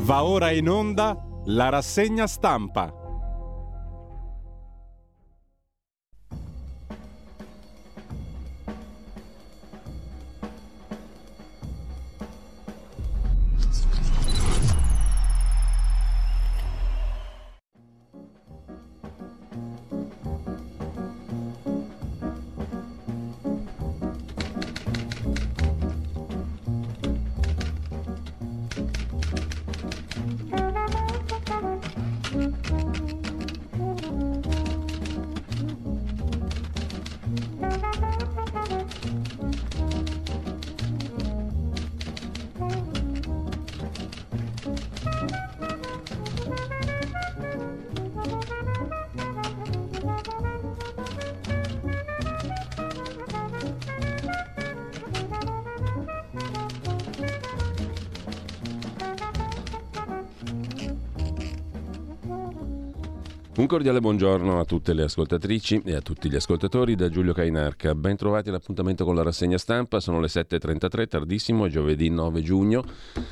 Va ora in onda la rassegna stampa. Un cordiale buongiorno a tutte le ascoltatrici e a tutti gli ascoltatori da Giulio Cainarca. Ben trovati all'appuntamento con la rassegna stampa, sono le 7.33, tardissimo, è giovedì 9 giugno.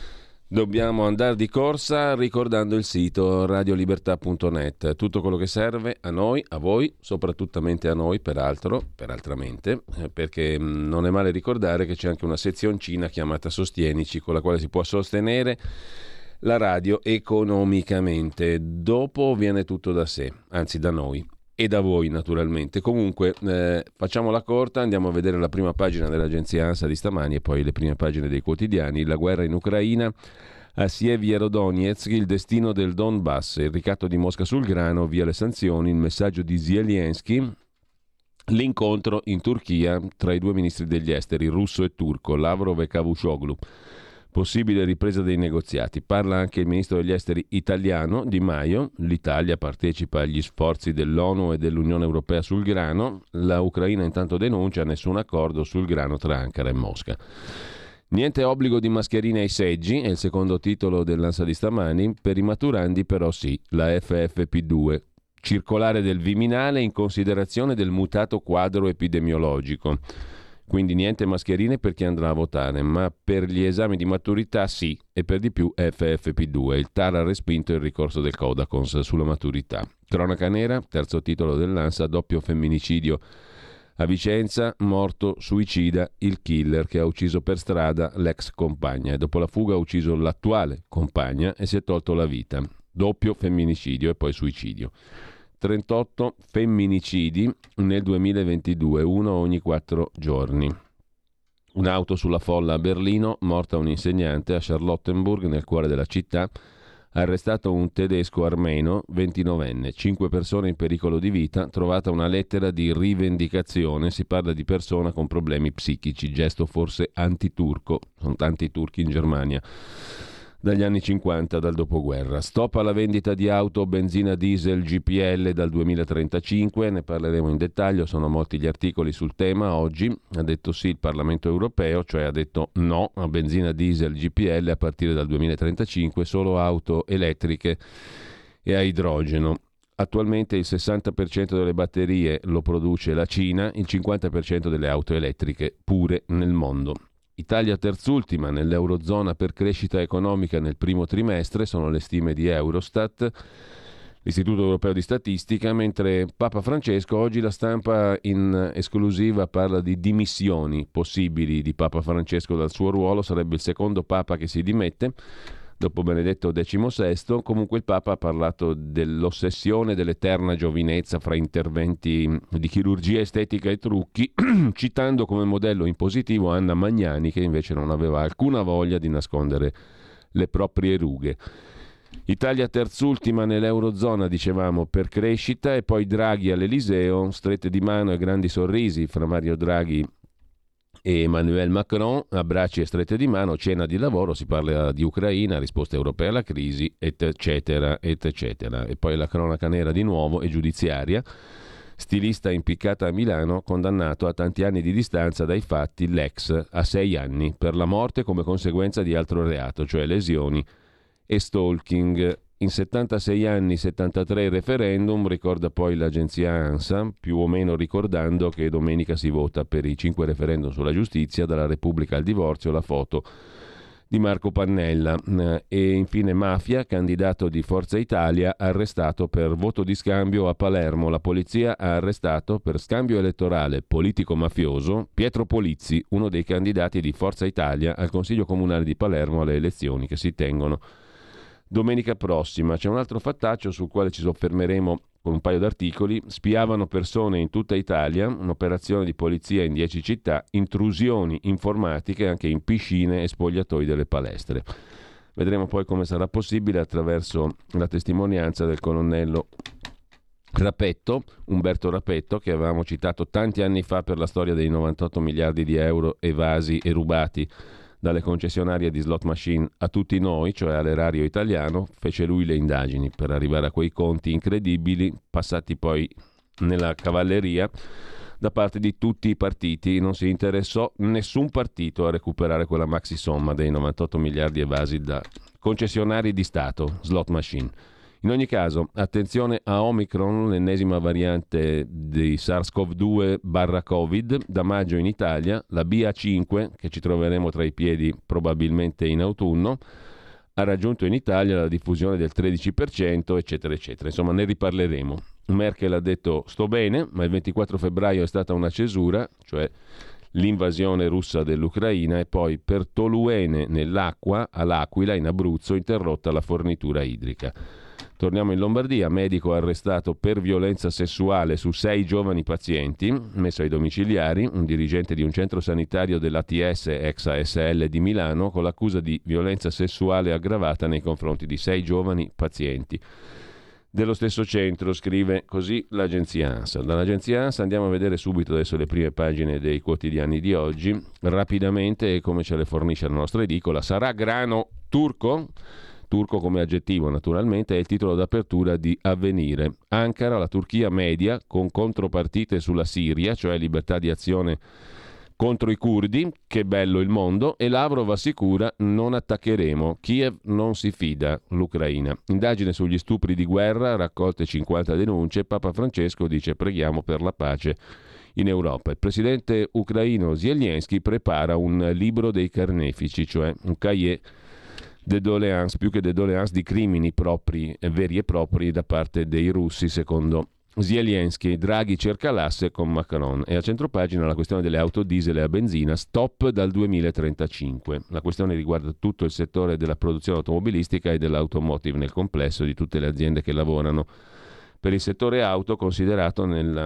Dobbiamo andare di corsa ricordando il sito radiolibertà.net, tutto quello che serve a noi, a voi, soprattutto a noi peraltramente, perché non è male ricordare che c'è anche una sezioncina chiamata Sostienici con la quale si può sostenere la radio economicamente. Dopo viene tutto da sé, anzi da noi e da voi naturalmente. Comunque facciamola corta, andiamo a vedere la prima pagina dell'agenzia ANSA di stamani e poi le prime pagine dei quotidiani. La guerra in Ucraina, a Sievierodonetsk, il destino del Donbass, il ricatto di Mosca sul grano, via le sanzioni, il messaggio di Zelensky, l'incontro in Turchia tra i due ministri degli esteri, russo e turco, Lavrov e Cavusoglu. Possibile ripresa dei negoziati. Parla anche il ministro degli esteri italiano Di Maio. L'Italia partecipa agli sforzi dell'ONU e dell'Unione Europea sul grano. La Ucraina intanto denuncia nessun accordo sul grano tra Ankara e Mosca. Niente obbligo di mascherine ai seggi, è il secondo titolo dell'ANSA di stamani. Per i maturandi però sì, la FFP2. Circolare del Viminale in considerazione del mutato quadro epidemiologico. Quindi niente mascherine per chi andrà a votare, ma per gli esami di maturità sì, e per di più FFP2. Il TAR ha respinto il ricorso del Codacons sulla maturità. Cronaca nera, terzo titolo dell'ANSA, doppio femminicidio a Vicenza, morto suicida il killer che ha ucciso per strada l'ex compagna e dopo la fuga ha ucciso l'attuale compagna e si è tolto la vita. Doppio femminicidio e poi suicidio. 38 femminicidi nel 2022, uno ogni 4 giorni. Un'auto sulla folla a Berlino, morta un insegnante. A Charlottenburg, nel cuore della città, arrestato un tedesco armeno, 29enne. 5 persone in pericolo di vita, trovata una lettera di rivendicazione. Si parla di persona con problemi psichici, gesto forse antiturco. Sono tanti turchi in Germania dagli anni 50, dal dopoguerra. Stop alla vendita di auto, benzina, diesel, GPL dal 2035, ne parleremo in dettaglio, sono molti gli articoli sul tema oggi. Ha detto sì il Parlamento europeo, cioè ha detto no a benzina, diesel, GPL a partire dal 2035, solo auto elettriche e a idrogeno. Attualmente il 60% delle batterie lo produce la Cina, il 50% delle auto elettriche pure nel mondo. Italia terzultima nell'Eurozona per crescita economica nel primo trimestre, sono le stime di Eurostat, l'Istituto Europeo di Statistica, mentre Papa Francesco, oggi la stampa in esclusiva parla di dimissioni possibili di Papa Francesco dal suo ruolo, sarebbe il secondo Papa che si dimette, dopo Benedetto XVI. Comunque il Papa ha parlato dell'ossessione dell'eterna giovinezza fra interventi di chirurgia estetica e trucchi, citando come modello in positivo Anna Magnani, che invece non aveva alcuna voglia di nascondere le proprie rughe. Italia terzultima nell'Eurozona, dicevamo, per crescita, e poi Draghi all'Eliseo, strette di mano e grandi sorrisi fra Mario Draghi e Emmanuel Macron, abbracci e strette di mano, cena di lavoro, si parla di Ucraina, risposta europea alla crisi, eccetera, eccetera. E poi la cronaca nera di nuovo e giudiziaria. Stilista impiccata a Milano, condannato a tanti anni di distanza dai fatti, l'ex a 6 anni per la morte come conseguenza di altro reato, cioè lesioni e stalking. In 76 anni, 73 referendum, ricorda poi l'agenzia ANSA, più o meno ricordando che domenica si vota per i 5 referendum sulla giustizia, dalla Repubblica al divorzio, la foto di Marco Pannella. E infine mafia, candidato di Forza Italia arrestato per voto di scambio a Palermo. La polizia ha arrestato per scambio elettorale politico-mafioso Pietro Polizzi, uno dei candidati di Forza Italia al Consiglio Comunale di Palermo alle elezioni che si tengono domenica prossima. C'è un altro fattaccio sul quale ci soffermeremo con un paio d'articoli. Spiavano persone in tutta Italia, un'operazione di polizia in 10 città, intrusioni informatiche anche in piscine e spogliatoi delle palestre. Vedremo poi come sarà possibile attraverso la testimonianza del colonnello Rapetto, Umberto Rapetto, che avevamo citato tanti anni fa per la storia dei 98 miliardi di euro evasi e rubati dalle concessionarie di slot machine a tutti noi, cioè all'erario italiano. Fece lui le indagini per arrivare a quei conti incredibili, passati poi nella cavalleria da parte di tutti i partiti. Non si interessò nessun partito a recuperare quella maxi somma dei 98 miliardi evasi da concessionari di Stato, slot machine. In ogni caso, attenzione a Omicron, l'ennesima variante di SARS-CoV-2/Covid, da maggio in Italia, la BA5, che ci troveremo tra i piedi probabilmente in autunno, ha raggiunto in Italia la diffusione del 13%, eccetera, eccetera. Insomma, ne riparleremo. Merkel ha detto sto bene, ma il 24 febbraio è stata una cesura, cioè l'invasione russa dell'Ucraina, e poi per toluene nell'acqua all'Aquila, in Abruzzo, interrotta la fornitura idrica. Torniamo in Lombardia, medico arrestato per violenza sessuale su 6 giovani pazienti, messo ai domiciliari, un dirigente di un centro sanitario dell'ATS ex ASL di Milano, con l'accusa di violenza sessuale aggravata nei confronti di 6 giovani pazienti dello stesso centro, scrive così l'agenzia ANSA. Dall'agenzia ANSA andiamo a vedere subito adesso le prime pagine dei quotidiani di oggi, rapidamente, come ce le fornisce la nostra edicola. Sarà grano turco? Turco come aggettivo naturalmente, è il titolo d'apertura di Avvenire. Ankara, la Turchia media con contropartite sulla Siria, cioè libertà di azione contro i curdi, che bello il mondo, e Lavrov assicura non attaccheremo, Kiev non si fida, l'Ucraina. Indagine sugli stupri di guerra, raccolte 50 denunce, Papa Francesco dice preghiamo per la pace in Europa. Il presidente ucraino Zelensky prepara un libro dei carnefici, cioè un cahier de doléances, più che de doléances, di crimini propri, veri e propri da parte dei russi, secondo Zelensky. Draghi cerca l'asse con Macron. E a centropagina la questione delle auto diesel e a benzina, stop dal 2035. La questione riguarda tutto il settore della produzione automobilistica e dell'automotive nel complesso, di tutte le aziende che lavorano per il settore auto, considerato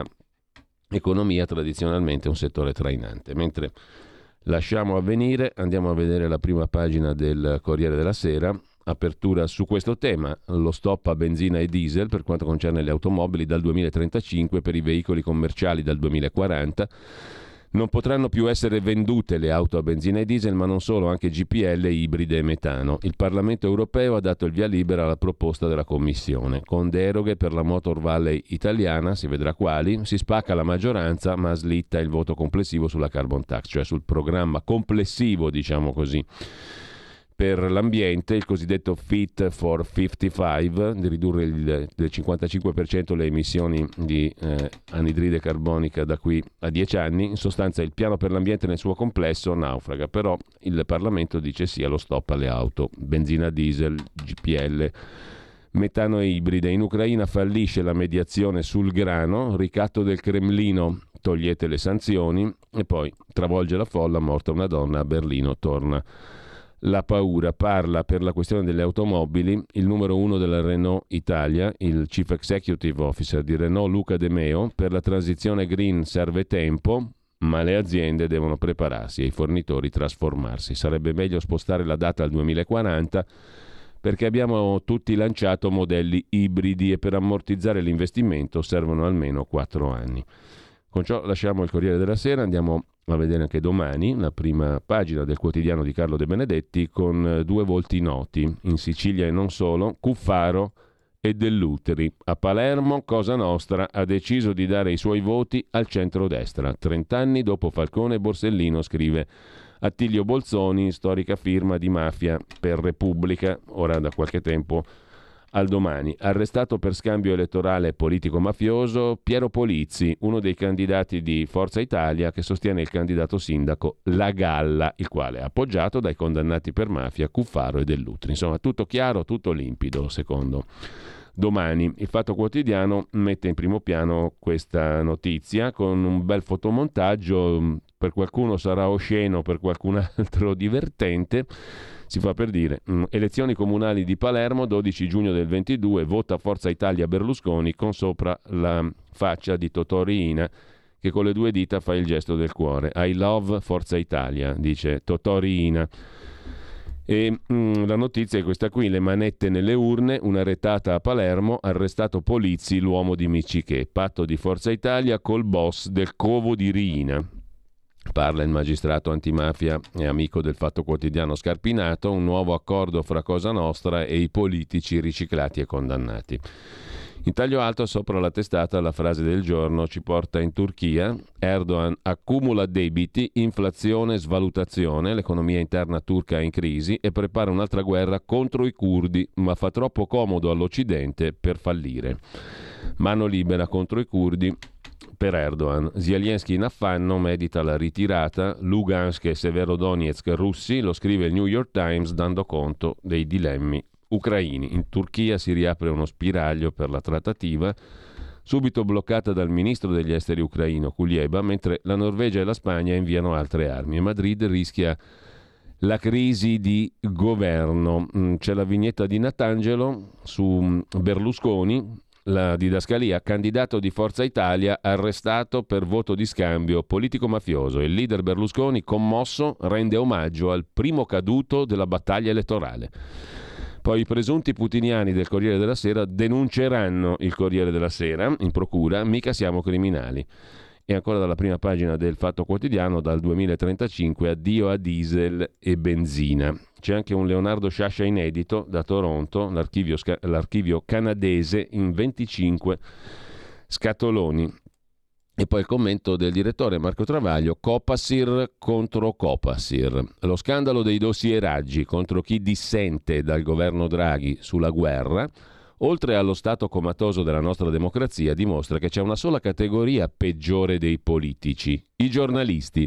nell'economia tradizionalmente un settore trainante. Mentre lasciamo Avvenire, andiamo a vedere la prima pagina del Corriere della Sera. Apertura su questo tema, lo stop a benzina e diesel per quanto concerne le automobili dal 2035, per i veicoli commerciali dal 2040. Non potranno più essere vendute le auto a benzina e diesel, ma non solo, anche GPL, ibride e metano. Il Parlamento europeo ha dato il via libera alla proposta della Commissione. Con deroghe per la Motor Valley italiana, si vedrà quali, si spacca la maggioranza ma slitta il voto complessivo sulla carbon tax, cioè sul programma complessivo, diciamo così, per l'ambiente, il cosiddetto Fit for 55, di ridurre del 55% le emissioni di anidride carbonica da qui a 10 anni. In sostanza il piano per l'ambiente nel suo complesso naufraga, però il Parlamento dice sì allo stop alle auto, benzina, diesel, GPL, metano e ibride. In Ucraina fallisce la mediazione sul grano, ricatto del Cremlino, togliete le sanzioni, e poi travolge la folla, morta una donna, a Berlino torna la paura. Parla per la questione delle automobili il numero 1 della Renault Italia, il Chief Executive Officer di Renault Luca De Meo. Per la transizione green serve tempo, ma le aziende devono prepararsi e i fornitori trasformarsi. Sarebbe meglio spostare la data al 2040 perché abbiamo tutti lanciato modelli ibridi e per ammortizzare l'investimento servono almeno 4 anni. Con ciò lasciamo il Corriere della Sera, andiamo a vedere anche domani la prima pagina del quotidiano di Carlo De Benedetti con 2 volti noti, in Sicilia e non solo, Cuffaro e Dell'Uteri. A Palermo Cosa Nostra ha deciso di dare i suoi voti al centrodestra. 30 anni dopo Falcone e Borsellino, scrive Attilio Bolzoni, storica firma di Mafia per Repubblica. Ora da qualche tempo Al Domani, arrestato per scambio elettorale politico-mafioso Piero Polizzi, uno dei candidati di Forza Italia che sostiene il candidato sindaco La Galla, il quale è appoggiato dai condannati per mafia Cuffaro e Dell'Utri. Insomma, tutto chiaro, tutto limpido, secondo Domani. Il Fatto Quotidiano mette in primo piano questa notizia con un bel fotomontaggio, per qualcuno sarà osceno, per qualcun altro divertente. Si fa per dire, elezioni comunali di Palermo, 12 giugno del 22, vota Forza Italia Berlusconi con sopra la faccia di Totò Riina che con le due dita fa il gesto del cuore. I love Forza Italia, dice Totò Riina. E la notizia è questa qui: le manette nelle urne, una retata a Palermo, arrestato Polizzi, l'uomo di Miccichè, patto di Forza Italia col boss del covo di Riina. Parla il magistrato antimafia e amico del Fatto Quotidiano Scarpinato, un nuovo accordo fra Cosa Nostra e i politici riciclati e condannati. In taglio alto sopra la testata la frase del giorno ci porta in Turchia. Erdogan accumula debiti, inflazione, svalutazione, l'economia interna turca è in crisi e prepara un'altra guerra contro i curdi, ma fa troppo comodo all'Occidente per fallire. Mano libera contro i curdi per Erdogan. Zelensky in affanno, medita la ritirata. Lugansk e Severodonetsk russi, lo scrive il New York Times dando conto dei dilemmi ucraini. In Turchia si riapre uno spiraglio per la trattativa, subito bloccata dal ministro degli esteri ucraino Kuleba, mentre la Norvegia e la Spagna inviano altre armi e Madrid rischia la crisi di governo. C'è la vignetta di Natangelo su Berlusconi, la didascalia: candidato di Forza Italia arrestato per voto di scambio politico-mafioso. Il leader Berlusconi, commosso, rende omaggio al primo caduto della battaglia elettorale. Poi i presunti putiniani del Corriere della Sera denunceranno il Corriere della Sera in procura, mica siamo criminali. E ancora dalla prima pagina del Fatto Quotidiano, dal 2035 addio a diesel e benzina. C'è anche un Leonardo Sciascia inedito da Toronto, l'archivio canadese in 25 scatoloni. E poi il commento del direttore Marco Travaglio: Copasir contro Copasir. Lo scandalo dei dossieraggi contro chi dissente dal governo Draghi sulla guerra, oltre allo stato comatoso della nostra democrazia, dimostra che c'è una sola categoria peggiore dei politici: i giornalisti.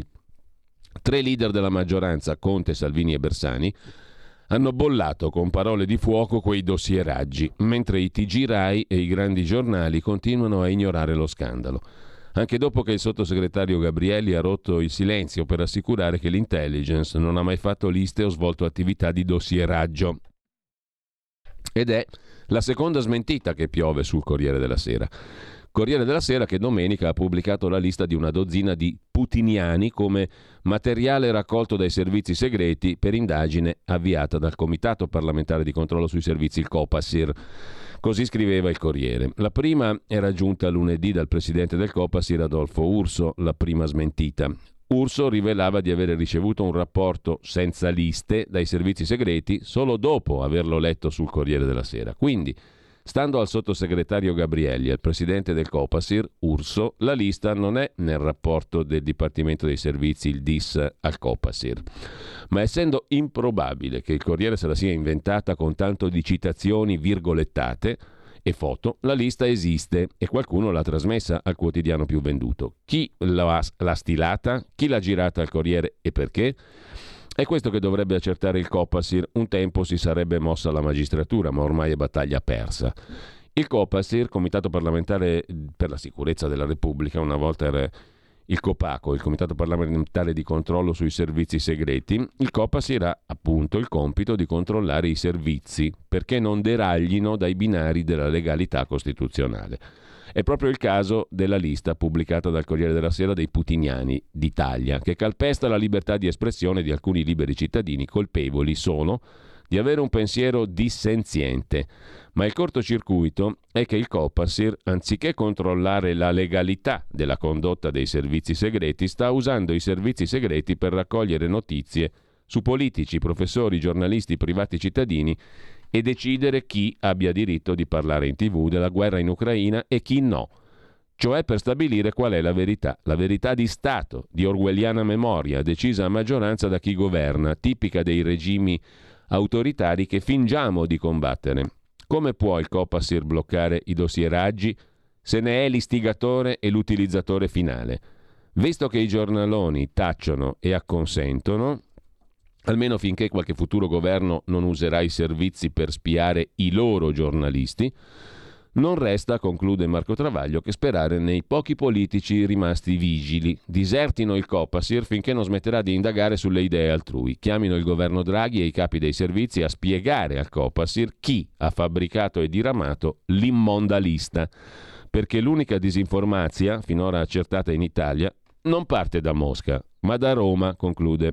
3 leader della maggioranza, Conte, Salvini e Bersani, hanno bollato con parole di fuoco quei dossieraggi, mentre i TG Rai e i grandi giornali continuano a ignorare lo scandalo. Anche dopo che il sottosegretario Gabrielli ha rotto il silenzio per assicurare che l'intelligence non ha mai fatto liste o svolto attività di dossieraggio. Ed è la seconda smentita che piove sul Corriere della Sera. Corriere della Sera che domenica ha pubblicato la lista di una dozzina di putiniani come materiale raccolto dai servizi segreti per indagine avviata dal Comitato parlamentare di controllo sui servizi, il Copasir. Così scriveva il Corriere. La prima era giunta lunedì dal presidente del Copasir, Adolfo Urso, la prima smentita. Urso rivelava di avere ricevuto un rapporto senza liste dai servizi segreti solo dopo averlo letto sul Corriere della Sera. Quindi, stando al sottosegretario Gabrielli e al presidente del Copasir, Urso, la lista non è nel rapporto del Dipartimento dei Servizi, il DIS, al Copasir. Ma essendo improbabile che il Corriere se la sia inventata con tanto di citazioni virgolettate e foto, la lista esiste e qualcuno l'ha trasmessa al quotidiano più venduto. Chi l'ha stilata? Chi l'ha girata al Corriere e perché? È questo che dovrebbe accertare il Copasir. Un tempo si sarebbe mossa la magistratura, ma ormai è battaglia persa. Il Copasir, Comitato parlamentare per la sicurezza della Repubblica, una volta era il Copaco, il Comitato parlamentare di controllo sui servizi segreti. Il Copasir ha appunto il compito di controllare i servizi perché non deraglino dai binari della legalità costituzionale. È proprio il caso della lista pubblicata dal Corriere della Sera dei putiniani d'Italia, che calpesta la libertà di espressione di alcuni liberi cittadini colpevoli sono di avere un pensiero dissenziente. Ma il cortocircuito è che il Copasir, anziché controllare la legalità della condotta dei servizi segreti, sta usando i servizi segreti per raccogliere notizie su politici, professori, giornalisti, privati cittadini e decidere chi abbia diritto di parlare in TV della guerra in Ucraina e chi no. Cioè per stabilire qual è la verità di Stato, di orwelliana memoria, decisa a maggioranza da chi governa, tipica dei regimi autoritari che fingiamo di combattere. Come può il Copasir bloccare i dossieraggi se ne è l'istigatore e l'utilizzatore finale? Visto che i giornaloni tacciono e acconsentono, almeno finché qualche futuro governo non userà i servizi per spiare i loro giornalisti, non resta, conclude Marco Travaglio, che sperare nei pochi politici rimasti vigili. Disertino il Copasir finché non smetterà di indagare sulle idee altrui. Chiamino il governo Draghi e i capi dei servizi a spiegare al Copasir chi ha fabbricato e diramato l'immonda lista. Perché l'unica disinformazia finora accertata in Italia non parte da Mosca, ma da Roma, conclude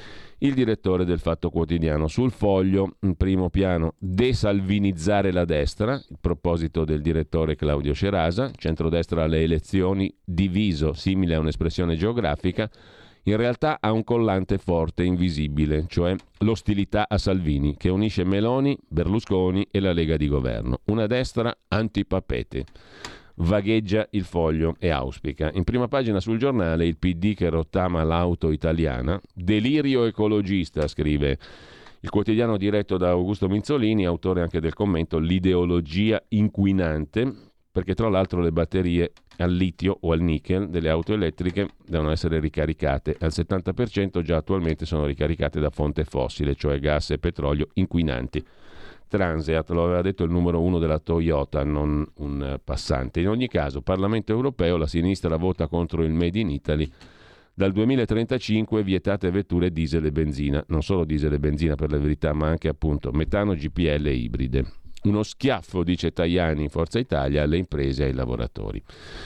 il direttore del Fatto Quotidiano. Sul Foglio, in primo piano, desalvinizzare la destra, il proposito del direttore Claudio Cerasa, centrodestra alle elezioni, diviso, simile a un'espressione geografica, in realtà ha un collante forte, invisibile, cioè l'ostilità a Salvini, che unisce Meloni, Berlusconi e la Lega di governo. Una destra antipapete. Vagheggia il Foglio e auspica. In prima pagina sul Giornale il PD che rottama l'auto italiana. Delirio ecologista, scrive il quotidiano diretto da Augusto Minzolini, autore anche del commento L'ideologia inquinante, perché tra l'altro le batterie al litio o al nickel delle auto elettriche devono essere ricaricate. Al 70% già attualmente sono ricaricate da fonte fossile, cioè gas e petrolio inquinanti. Transeat, lo aveva detto il numero uno della Toyota, non un passante. In ogni caso, Parlamento europeo, la sinistra vota contro il Made in Italy. Dal 2035 vietate vetture diesel e benzina, non solo diesel e benzina per la verità, ma anche appunto metano, GPL e ibride. Uno schiaffo, dice Tajani in Forza Italia, alle imprese e ai lavoratori.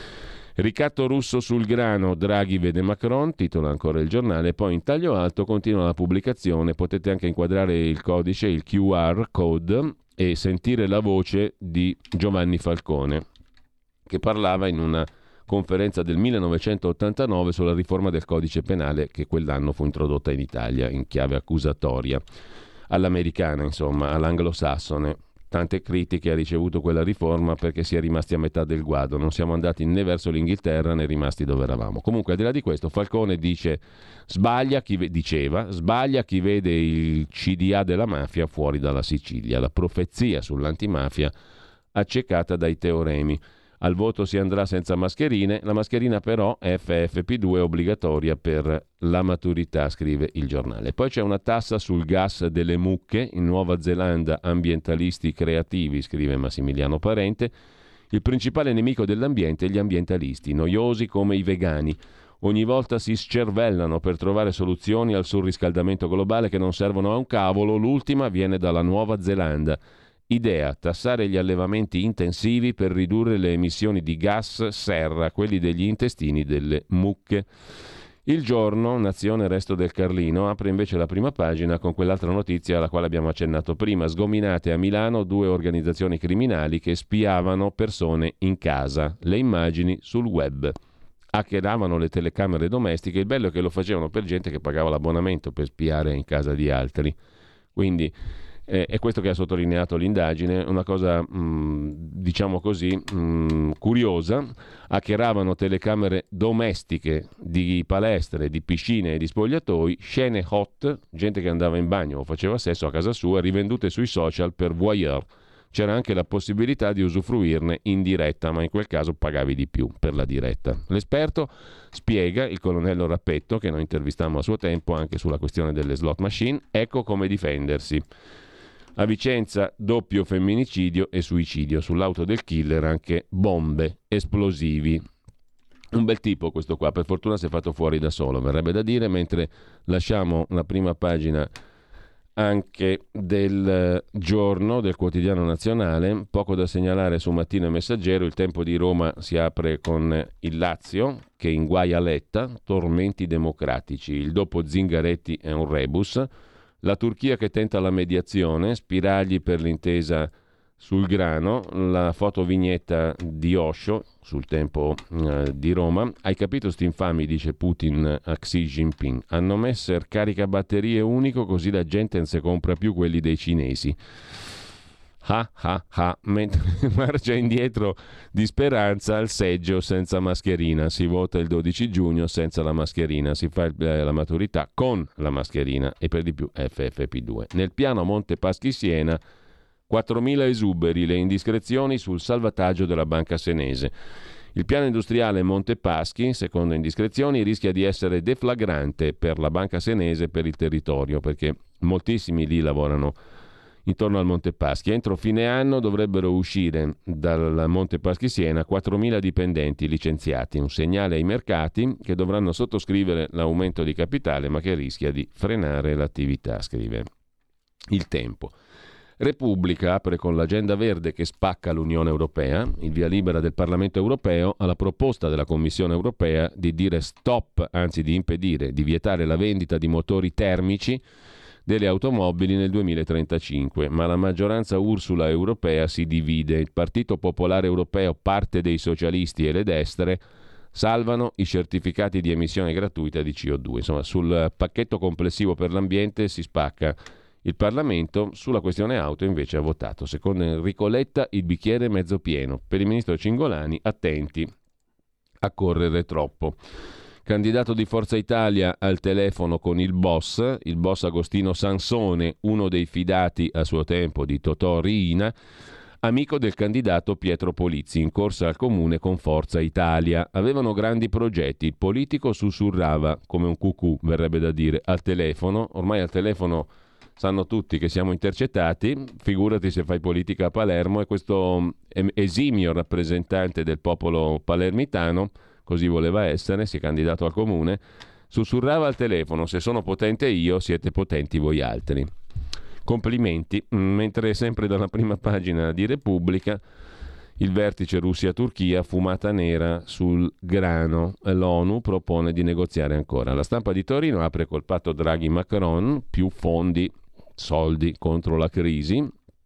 Ricatto russo sul grano, Draghi vede Macron, titola ancora il giornale, poi in taglio alto continua la pubblicazione, potete anche inquadrare il codice, il QR code, e sentire la voce di Giovanni Falcone, che parlava in una conferenza del 1989 sulla riforma del codice penale che quell'anno fu introdotta in Italia in chiave accusatoria, all'americana insomma, all'anglosassone. Tante critiche ha ricevuto quella riforma perché si è rimasti a metà del guado, non siamo andati né verso l'Inghilterra né rimasti dove eravamo. Comunque, al di là di questo, Falcone dice sbaglia chi vede il CDA della mafia fuori dalla Sicilia, la profezia sull'antimafia accecata dai teoremi. Al voto si andrà senza mascherine, la mascherina però FFP2 è obbligatoria per la maturità, scrive il giornale. Poi c'è una tassa sul gas delle mucche, in Nuova Zelanda ambientalisti creativi, scrive Massimiliano Parente. Il principale nemico dell'ambiente gli ambientalisti, noiosi come i vegani. Ogni volta si scervellano per trovare soluzioni al surriscaldamento globale che non servono a un cavolo, l'ultima viene dalla Nuova Zelanda. Idea: tassare gli allevamenti intensivi per ridurre le emissioni di gas serra, quelli degli intestini delle mucche. Il Giorno, Nazione, Resto del Carlino, apre invece la prima pagina con quell'altra notizia alla quale abbiamo accennato prima. Sgominate a Milano 2 organizzazioni criminali che spiavano persone in casa. Le immagini sul web. Hackeravano le telecamere domestiche. Il bello è che lo facevano per gente che pagava l'abbonamento per spiare in casa di altri. Quindi è questo che ha sottolineato l'indagine, una cosa diciamo così curiosa. Hackeravano telecamere domestiche di palestre, di piscine e di spogliatoi, scene hot, gente che andava in bagno o faceva sesso a casa sua, rivendute sui social per voyeur. C'era anche la possibilità di usufruirne in diretta, ma in quel caso pagavi di più per la diretta. L'esperto spiega, il colonnello Rappetto, che noi intervistammo a suo tempo anche sulla questione delle slot machine, ecco come difendersi. A Vicenza doppio femminicidio e suicidio, sull'auto del killer anche bombe, esplosivi. Un bel tipo questo qua, per fortuna si è fatto fuori da solo, verrebbe da dire, mentre lasciamo la prima pagina anche del Giorno, del Quotidiano Nazionale. Poco da segnalare su Mattino e Messaggero. Il Tempo di Roma si apre con il Lazio che inguaia Letta, tormenti democratici, il dopo Zingaretti è un rebus. La Turchia che tenta la mediazione, spiragli per l'intesa sul grano, la fotovignetta di Osho sul Tempo di Roma. Hai capito sti infami, dice Putin a Xi Jinping, hanno messo il caricabatterie unico così la gente non si compra più quelli dei cinesi. Mentre marcia indietro di Speranza al seggio senza mascherina, si vota il 12 giugno senza la mascherina, si fa la maturità con la mascherina e per di più FFP2. Nel piano Monte Paschi Siena 4.000 esuberi, le indiscrezioni sul salvataggio della banca senese. Il piano industriale Monte Paschi, secondo indiscrezioni, rischia di essere deflagrante per la banca senese e per il territorio, perché moltissimi lì lavorano intorno al Monte Paschi. Entro fine anno dovrebbero uscire dal Monte Paschi Siena 4.000 dipendenti licenziati, un segnale ai mercati che dovranno sottoscrivere l'aumento di capitale, ma che rischia di frenare l'attività, scrive Il Tempo. Repubblica apre con l'agenda verde che spacca l'Unione Europea, il via libera del Parlamento Europeo alla proposta della Commissione Europea di dire stop, anzi di impedire, di vietare la vendita di motori termici delle automobili nel 2035, ma la maggioranza Ursula europea si divide. Il Partito Popolare Europeo, parte dei socialisti e le destre salvano i certificati di emissione gratuita di CO2. Insomma, sul pacchetto complessivo per l'ambiente si spacca il Parlamento. Sulla questione auto invece ha votato, secondo Enrico Letta, il bicchiere mezzo pieno. Per il ministro Cingolani, attenti a correre troppo. Candidato di Forza Italia al telefono con il boss Agostino Sansone, uno dei fidati a suo tempo di Totò Riina, amico del candidato Pietro Polizzi, in corsa al comune con Forza Italia. Avevano grandi progetti, il politico sussurrava come un cucù, verrebbe da dire, al telefono. Ormai al telefono sanno tutti che siamo intercettati, figurati se fai politica a Palermo. E questo esimio rappresentante del popolo palermitano, così voleva essere, si è candidato al comune, sussurrava al telefono: se sono potente io, siete potenti voi altri. Complimenti. Mentre sempre dalla prima pagina di Repubblica, il vertice Russia-Turchia, fumata nera sul grano, l'ONU propone di negoziare ancora. La Stampa di Torino apre col patto Draghi-Macron, più fondi, soldi contro la crisi,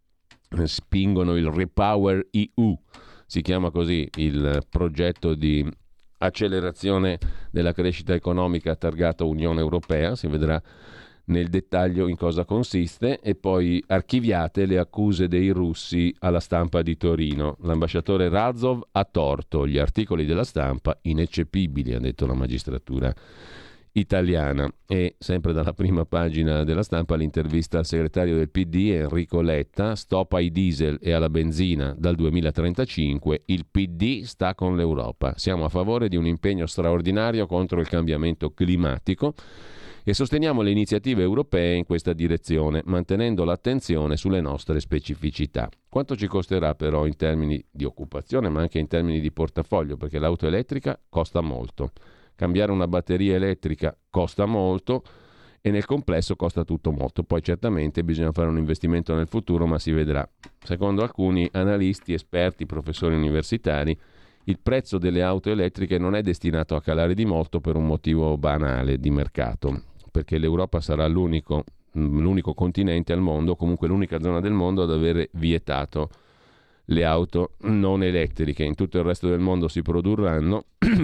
spingono il Repower EU, si chiama così il progetto di accelerazione della crescita economica targato Unione Europea, si vedrà nel dettaglio in cosa consiste. E poi archiviate le accuse dei russi alla Stampa di Torino. L'ambasciatore Razov ha torto, gli articoli della Stampa ineccepibili, ha detto la magistratura italiana. E sempre dalla prima pagina della Stampa l'intervista al segretario del PD Enrico Letta: stop ai diesel e alla benzina dal 2035, il PD sta con l'Europa, siamo a favore di un impegno straordinario contro il cambiamento climatico e sosteniamo le iniziative europee in questa direzione, mantenendo l'attenzione sulle nostre specificità. Quanto ci costerà però in termini di occupazione, ma anche in termini di portafoglio, perché l'auto elettrica costa molto. Cambiare una batteria elettrica costa molto e nel complesso costa tutto molto. Poi certamente bisogna fare un investimento nel futuro, ma si vedrà. Secondo alcuni analisti, esperti, professori universitari, il prezzo delle auto elettriche non è destinato a calare di molto per un motivo banale di mercato, perché l'Europa sarà l'unico continente al mondo, comunque l'unica zona del mondo ad aver vietato le auto non elettriche. In tutto il resto del mondo si produrranno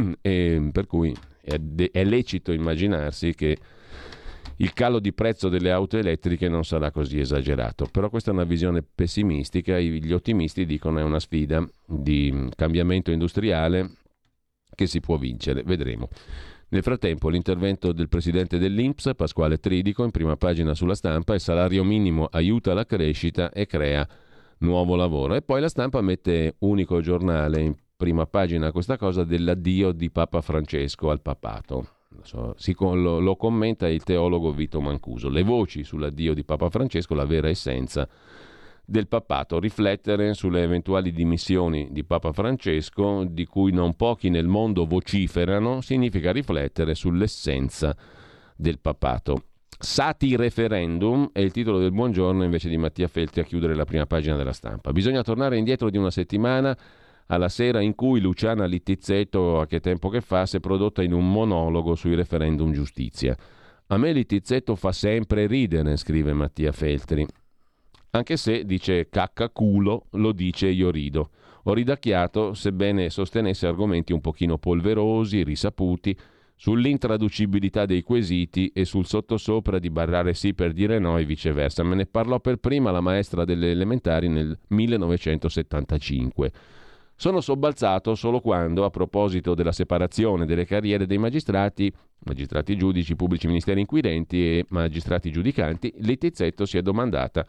e per cui è lecito immaginarsi che il calo di prezzo delle auto elettriche non sarà così esagerato. Però questa è una visione pessimistica. Gli ottimisti dicono è una sfida di cambiamento industriale che si può vincere, vedremo. Nel frattempo l'intervento del presidente dell'INPS, Pasquale Tridico, in prima pagina sulla Stampa: il salario minimo aiuta la crescita e crea nuovo lavoro. E poi la Stampa mette, unico giornale in prima pagina, questa cosa dell'addio di Papa Francesco al papato. Lo commenta il teologo Vito Mancuso. Le voci sull'addio di Papa Francesco, la vera essenza del papato. Riflettere sulle eventuali dimissioni di Papa Francesco, di cui non pochi nel mondo vociferano, significa riflettere sull'essenza del papato. Sati referendum è il titolo del buongiorno invece di Mattia Feltri a chiudere la prima pagina della Stampa. Bisogna tornare indietro di una settimana alla sera in cui Luciana Littizzetto, a che tempo che fa, si è prodotta in un monologo sui referendum giustizia. A me Littizzetto fa sempre ridere, scrive Mattia Feltri, anche se, dice cacca culo, lo dice io rido. Ho ridacchiato, sebbene sostenesse argomenti un pochino polverosi, risaputi, sull'intraducibilità dei quesiti e sul sottosopra di barrare sì per dire no e viceversa. Me ne parlò per prima la maestra delle elementari nel 1975. Sono sobbalzato solo quando, a proposito della separazione delle carriere dei magistrati giudici, pubblici ministeri inquirenti e magistrati giudicanti, Littizzetto si è domandata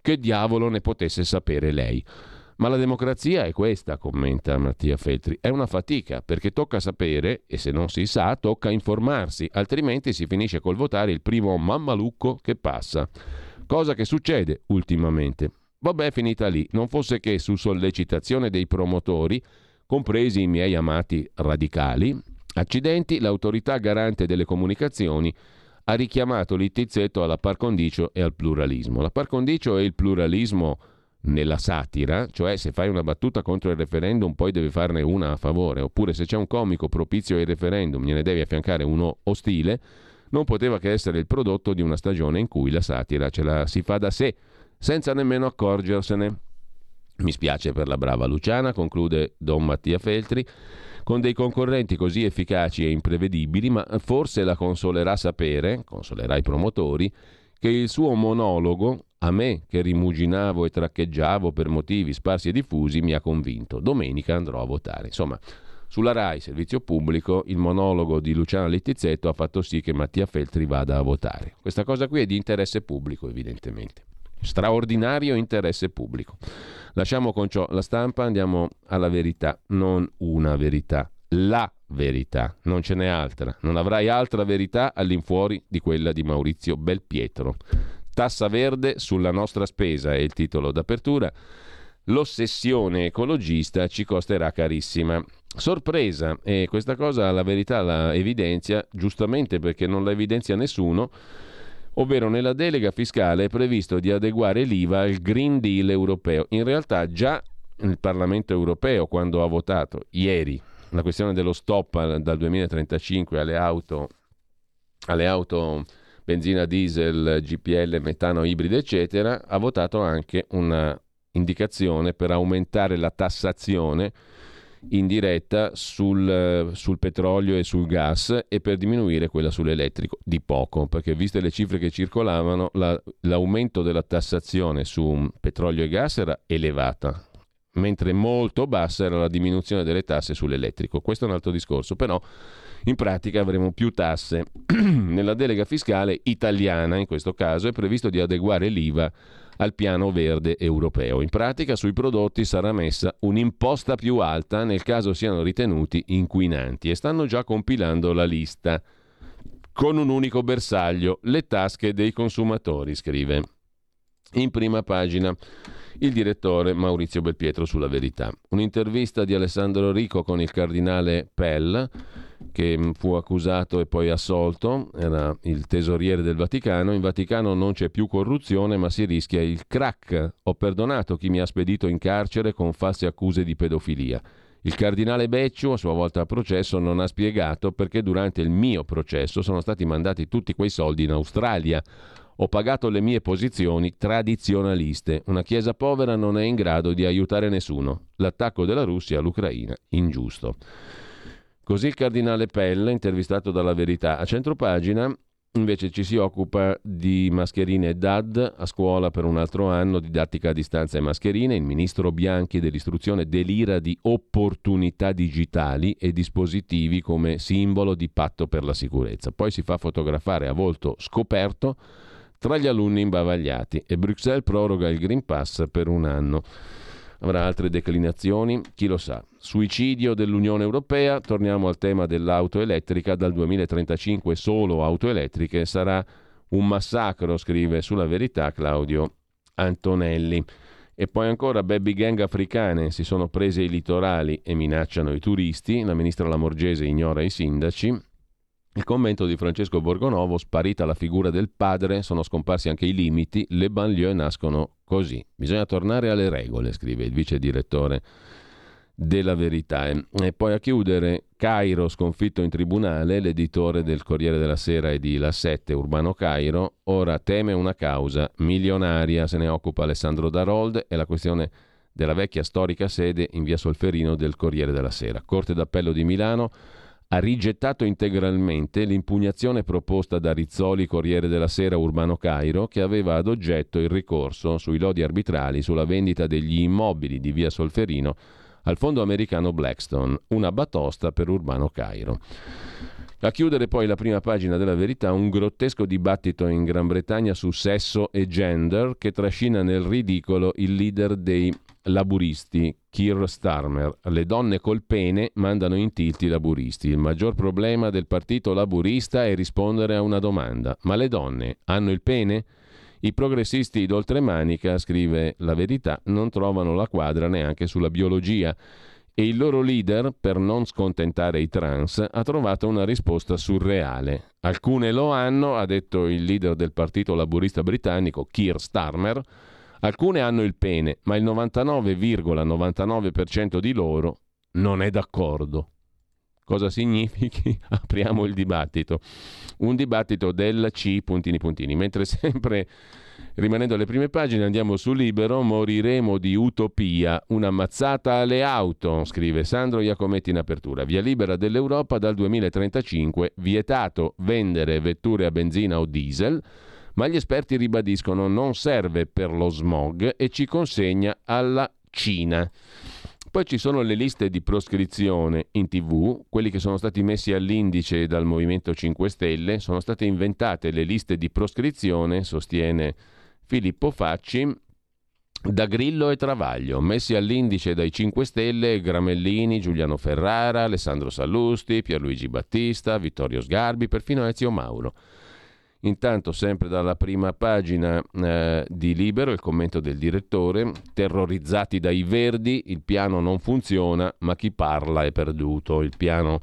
che diavolo ne potesse sapere lei. Ma la democrazia è questa, commenta Mattia Feltri, è una fatica perché tocca sapere e se non si sa tocca informarsi, altrimenti si finisce col votare il primo mammalucco che passa, cosa che succede ultimamente. Vabbè, finita lì, non fosse che su sollecitazione dei promotori, compresi i miei amati radicali, accidenti, l'autorità garante delle comunicazioni ha richiamato Littizzetto alla par condicio e al pluralismo. La par condicio è il pluralismo nella satira, cioè se fai una battuta contro il referendum poi devi farne una a favore, oppure se c'è un comico propizio ai referendum gliene devi affiancare uno ostile, non poteva che essere il prodotto di una stagione in cui la satira ce la si fa da sé, senza nemmeno accorgersene. Mi spiace per la brava Luciana, conclude Don Mattia Feltri, con dei concorrenti così efficaci e imprevedibili, ma forse la consolerà sapere, consolerà i promotori, che il suo monologo, a me che rimuginavo e traccheggiavo per motivi sparsi e diffusi, mi ha convinto. Domenica andrò a votare. Insomma, sulla Rai, servizio pubblico, il monologo di Luciana Littizzetto ha fatto sì che Mattia Feltri vada a votare. Questa cosa qui è di interesse pubblico, evidentemente. Straordinario interesse pubblico. Lasciamo con ciò La Stampa, andiamo alla Verità. Non una verità, la verità. Non ce n'è altra. Non avrai altra verità all'infuori di quella di Maurizio Belpietro. Tassa verde sulla nostra spesa è il titolo d'apertura. L'ossessione ecologista ci costerà carissima. Sorpresa, e questa cosa la Verità la evidenzia, giustamente perché non la evidenzia nessuno, ovvero nella delega fiscale è previsto di adeguare l'IVA al Green Deal europeo. In realtà già il Parlamento europeo, quando ha votato ieri la questione dello stop dal 2035 alle auto benzina, diesel, GPL, metano, ibride, eccetera, ha votato anche una indicazione per aumentare la tassazione indiretta sul petrolio e sul gas e per diminuire quella sull'elettrico, di poco, perché viste le cifre che circolavano l'aumento della tassazione su petrolio e gas era elevata, mentre molto bassa era la diminuzione delle tasse sull'elettrico. Questo è un altro discorso, però in pratica avremo più tasse. Nella delega fiscale italiana, in questo caso, è previsto di adeguare l'IVA al piano verde europeo. In pratica sui prodotti sarà messa un'imposta più alta nel caso siano ritenuti inquinanti e stanno già compilando la lista con un unico bersaglio, le tasche dei consumatori, scrive in prima pagina il direttore Maurizio Belpietro sulla Verità. Un'intervista di Alessandro Rico con il cardinale Pell, che fu accusato e poi assolto, era il tesoriere del Vaticano. In Vaticano non c'è più corruzione, ma si rischia il crack. Ho perdonato chi mi ha spedito in carcere con false accuse di pedofilia. Il cardinale Becciu, a sua volta a processo, non ha spiegato perché durante il mio processo sono stati mandati tutti quei soldi in Australia. Ho pagato le mie posizioni tradizionaliste. Una chiesa povera non è in grado di aiutare nessuno. L'attacco della Russia all'Ucraina, ingiusto. Così il cardinale Pell, intervistato dalla Verità. A centropagina invece ci si occupa di mascherine e DAD a scuola per un altro anno, didattica a distanza e mascherine. Il ministro Bianchi dell'istruzione delira di opportunità digitali e dispositivi come simbolo di patto per la sicurezza. Poi si fa fotografare a volto scoperto tra gli alunni imbavagliati e Bruxelles proroga il Green Pass per un anno. Avrà altre declinazioni? Chi lo sa. Suicidio dell'Unione Europea, torniamo al tema dell'auto elettrica, dal 2035 solo auto elettriche, sarà un massacro, scrive sulla Verità Claudio Antonelli. E poi ancora baby gang africane si sono prese i litorali e minacciano i turisti, la ministra Lamorgese ignora i sindaci. Il commento di Francesco Borgonovo: sparita la figura del padre, sono scomparsi anche i limiti, le banlieue nascono così. Bisogna tornare alle regole, scrive il vice direttore della Verità. E poi a chiudere, Cairo sconfitto in tribunale, l'editore del Corriere della Sera e di La 7, Urbano Cairo, ora teme una causa milionaria, se ne occupa Alessandro Darold, è la questione della vecchia storica sede in via Solferino del Corriere della Sera. Corte d'Appello di Milano ha rigettato integralmente l'impugnazione proposta da Rizzoli, Corriere della Sera, Urbano Cairo, che aveva ad oggetto il ricorso sui lodi arbitrali sulla vendita degli immobili di via Solferino al fondo americano Blackstone, una batosta per Urbano Cairo. A chiudere poi la prima pagina della Verità, un grottesco dibattito in Gran Bretagna su sesso e gender che trascina nel ridicolo il leader dei laburisti, Keir Starmer. Le donne col pene mandano in tilt i laburisti. Il maggior problema del partito laburista è rispondere a una domanda: ma le donne hanno il pene? I progressisti d'oltremanica, scrive la Verità, non trovano la quadra neanche sulla biologia. E il loro leader, per non scontentare i trans, ha trovato una risposta surreale. Alcune lo hanno, ha detto il leader del partito laburista britannico, Keir Starmer, alcune hanno il pene, ma il 99,99% di loro non è d'accordo. Cosa significhi? Apriamo il dibattito. Un dibattito del C... Mentre sempre, rimanendo alle prime pagine, andiamo su Libero. Moriremo di utopia, una mazzata alle auto, scrive Sandro Iacometti in apertura. Via libera dell'Europa dal 2035, vietato vendere vetture a benzina o diesel, ma gli esperti ribadiscono non serve per lo smog e ci consegna alla Cina. Poi ci sono le liste di proscrizione in TV, quelli che sono stati messi all'indice dal Movimento 5 Stelle. Sono state inventate le liste di proscrizione, sostiene Filippo Facci, da Grillo e Travaglio, messi all'indice dai 5 Stelle Gramellini, Giuliano Ferrara, Alessandro Sallusti, Pierluigi Battista, Vittorio Sgarbi, perfino Ezio Mauro. Intanto, sempre dalla prima pagina di Libero, il commento del direttore: terrorizzati dai verdi, il piano non funziona, ma chi parla è perduto. Il piano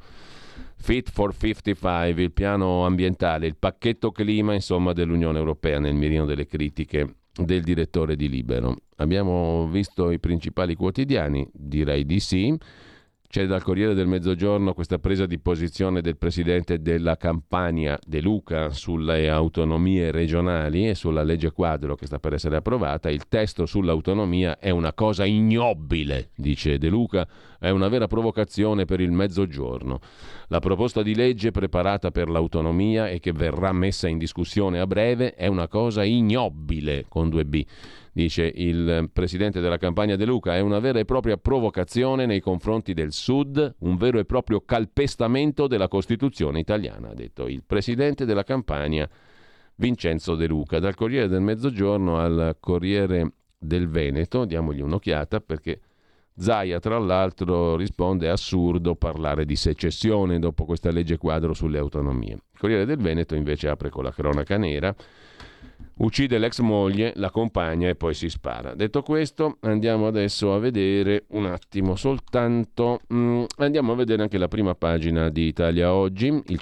Fit for 55, il piano ambientale, il pacchetto clima, insomma, dell'Unione Europea nel mirino delle critiche del direttore di Libero. Abbiamo visto i principali quotidiani, direi di sì. C'è dal Corriere del Mezzogiorno questa presa di posizione del presidente della Campania, De Luca, sulle autonomie regionali e sulla legge quadro che sta per essere approvata. Il testo sull'autonomia è una cosa ignobile, dice De Luca, è una vera provocazione per il Mezzogiorno. La proposta di legge preparata per l'autonomia e che verrà messa in discussione a breve è una cosa ignobile, con 2B. Dice il presidente della Campania De Luca, è una vera e propria provocazione nei confronti del Sud, un vero e proprio calpestamento della Costituzione italiana, ha detto il presidente della Campania Vincenzo De Luca. Dal Corriere del Mezzogiorno al Corriere del Veneto, diamogli un'occhiata perché Zaia tra l'altro risponde: è assurdo parlare di secessione dopo questa legge quadro sulle autonomie. Il Corriere del Veneto invece apre con la cronaca nera. Uccide l'ex moglie, la compagna e poi si spara. Detto questo, andiamo adesso a vedere un attimo soltanto, andiamo a vedere anche la prima pagina di Italia Oggi. Il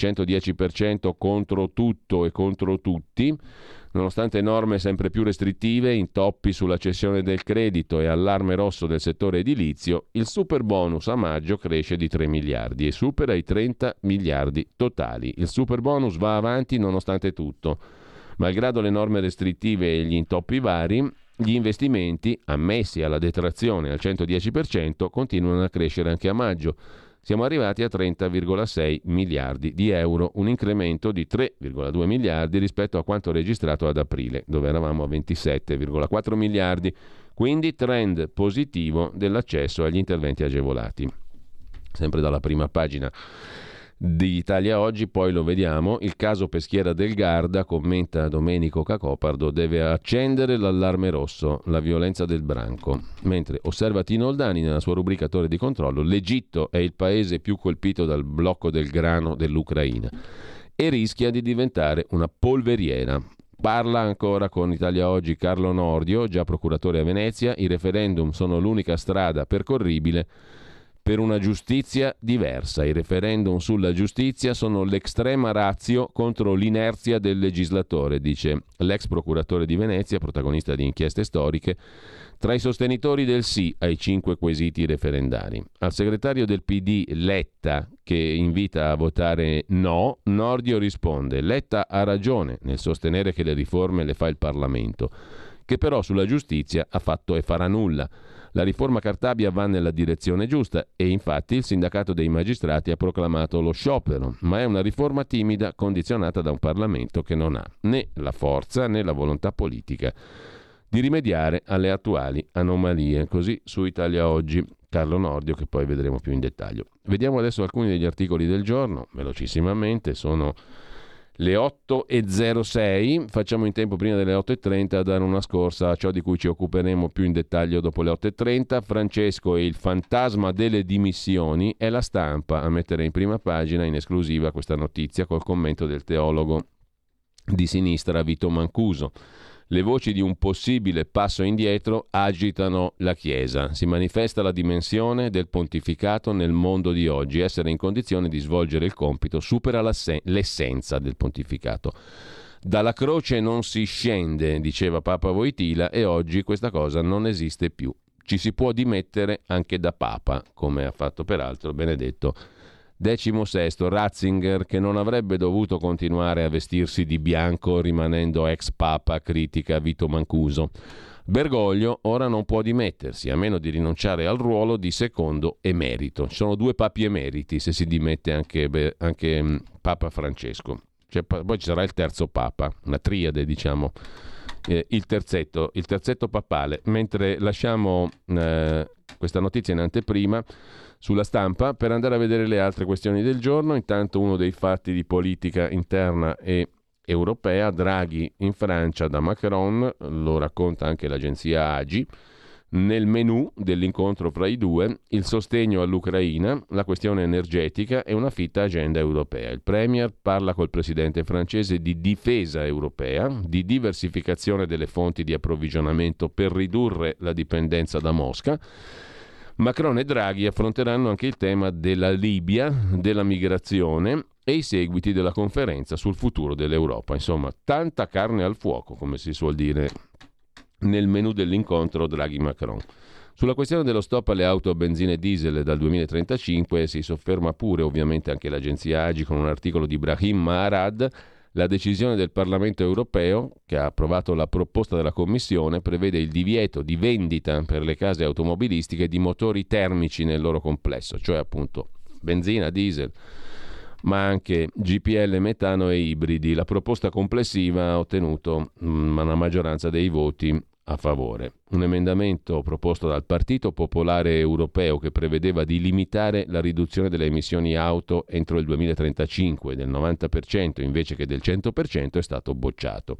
110% contro tutto e contro tutti, nonostante norme sempre più restrittive, intoppi sulla cessione del credito e allarme rosso del settore edilizio, il super bonus a maggio cresce di 3 miliardi e supera i 30 miliardi totali. Il super bonus va avanti nonostante tutto. Malgrado le norme restrittive e gli intoppi vari, gli investimenti ammessi alla detrazione al 110% continuano a crescere anche a maggio. Siamo arrivati a 30,6 miliardi di euro, un incremento di 3,2 miliardi rispetto a quanto registrato ad aprile, dove eravamo a 27,4 miliardi, quindi trend positivo dell'accesso agli interventi agevolati. Sempre dalla prima pagina di Italia Oggi, poi lo vediamo, il caso Peschiera del Garda, commenta Domenico Cacopardo, deve accendere l'allarme rosso, la violenza del branco, mentre osserva Tino Oldani nella sua rubrica Torre di controllo: l'Egitto è il paese più colpito dal blocco del grano dell'Ucraina e rischia di diventare una polveriera. Parla ancora con Italia Oggi Carlo Nordio, già procuratore a Venezia: i referendum sono l'unica strada percorribile per una giustizia diversa. I referendum sulla giustizia sono l'extrema ratio contro l'inerzia del legislatore, dice l'ex procuratore di Venezia, protagonista di inchieste storiche, tra i sostenitori del sì ai 5 quesiti referendari. Al segretario del PD Letta, che invita a votare no, Nordio risponde: Letta ha ragione nel sostenere che le riforme le fa il Parlamento, che però sulla giustizia ha fatto e farà nulla. La riforma Cartabia va nella direzione giusta e infatti il sindacato dei magistrati ha proclamato lo sciopero, ma è una riforma timida condizionata da un Parlamento che non ha né la forza né la volontà politica di rimediare alle attuali anomalie. Così su Italia Oggi. Carlo Nordio, che poi vedremo più in dettaglio. Vediamo adesso alcuni degli articoli del giorno, velocissimamente. Sono le 8.06, facciamo in tempo prima delle 8.30 a dare una scorsa a ciò di cui ci occuperemo più in dettaglio dopo le 8.30. Francesco e il fantasma delle dimissioni, è La Stampa a mettere in prima pagina in esclusiva questa notizia col commento del teologo di sinistra Vito Mancuso. Le voci di un possibile passo indietro agitano la Chiesa. Si manifesta la dimensione del pontificato nel mondo di oggi. Essere in condizione di svolgere il compito supera l'essenza del pontificato. Dalla croce non si scende, diceva Papa Wojtyla, e oggi questa cosa non esiste più. Ci si può dimettere anche da Papa, come ha fatto peraltro Benedetto XVI. Ratzinger, che non avrebbe dovuto continuare a vestirsi di bianco rimanendo ex papa, critica Vito Mancuso. Bergoglio ora non può dimettersi, a meno di rinunciare al ruolo di secondo emerito. Ci sono 2 papi emeriti se si dimette anche Papa Francesco. Poi ci sarà il terzo papa, una triade diciamo, il terzetto papale. Mentre lasciamo questa notizia in anteprima sulla Stampa per andare a vedere le altre questioni del giorno. Intanto uno dei fatti di politica interna e europea: Draghi in Francia da Macron, lo racconta anche l'agenzia AGI. Nel menù dell'incontro fra i due, il sostegno all'Ucraina, la questione energetica e una fitta agenda europea. Il Premier parla col presidente francese di difesa europea, di diversificazione delle fonti di approvvigionamento per ridurre la dipendenza da Mosca. Macron e Draghi affronteranno anche il tema della Libia, della migrazione e i seguiti della conferenza sul futuro dell'Europa. Insomma, tanta carne al fuoco, come si suol dire nel menù dell'incontro Draghi-Macron. Sulla questione dello stop alle auto a benzina e diesel dal 2035 si sofferma pure ovviamente anche l'agenzia AGI con un articolo di Brahim Maharad. La decisione del Parlamento europeo, che ha approvato la proposta della Commissione, prevede il divieto di vendita per le case automobilistiche di motori termici nel loro complesso, cioè appunto benzina, diesel, ma anche GPL, metano e ibridi. La proposta complessiva ha ottenuto una maggioranza dei voti a favore. Un emendamento proposto dal Partito Popolare Europeo che prevedeva di limitare la riduzione delle emissioni auto entro il 2035 del 90% invece che del 100% è stato bocciato.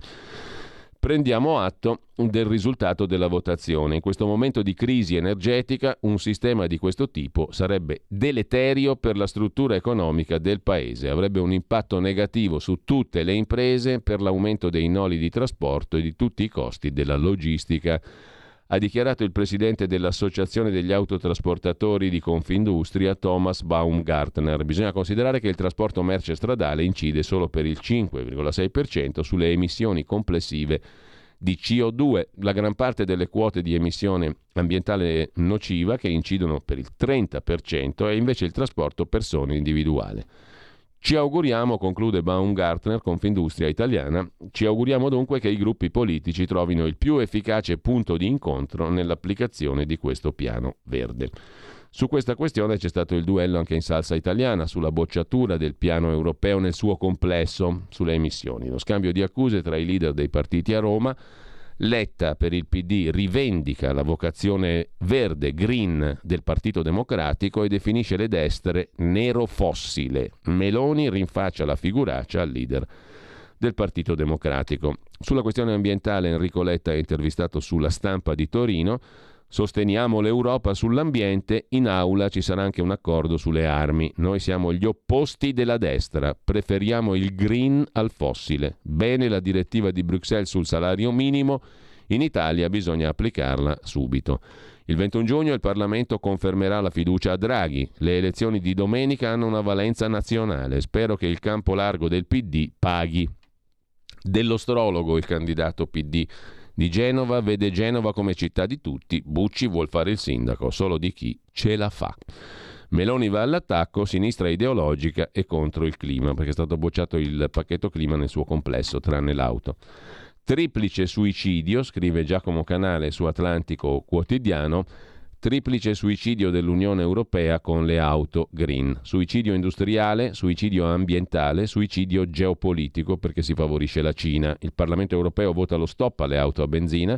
Prendiamo atto del risultato della votazione. In questo momento di crisi energetica, un sistema di questo tipo sarebbe deleterio per la struttura economica del Paese. Avrebbe un impatto negativo su tutte le imprese per l'aumento dei noli di trasporto e di tutti i costi della logistica, ha dichiarato il presidente dell'Associazione degli autotrasportatori di Confindustria, Thomas Baumgartner. Bisogna considerare che il trasporto merci stradale incide solo per il 5,6% sulle emissioni complessive di CO2. La gran parte delle quote di emissione ambientale nociva, che incidono per il 30%, è invece il trasporto persone individuale. Ci auguriamo, conclude Baumgartner, Confindustria italiana, ci auguriamo dunque che i gruppi politici trovino il più efficace punto di incontro nell'applicazione di questo piano verde. Su questa questione c'è stato il duello anche in salsa italiana sulla bocciatura del piano europeo nel suo complesso sulle emissioni. Lo scambio di accuse tra i leader dei partiti a Roma. Letta per il PD rivendica la vocazione verde, green del Partito Democratico e definisce le destre nero fossile. Meloni rinfaccia la figuraccia al leader del Partito Democratico. Sulla questione ambientale Enrico Letta è intervistato sulla Stampa di Torino. Sosteniamo l'Europa sull'ambiente, in aula ci sarà anche un accordo sulle armi. Noi siamo gli opposti della destra, preferiamo il green al fossile. Bene la direttiva di Bruxelles sul salario minimo, in Italia bisogna applicarla subito. Il 21 giugno il Parlamento confermerà la fiducia a Draghi. Le elezioni di domenica hanno una valenza nazionale. Spero che il campo largo del PD paghi. Dell'ostrologo il candidato PD di Genova vede Genova come città di tutti. Bucci vuol fare il sindaco solo di chi ce la fa. Meloni va all'attacco, sinistra ideologica e contro il clima, perché è stato bocciato il pacchetto clima nel suo complesso, tranne l'auto. Triplice suicidio, scrive Giacomo Canale su Atlantico Quotidiano, triplice suicidio dell'Unione Europea con le auto green. Suicidio industriale, suicidio ambientale, suicidio geopolitico perché si favorisce la Cina. Il Parlamento Europeo vota lo stop alle auto a benzina.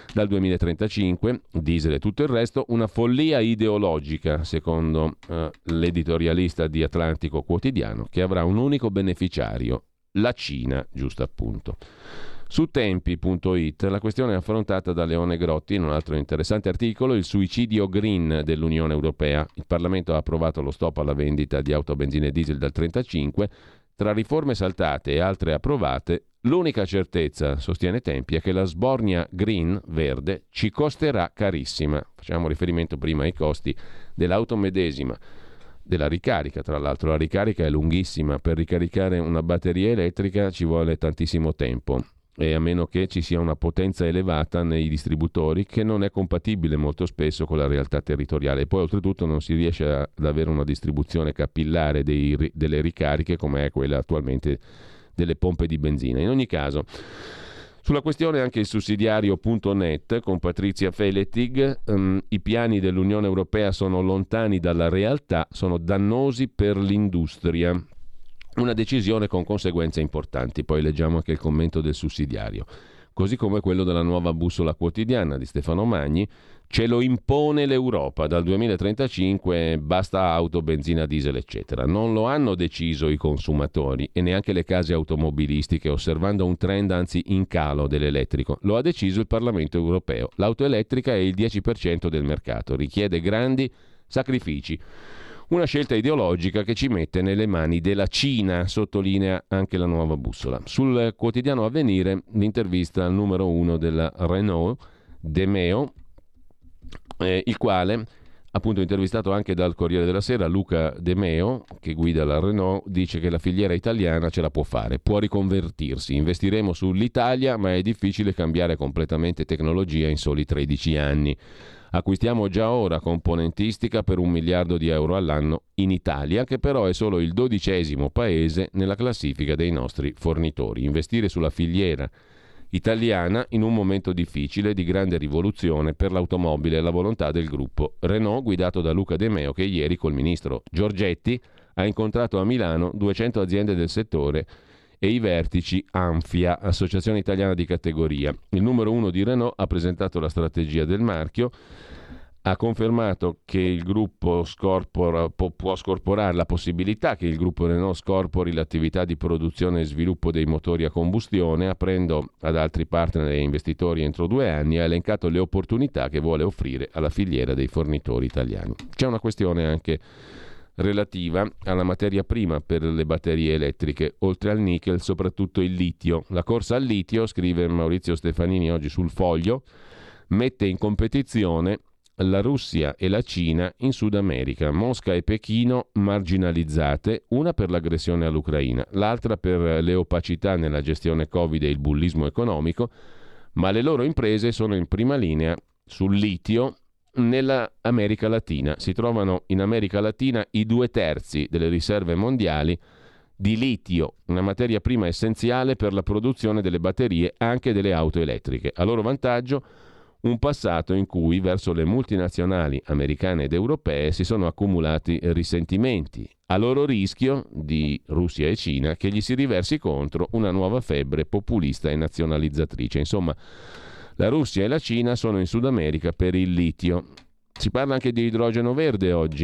dal 2035, diesel e tutto il resto, una follia ideologica, secondo l'editorialista di Atlantico Quotidiano, che avrà un unico beneficiario, la Cina, giusto appunto. Su Tempi.it la questione è affrontata da Leone Grotti in un altro interessante articolo, il suicidio green dell'Unione Europea. Il Parlamento ha approvato lo stop alla vendita di auto a benzina e diesel dal 35. Tra riforme saltate e altre approvate, l'unica certezza, sostiene Tempi, è che la sbornia green, verde, ci costerà carissima. Facciamo riferimento prima ai costi dell'auto medesima, della ricarica. Tra l'altro la ricarica è lunghissima, per ricaricare una batteria elettrica ci vuole tantissimo tempo, e a meno che ci sia una potenza elevata nei distributori, che non è compatibile molto spesso con la realtà territoriale. E poi oltretutto non si riesce ad avere una distribuzione capillare delle ricariche come è quella attualmente delle pompe di benzina. In ogni caso, sulla questione anche il sussidiario.net con Patrizia Feletig, i piani dell'Unione Europea sono lontani dalla realtà, sono dannosi per l'industria. Una decisione con conseguenze importanti. Poi leggiamo anche il commento del sussidiario. Così come quello della nuova bussola quotidiana di Stefano Magni, ce lo impone l'Europa, dal 2035 basta auto, benzina, diesel eccetera. Non lo hanno deciso i consumatori e neanche le case automobilistiche, osservando un trend anzi in calo dell'elettrico. Lo ha deciso il Parlamento europeo. L'auto elettrica è il 10% del mercato, richiede grandi sacrifici. Una scelta ideologica che ci mette nelle mani della Cina, sottolinea anche la nuova bussola. Sul quotidiano Avvenire l'intervista al numero 1 della Renault, De Meo, il quale, appunto intervistato anche dal Corriere della Sera, Luca De Meo, che guida la Renault, dice che la filiera italiana ce la può fare, può riconvertirsi. Investiremo sull'Italia, ma è difficile cambiare completamente tecnologia in soli 13 anni. Acquistiamo già ora componentistica per 1 miliardo di euro all'anno in Italia, che però è solo il 12° paese nella classifica dei nostri fornitori. Investire sulla filiera italiana in un momento difficile di grande rivoluzione per l'automobile è la volontà del gruppo Renault, guidato da Luca De Meo, che ieri col ministro Giorgetti ha incontrato a Milano 200 aziende del settore e i vertici ANFIA, Associazione Italiana di Categoria. Il numero 1 di Renault ha presentato la strategia del marchio, ha confermato che il gruppo può scorporare la possibilità che il gruppo Renault scorpori l'attività di produzione e sviluppo dei motori a combustione, aprendo ad altri partner e investitori entro 2 anni, ha elencato le opportunità che vuole offrire alla filiera dei fornitori italiani. C'è una questione anche relativa alla materia prima per le batterie elettriche, oltre al nickel soprattutto il litio. La corsa al litio, scrive Maurizio Stefanini oggi sul Foglio, mette in competizione la Russia e la Cina in Sud America. Mosca e Pechino marginalizzate, una per l'aggressione all'Ucraina, l'altra per le opacità nella gestione Covid e il bullismo economico, ma le loro imprese sono in prima linea sul litio. Nella America Latina si trovano in America Latina i 2/3 delle riserve mondiali di litio, una materia prima essenziale per la produzione delle batterie anche delle auto elettriche. A loro vantaggio un passato in cui verso le multinazionali americane ed europee si sono accumulati risentimenti, a loro rischio di Russia e Cina che gli si riversi contro una nuova febbre populista e nazionalizzatrice. Insomma, la Russia e la Cina sono in Sud America per il litio. Si parla anche di idrogeno verde oggi.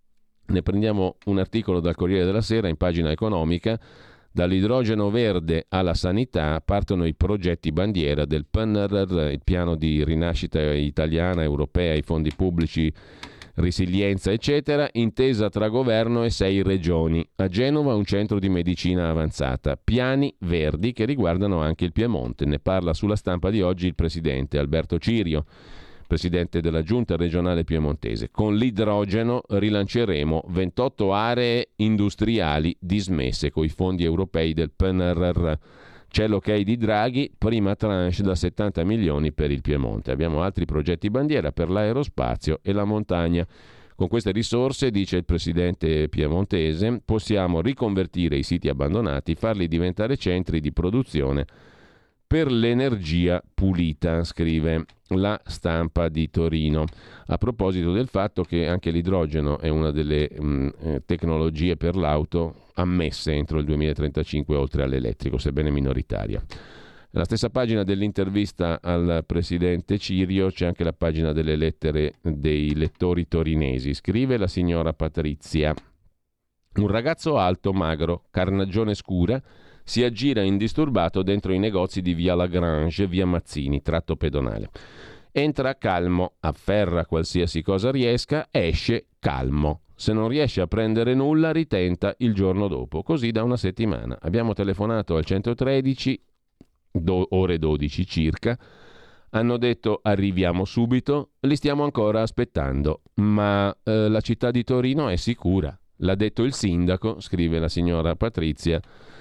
Ne prendiamo un articolo dal Corriere della Sera in pagina economica. Dall'idrogeno verde alla sanità partono i progetti bandiera del PNRR, il piano di rinascita italiana, europea, i fondi pubblici, resilienza eccetera, intesa tra governo e 6 regioni. A Genova un centro di medicina avanzata, piani verdi che riguardano anche il Piemonte. Ne parla sulla Stampa di oggi il presidente Alberto Cirio, presidente della giunta regionale piemontese. Con l'idrogeno rilanceremo 28 aree industriali dismesse coi fondi europei del PNRR. C'è l'ok di Draghi, prima tranche da 70 milioni per il Piemonte. Abbiamo altri progetti bandiera per l'aerospazio e la montagna. Con queste risorse, dice il presidente piemontese, possiamo riconvertire i siti abbandonati, farli diventare centri di produzione per l'energia pulita, scrive la Stampa di Torino, a proposito del fatto che anche l'idrogeno è una delle tecnologie per l'auto ammesse entro il 2035 oltre all'elettrico, sebbene minoritaria. Nella stessa pagina dell'intervista al presidente Cirio c'è anche la pagina delle lettere dei lettori torinesi. Scrive la signora Patrizia: un ragazzo alto, magro, carnagione scura, si aggira indisturbato dentro i negozi di via Lagrange, via Mazzini, tratto pedonale. Entra calmo, afferra qualsiasi cosa riesca, esce calmo. Se non riesce a prendere nulla, ritenta il giorno dopo. Così da una settimana. Abbiamo telefonato al 113, ore 12 circa. Hanno detto arriviamo subito, li stiamo ancora aspettando. Ma la città di Torino è sicura. L'ha detto il sindaco, scrive la signora Patrizia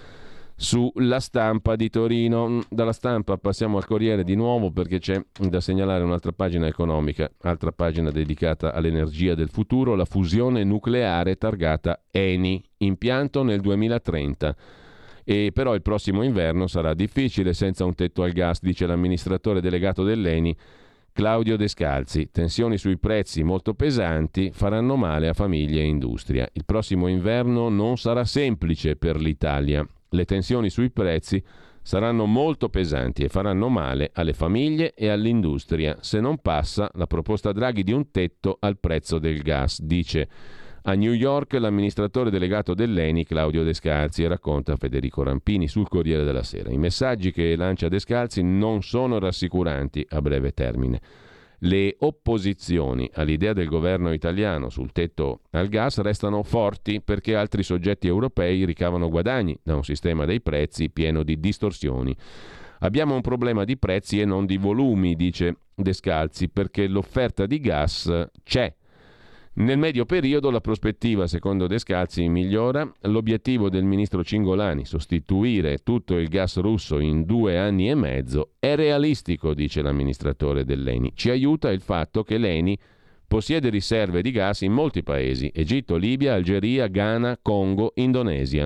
sulla Stampa di Torino. Dalla Stampa passiamo al Corriere di nuovo, perché c'è da segnalare un'altra pagina economica, altra pagina dedicata all'energia del futuro, la fusione nucleare targata Eni, impianto nel 2030. E però il prossimo inverno sarà difficile senza un tetto al gas, dice l'amministratore delegato dell'Eni Claudio Descalzi. Tensioni sui prezzi molto pesanti faranno male a famiglie e industria. Il prossimo inverno non sarà semplice per l'Italia. Le tensioni sui prezzi saranno molto pesanti e faranno male alle famiglie e all'industria se non passa la proposta Draghi di un tetto al prezzo del gas, dice a New York l'amministratore delegato dell'Eni Claudio Descalzi, e racconta Federico Rampini sul Corriere della Sera. I messaggi che lancia Descalzi non sono rassicuranti a breve termine. Le opposizioni all'idea del governo italiano sul tetto al gas restano forti perché altri soggetti europei ricavano guadagni da un sistema dei prezzi pieno di distorsioni. Abbiamo un problema di prezzi e non di volumi, dice Descalzi, perché l'offerta di gas c'è. Nel medio periodo la prospettiva, secondo Descalzi, migliora. L'obiettivo del ministro Cingolani, sostituire tutto il gas russo in 2 anni e mezzo, è realistico, dice l'amministratore dell'Eni. Ci aiuta il fatto che l'Eni possiede riserve di gas in molti paesi: Egitto, Libia, Algeria, Ghana, Congo, Indonesia.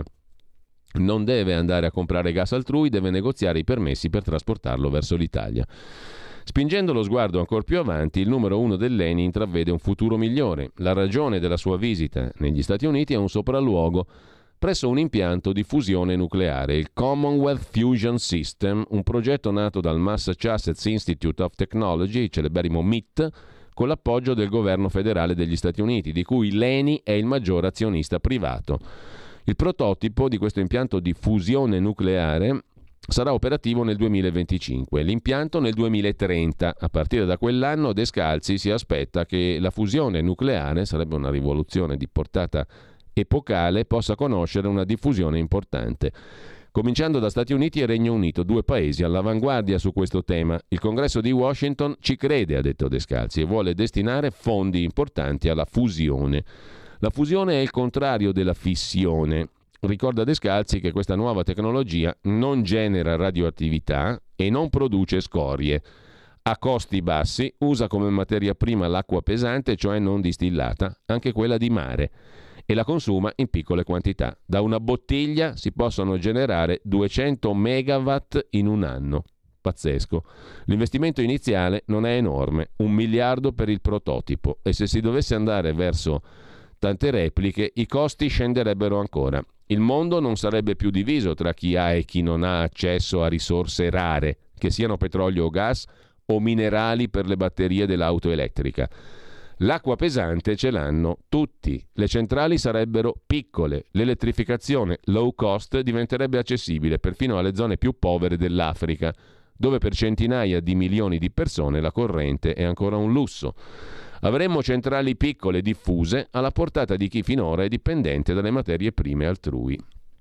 Non deve andare a comprare gas altrui, deve negoziare i permessi per trasportarlo verso l'Italia. Spingendo lo sguardo ancora più avanti, il numero 1 dell'Eni intravede un futuro migliore. La ragione della sua visita negli Stati Uniti è un sopralluogo presso un impianto di fusione nucleare, il Commonwealth Fusion System, un progetto nato dal Massachusetts Institute of Technology, il celeberrimo MIT, con l'appoggio del governo federale degli Stati Uniti, di cui l'Eni è il maggior azionista privato. Il prototipo di questo impianto di fusione nucleare sarà operativo nel 2025, l'impianto nel 2030. A partire da quell'anno Descalzi si aspetta che la fusione nucleare, sarebbe una rivoluzione di portata epocale, possa conoscere una diffusione importante. Cominciando da Stati Uniti e Regno Unito, 2 paesi all'avanguardia su questo tema. Il Congresso di Washington ci crede, ha detto Descalzi, e vuole destinare fondi importanti alla fusione. La fusione è il contrario della fissione. Ricorda Descalzi che questa nuova tecnologia non genera radioattività e non produce scorie. Ha costi bassi, usa come materia prima l'acqua pesante, cioè non distillata, anche quella di mare, e la consuma in piccole quantità. Da una bottiglia si possono generare 200 megawatt in un anno. Pazzesco. L'investimento iniziale non è enorme, $1 miliardo per il prototipo, e se si dovesse andare verso tante repliche i costi scenderebbero ancora. Il mondo non sarebbe più diviso tra chi ha e chi non ha accesso a risorse rare, che siano petrolio o gas o minerali per le batterie dell'auto elettrica. L'acqua pesante ce l'hanno tutti, le centrali sarebbero piccole, l'elettrificazione low cost diventerebbe accessibile perfino alle zone più povere dell'Africa, dove per centinaia di milioni di persone la corrente è ancora un lusso. Avremmo centrali piccole diffuse alla portata di chi finora è dipendente dalle materie prime altrui.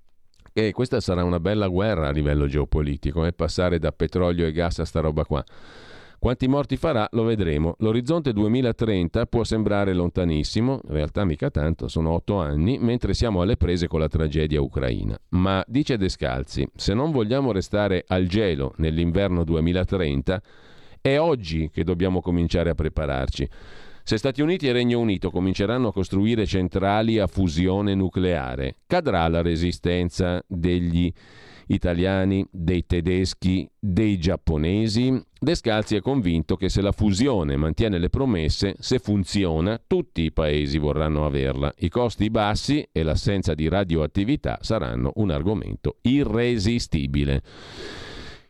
E questa sarà una bella guerra a livello geopolitico, passare da petrolio e gas a sta roba qua. Quanti morti farà lo vedremo. L'orizzonte 2030 può sembrare lontanissimo, in realtà mica tanto, sono 8 anni, mentre siamo alle prese con la tragedia ucraina. Ma, dice Descalzi, se non vogliamo restare al gelo nell'inverno 2030, è oggi che dobbiamo cominciare a prepararci. Se Stati Uniti e Regno Unito cominceranno a costruire centrali a fusione nucleare, cadrà la resistenza degli italiani, dei tedeschi, dei giapponesi? Descalzi è convinto che se la fusione mantiene le promesse, se funziona, tutti i paesi vorranno averla. I costi bassi e l'assenza di radioattività saranno un argomento irresistibile.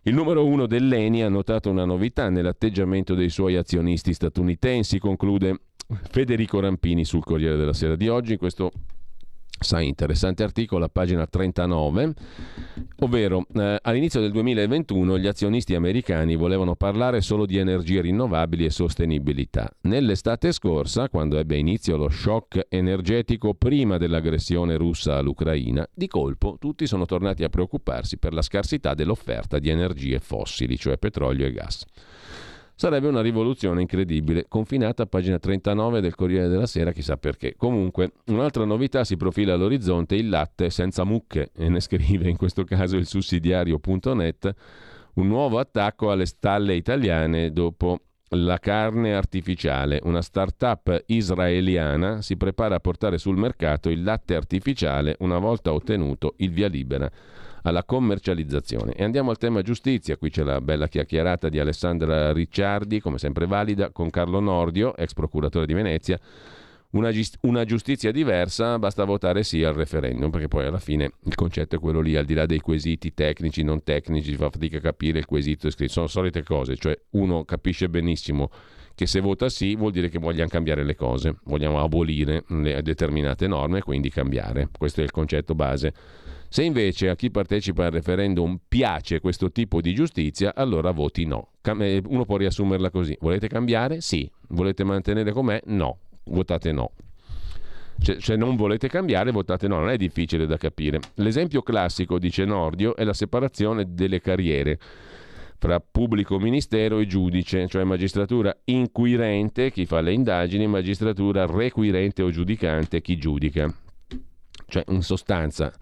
Il numero uno dell'ENI ha notato una novità nell'atteggiamento dei suoi azionisti statunitensi, conclude Federico Rampini sul Corriere della Sera di oggi, in questo interessante articolo a pagina 39, ovvero all'inizio del 2021 gli azionisti americani volevano parlare solo di energie rinnovabili e sostenibilità. Nell'estate scorsa, quando ebbe inizio lo shock energetico prima dell'aggressione russa all'Ucraina, di colpo tutti sono tornati a preoccuparsi per la scarsità dell'offerta di energie fossili, cioè petrolio e gas. Sarebbe una rivoluzione incredibile, confinata a pagina 39 del Corriere della Sera, chissà perché. Comunque, un'altra novità si profila all'orizzonte: il latte senza mucche, e ne scrive in questo caso il sussidiario.net, un nuovo attacco alle stalle italiane dopo la carne artificiale. Una start-up israeliana si prepara a portare sul mercato il latte artificiale una volta ottenuto il via libera alla commercializzazione. E andiamo al tema giustizia. Qui c'è la bella chiacchierata di Alessandra Ricciardi, come sempre valida, con Carlo Nordio, ex procuratore di Venezia. Una giustizia diversa, basta votare sì al referendum, perché poi alla fine il concetto è quello lì, al di là dei quesiti tecnici, non tecnici, si fa fatica a capire il quesito scritto, sono solite cose, cioè uno capisce benissimo che se vota sì vuol dire che vogliamo cambiare le cose, vogliamo abolire le determinate norme e quindi cambiare, questo è il concetto base. Se invece a chi partecipa al referendum piace questo tipo di giustizia, allora voti no. Uno può riassumerla così: volete cambiare? Sì. Volete mantenere com'è? No. Votate no. Se non volete cambiare, votate no. Non è difficile da capire. L'esempio classico, dice Nordio, è la separazione delle carriere fra pubblico ministero e giudice, cioè magistratura inquirente, chi fa le indagini, magistratura requirente o giudicante, chi giudica. Cioè, in sostanza,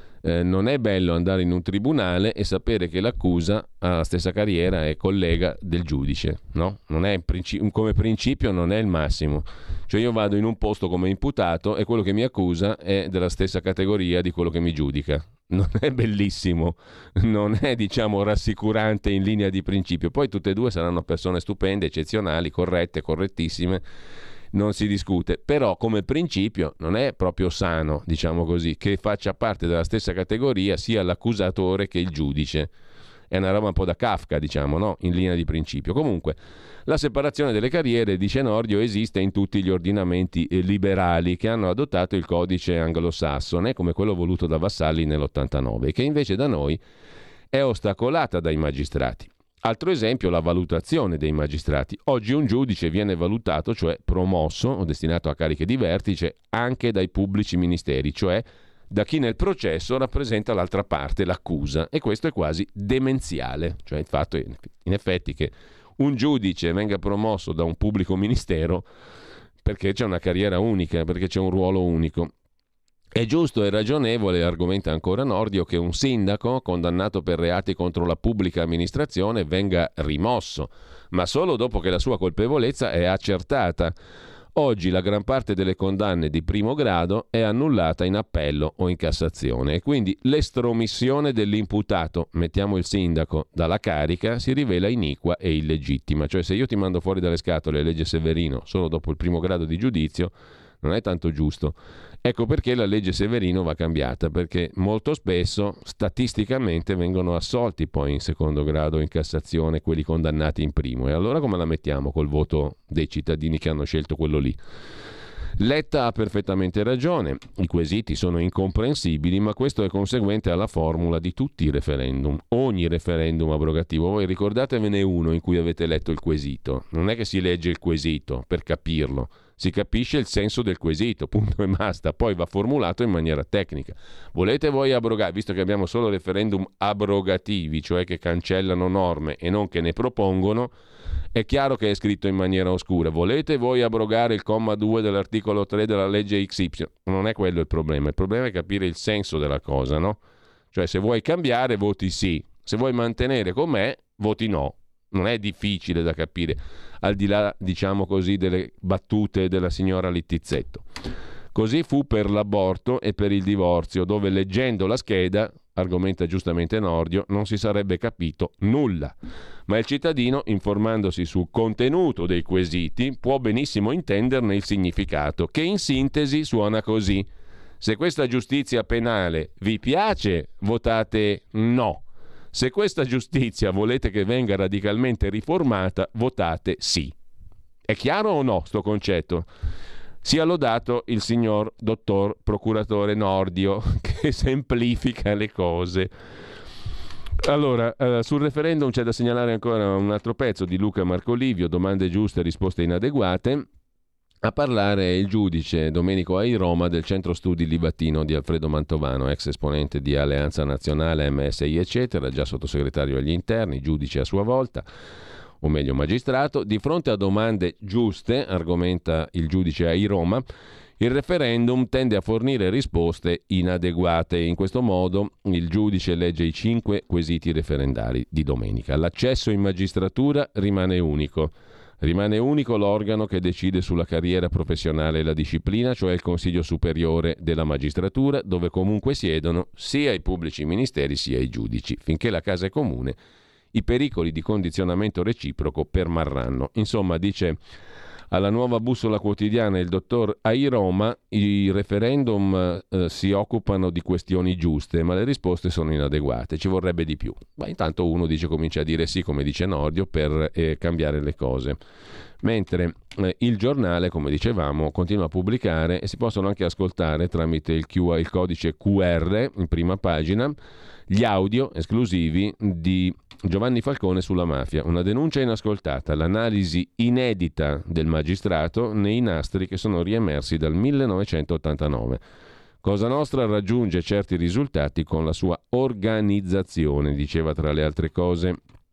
non è bello andare in un tribunale e sapere che l'accusa ha la stessa carriera, è collega del giudice, no? Non è come principio non è il massimo. Cioè io vado in un posto come imputato e quello che mi accusa è della stessa categoria di quello che mi giudica. Non è bellissimo, non è, diciamo, rassicurante in linea di principio. Poi tutte e due saranno persone stupende, eccezionali, corrette, correttissime, non si discute, però come principio non è proprio sano, diciamo così, che faccia parte della stessa categoria sia l'accusatore che il giudice. È una roba un po' da Kafka, diciamo, no? In linea di principio. Comunque, la separazione delle carriere, dice Nordio, esiste in tutti gli ordinamenti liberali che hanno adottato il codice anglosassone, come quello voluto da Vassalli nell'89, che invece da noi è ostacolata dai magistrati. Altro esempio, la valutazione dei magistrati. Oggi un giudice viene valutato, cioè promosso o destinato a cariche di vertice, anche dai pubblici ministeri, cioè da chi nel processo rappresenta l'altra parte, l'accusa, e questo è quasi demenziale. Cioè il fatto, in effetti, che un giudice venga promosso da un pubblico ministero perché c'è una carriera unica, perché c'è un ruolo unico. È giusto e ragionevole, argomenta ancora Nordio, che un sindaco condannato per reati contro la pubblica amministrazione venga rimosso, ma solo dopo che la sua colpevolezza è accertata. Oggi la gran parte delle condanne di primo grado è annullata in appello o in Cassazione e quindi l'estromissione dell'imputato, mettiamo il sindaco, dalla carica si rivela iniqua e illegittima. Cioè se io ti mando fuori dalle scatole legge Severino solo dopo il primo grado di giudizio, non è tanto giusto. Ecco perché la legge Severino va cambiata, perché molto spesso statisticamente vengono assolti poi in secondo grado in Cassazione quelli condannati in primo. E allora come la mettiamo col voto dei cittadini che hanno scelto quello lì? Letta ha perfettamente ragione, i quesiti sono incomprensibili, ma questo è conseguente alla formula di tutti i referendum. Ogni referendum abrogativo, voi ricordatevene uno in cui avete letto il quesito. Non è che si legge il quesito per capirlo, si capisce il senso del quesito, punto e basta, poi va formulato in maniera tecnica. Volete voi abrogare, visto che abbiamo solo referendum abrogativi, cioè che cancellano norme e non che ne propongono, è chiaro che è scritto in maniera oscura. Volete voi abrogare il comma 2 dell'articolo 3 della legge XY? Non è quello il problema è capire il senso della cosa, no? Cioè se vuoi cambiare voti sì, se vuoi mantenere com'è voti no. Non è difficile da capire, al di là, diciamo così, delle battute della signora Littizzetto. Così fu per l'aborto e per il divorzio, dove leggendo la scheda, argomenta giustamente Nordio, non si sarebbe capito nulla. Ma il cittadino, informandosi sul contenuto dei quesiti, può benissimo intenderne il significato, che in sintesi suona così: se questa giustizia penale vi piace, votate no. Se questa giustizia volete che venga radicalmente riformata, votate sì. È chiaro o no sto concetto? Sia lodato il signor dottor procuratore Nordio, che semplifica le cose. Allora, sul referendum c'è da segnalare ancora un altro pezzo di Luca Marcolivio, domande giuste, risposte inadeguate. A parlare il giudice Domenico Airoma del centro studi Livatino di Alfredo Mantovano, ex esponente di Alleanza Nazionale, MSI eccetera, già sottosegretario agli interni, giudice a sua volta, o meglio magistrato. Di fronte a domande giuste, argomenta il giudice Airoma, il referendum tende a fornire risposte inadeguate. In questo modo il giudice legge i 5 quesiti referendari di domenica. L'accesso in magistratura rimane unico. Rimane unico l'organo che decide sulla carriera professionale e la disciplina, cioè il Consiglio Superiore della Magistratura, dove comunque siedono sia i pubblici ministeri sia i giudici. Finché la casa è comune, i pericoli di condizionamento reciproco permarranno. Insomma, dice alla Nuova Bussola Quotidiana il dottor Airoma, i referendum si occupano di questioni giuste, ma le risposte sono inadeguate, ci vorrebbe di più. Ma intanto uno comincia a dire sì, come dice Nordio, per cambiare le cose. Mentre il giornale, come dicevamo, continua a pubblicare e si possono anche ascoltare tramite il codice QR in prima pagina gli audio esclusivi di Giovanni Falcone sulla mafia, una denuncia inascoltata, l'analisi inedita del magistrato nei nastri che sono riemersi dal 1989. Cosa Nostra raggiunge certi risultati con la sua organizzazione, diceva tra le altre cose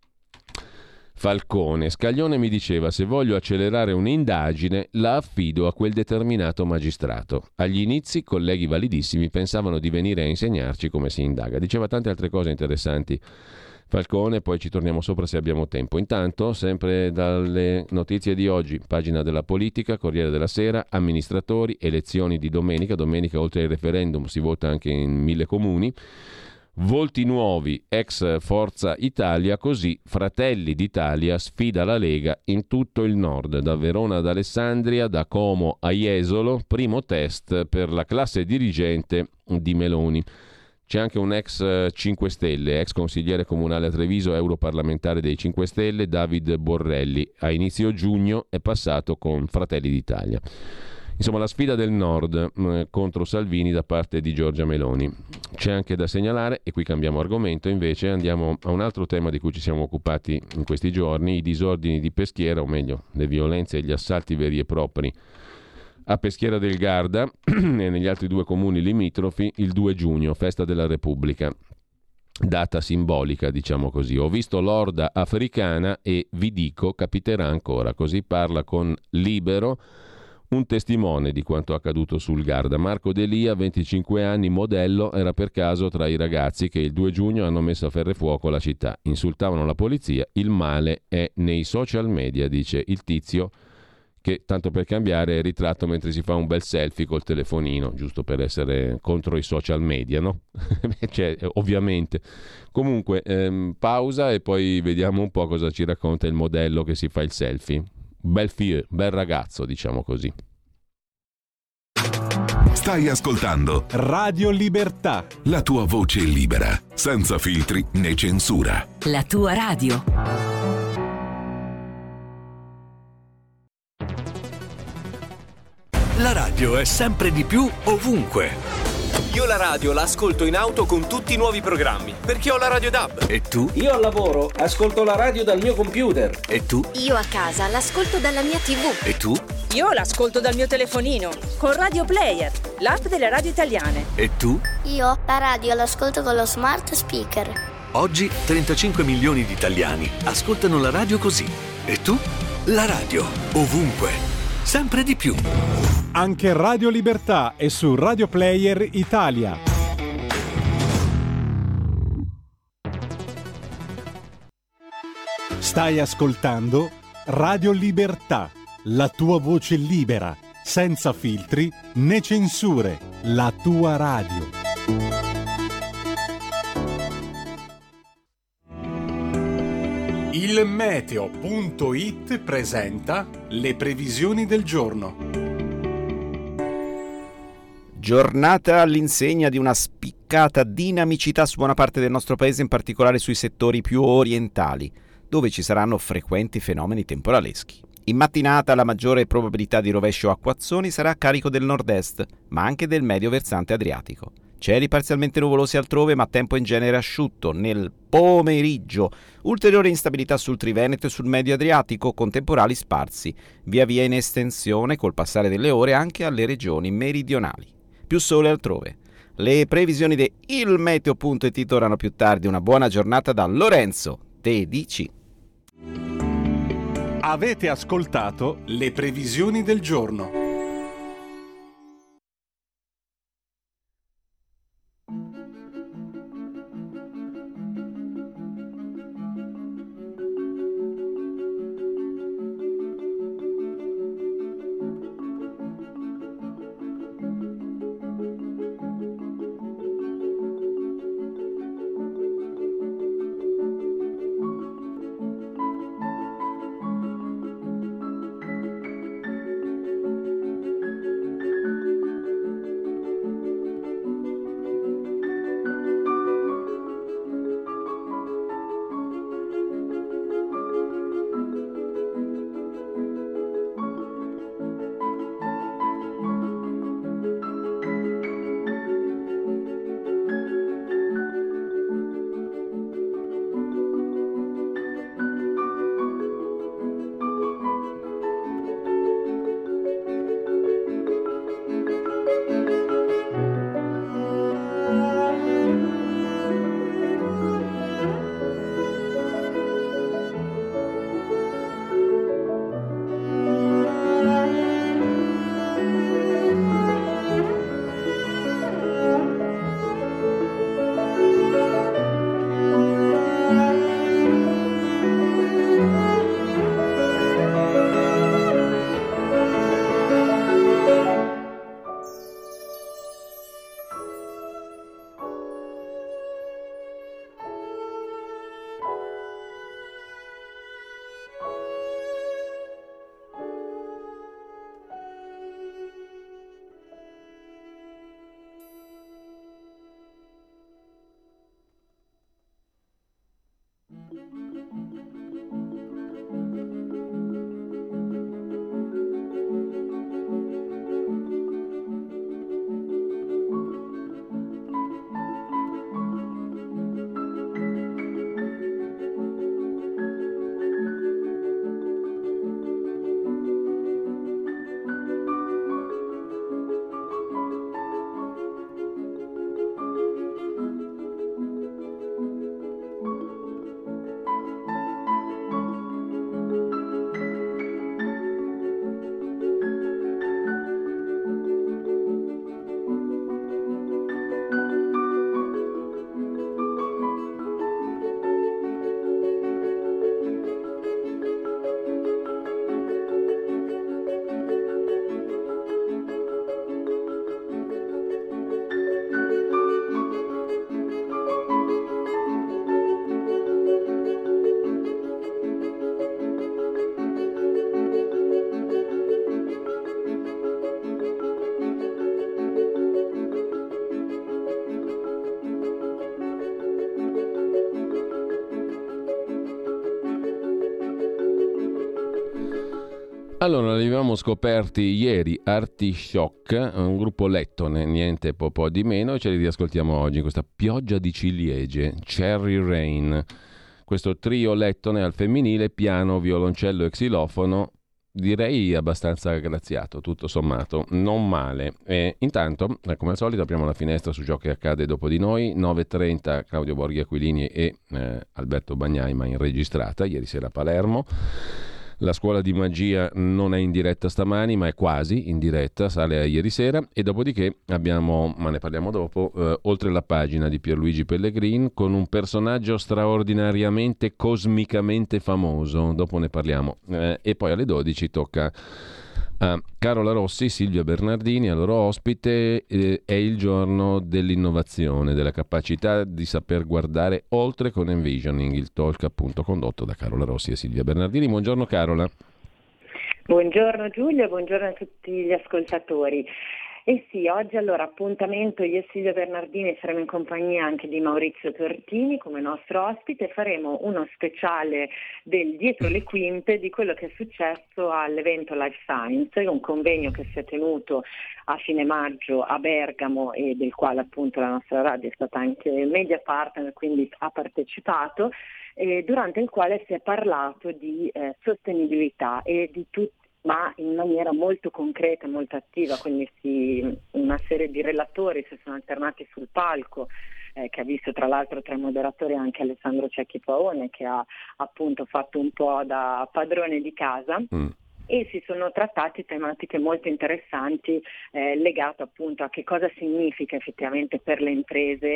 Falcone. Scaglione mi diceva: se voglio accelerare un'indagine la affido a quel determinato magistrato. Agli inizi colleghi validissimi pensavano di venire a insegnarci come si indaga. Diceva tante altre cose interessanti Falcone, poi ci torniamo sopra se abbiamo tempo. Intanto, sempre dalle notizie di oggi, pagina della politica, Corriere della Sera, amministratori, elezioni di domenica. Domenica oltre al referendum si vota anche in 1000 comuni. Volti nuovi, ex Forza Italia, così Fratelli d'Italia sfida la Lega in tutto il nord, da Verona ad Alessandria, da Como a Jesolo, primo test per la classe dirigente di Meloni. C'è anche un ex 5 Stelle, ex consigliere comunale a Treviso, europarlamentare dei 5 Stelle, David Borrelli. A inizio giugno è passato con Fratelli d'Italia. Insomma, la sfida del Nord contro Salvini da parte di Giorgia Meloni. C'è anche da segnalare, e qui cambiamo argomento, invece andiamo a un altro tema di cui ci siamo occupati in questi giorni, i disordini di Peschiera, o meglio, le violenze e gli assalti veri e propri a Peschiera del Garda e negli altri 2 comuni limitrofi il 2 giugno, festa della Repubblica. Data simbolica, diciamo così. Ho visto l'orda africana e vi dico capiterà ancora. Così parla con Libero un testimone di quanto accaduto sul Garda. Marco Delia, 25 anni, modello, era per caso tra i ragazzi che il 2 giugno hanno messo a ferrefuoco la città. Insultavano la polizia. Il male è nei social media, dice il tizio, che tanto per cambiare è ritratto mentre si fa un bel selfie col telefonino, giusto per essere contro i social media, no? Cioè, ovviamente. Comunque, pausa e poi vediamo un po' cosa ci racconta il modello che si fa il selfie. Bel ragazzo, diciamo così. Stai ascoltando Radio Libertà, la tua voce libera, senza filtri né censura. La tua radio. La radio è sempre di più ovunque. Io la radio la ascolto in auto con tutti i nuovi programmi, perché ho la radio DAB. E tu? Io al lavoro ascolto la radio dal mio computer. E tu? Io a casa l'ascolto dalla mia TV. E tu? Io l'ascolto dal mio telefonino, con Radio Player, l'app delle radio italiane. E tu? Io la radio l'ascolto con lo smart speaker. Oggi 35 milioni di italiani ascoltano la radio così. E tu? La radio, ovunque, sempre di più. Anche Radio Libertà è su Radio Player Italia. Stai ascoltando Radio Libertà, la tua voce libera, senza filtri né censure, la tua radio. Il meteo.it presenta le previsioni del giorno. Giornata all'insegna di una spiccata mancata dinamicità su buona parte del nostro paese, in particolare sui settori più orientali, dove ci saranno frequenti fenomeni temporaleschi. In mattinata la maggiore probabilità di rovescio acquazzoni sarà a carico del nord-est, ma anche del medio versante adriatico. Cieli parzialmente nuvolosi altrove, ma tempo in genere asciutto. Nel pomeriggio ulteriore instabilità sul Triveneto e sul medio Adriatico, con temporali sparsi via via in estensione col passare delle ore anche alle regioni meridionali. Più sole altrove. Le previsioni di ilmeteo.it tornano più tardi. Una buona giornata da Lorenzo TDC. Avete ascoltato le previsioni del giorno. Allora, li avevamo scoperti ieri, Artishock, un gruppo lettone, niente po' di meno, e ce li riascoltiamo oggi in questa pioggia di ciliegie, Cherry Rain. Questo trio lettone al femminile, piano, violoncello e xilofono, direi abbastanza graziato, tutto sommato, non male. E intanto, come al solito, apriamo la finestra su ciò che accade dopo di noi. 9.30 Claudio Borghi Aquilini e Alberto Bagnai, ma in registrata, ieri sera a Palermo. La scuola di magia non è in diretta stamani, ma è quasi in diretta, sale a ieri sera, e dopodiché abbiamo, ma ne parliamo dopo, oltre la pagina di Pierluigi Pellegrin, con un personaggio straordinariamente, cosmicamente famoso, dopo ne parliamo, e poi alle 12 tocca a Carola Rossi, Silvia Bernardini, a loro ospite. È il giorno dell'innovazione, della capacità di saper guardare oltre con Envisioning, il talk appunto condotto da Carola Rossi e Silvia Bernardini. Buongiorno Carola. Buongiorno Giulia, buongiorno a tutti gli ascoltatori. Eh sì, oggi allora appuntamento, io e Silvia Bernardini saremo in compagnia anche di Maurizio Tortini come nostro ospite, faremo uno speciale del dietro le quinte di quello che è successo all'evento Life Science, un convegno che si è tenuto a fine maggio a Bergamo e del quale appunto la nostra radio è stata anche media partner, quindi ha partecipato, durante il quale si è parlato di sostenibilità e di tutti, ma in maniera molto concreta e molto attiva, quindi una serie di relatori si sono alternati sul palco, che ha visto tra l'altro tra i moderatori anche Alessandro Cecchi Paone, che ha appunto fatto un po' da padrone di casa. E si sono trattati tematiche molto interessanti legate appunto a che cosa significa effettivamente per le imprese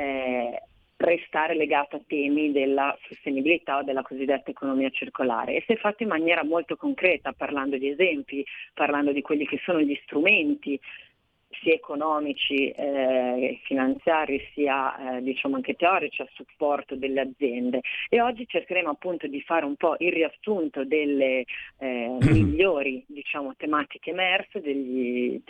restare legato a temi della sostenibilità o della cosiddetta economia circolare, e si è fatto in maniera molto concreta, parlando di esempi, parlando di quelli che sono gli strumenti sia economici, finanziari, sia diciamo anche teorici a supporto delle aziende. E oggi cercheremo appunto di fare un po' il riassunto delle migliori diciamo tematiche emerse, dei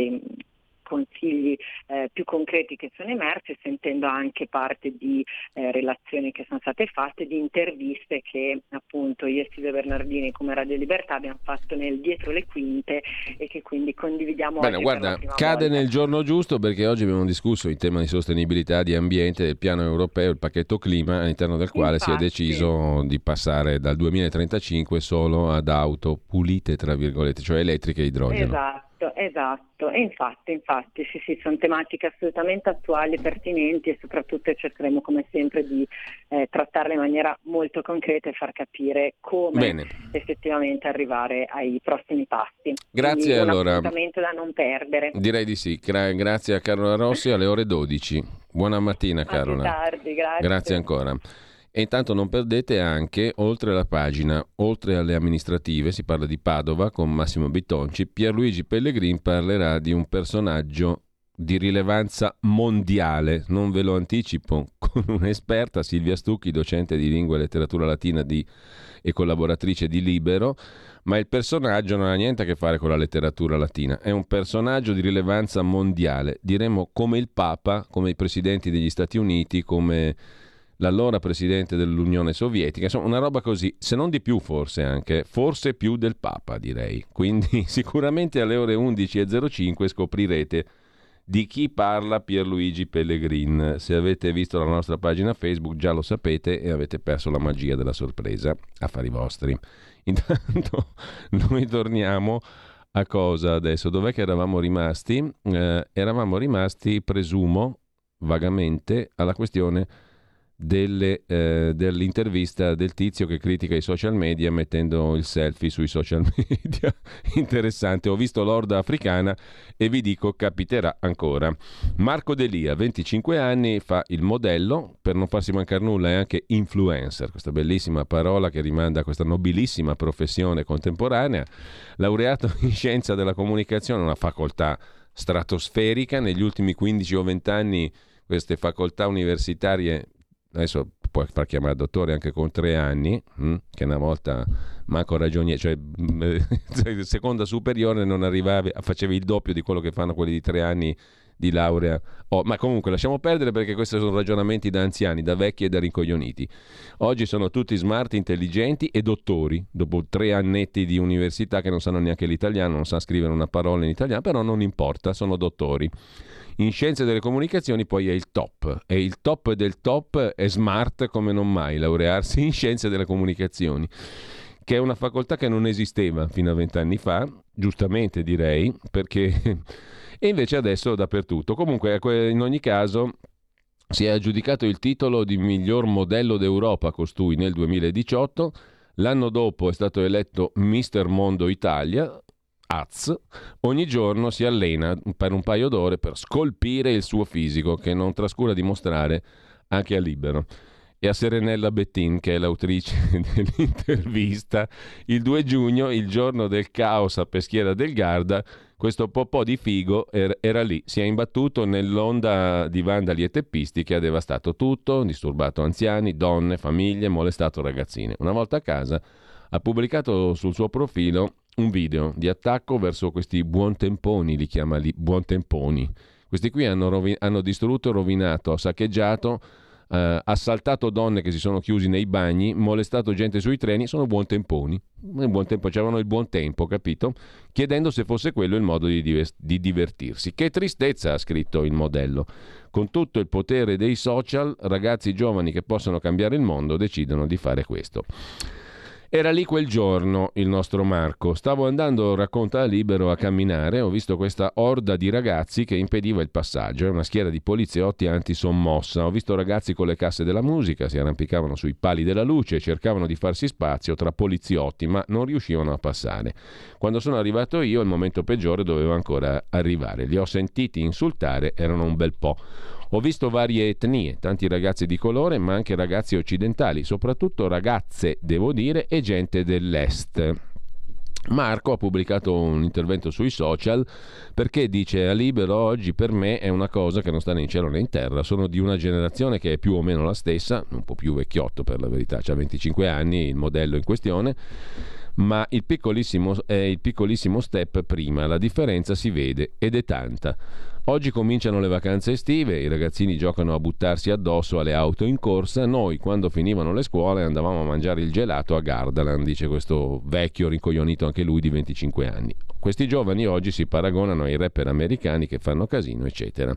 consigli più concreti che sono emersi, sentendo anche parte di relazioni che sono state fatte, di interviste che appunto io e Silvia Bernardini come Radio Libertà abbiamo fatto nel dietro le quinte e che quindi condividiamo. Bene, oggi guarda, per la prima cade volta. nel giorno giusto, perché oggi abbiamo discusso in tema di sostenibilità, di ambiente, del piano europeo, il pacchetto clima, all'interno del quale si è deciso di passare dal 2035 solo ad auto pulite, tra virgolette, cioè elettriche e idrogeno. Esatto, e infatti sì, sono tematiche assolutamente attuali, pertinenti, e soprattutto cercheremo come sempre di trattarle in maniera molto concreta e far capire come effettivamente arrivare ai prossimi passi. Grazie. Quindi un allora, appuntamento da non perdere. Direi di sì. Grazie a Carola Rossi alle ore 12. Buona mattina Carola. A più tardi, grazie. Grazie ancora. E intanto non perdete anche, oltre la pagina, oltre alle amministrative, si parla di Padova con Massimo Bitonci, Pierluigi Pellegrin parlerà di un personaggio di rilevanza mondiale, non ve lo anticipo, con un'esperta, Silvia Stucchi, docente di lingua e letteratura latina e collaboratrice di Libero, ma il personaggio non ha niente a che fare con la letteratura latina, è un personaggio di rilevanza mondiale, diremmo come il Papa, come i presidenti degli Stati Uniti, come l'allora presidente dell'Unione Sovietica, insomma una roba così, se non di più forse più del Papa direi. Quindi sicuramente alle ore 11.05 scoprirete di chi parla Pierluigi Pellegrin. Se avete visto la nostra pagina Facebook già lo sapete e avete perso la magia della sorpresa. Affari vostri. Intanto noi torniamo a cosa adesso? Dov'è che eravamo rimasti? Eravamo rimasti, presumo, vagamente, alla questione dell'intervista del tizio che critica i social media mettendo il selfie sui social media. Interessante, ho visto l'orda africana e vi dico capiterà ancora. Marco Delia, 25 anni, fa il modello, per non farsi mancare nulla è anche influencer, questa bellissima parola che rimanda a questa nobilissima professione contemporanea, laureato in scienza della comunicazione, una facoltà stratosferica. Negli ultimi 15 o 20 anni queste facoltà universitarie, adesso puoi far chiamare dottore anche con 3 anni, che una volta manco ragioniere, cioè seconda superiore non arrivavi, facevi il doppio di quello che fanno quelli di 3 anni di laurea. Ma comunque lasciamo perdere, perché questi sono ragionamenti da anziani, da vecchi e da rincoglioniti. Oggi sono tutti smart, intelligenti e dottori, dopo 3 annetti di università che non sanno neanche l'italiano, non sanno scrivere una parola in italiano, però non importa, sono dottori. In scienze delle comunicazioni poi è il top, e il top del top è smart come non mai laurearsi in scienze delle comunicazioni, che è una facoltà che non esisteva fino a 20 anni fa, giustamente direi, perché e invece adesso dappertutto. Comunque in ogni caso si è aggiudicato il titolo di miglior modello d'Europa costui nel 2018, l'anno dopo è stato eletto Mister Mondo Italia. Ogni giorno si allena per un paio d'ore per scolpire il suo fisico, che non trascura di mostrare anche a Libero. E a Serenella Bettin, che è l'autrice dell'intervista, il 2 giugno, il giorno del caos a Peschiera del Garda, questo popò di figo era lì, si è imbattuto nell'onda di vandali e teppisti che ha devastato tutto, disturbato anziani, donne, famiglie, molestato ragazzine. Una volta a casa ha pubblicato sul suo profilo un video di attacco verso questi buontemponi, li chiama buontemponi. Questi qui hanno distrutto, rovinato, saccheggiato, assaltato donne che si sono chiusi nei bagni, molestato gente sui treni. Sono buontemponi. Nel buon tempo c'avevano il buon tempo, capito? Chiedendo se fosse quello il modo di divertirsi. Che tristezza, ha scritto il modello. Con tutto il potere dei social, ragazzi giovani che possono cambiare il mondo decidono di fare questo. Era lì quel giorno il nostro Marco. Stavo andando, racconta Libero, a camminare. Ho visto questa orda di ragazzi che impediva il passaggio. È una schiera di poliziotti antisommossa. Ho visto ragazzi con le casse della musica, si arrampicavano sui pali della luce, cercavano di farsi spazio tra poliziotti, ma non riuscivano a passare. Quando sono arrivato io, il momento peggiore doveva ancora arrivare. Li ho sentiti insultare, erano un bel po'. Ho visto varie etnie, tanti ragazzi di colore, ma anche ragazzi occidentali, soprattutto ragazze, devo dire, e gente dell'est. Marco ha pubblicato un intervento sui social perché dice: a Libero oggi per me è una cosa che non sta né in cielo né in terra. Sono di una generazione che è più o meno la stessa, un po' più vecchiotto per la verità, c'ha 25 anni il modello in questione, ma è il piccolissimo step prima. La differenza si vede ed è tanta. Oggi cominciano le vacanze estive, i ragazzini giocano a buttarsi addosso alle auto in corsa. Noi, quando finivano le scuole, andavamo a mangiare il gelato a Gardaland, dice questo vecchio rincoglionito anche lui di 25 anni. Questi giovani oggi si paragonano ai rapper americani che fanno casino, eccetera.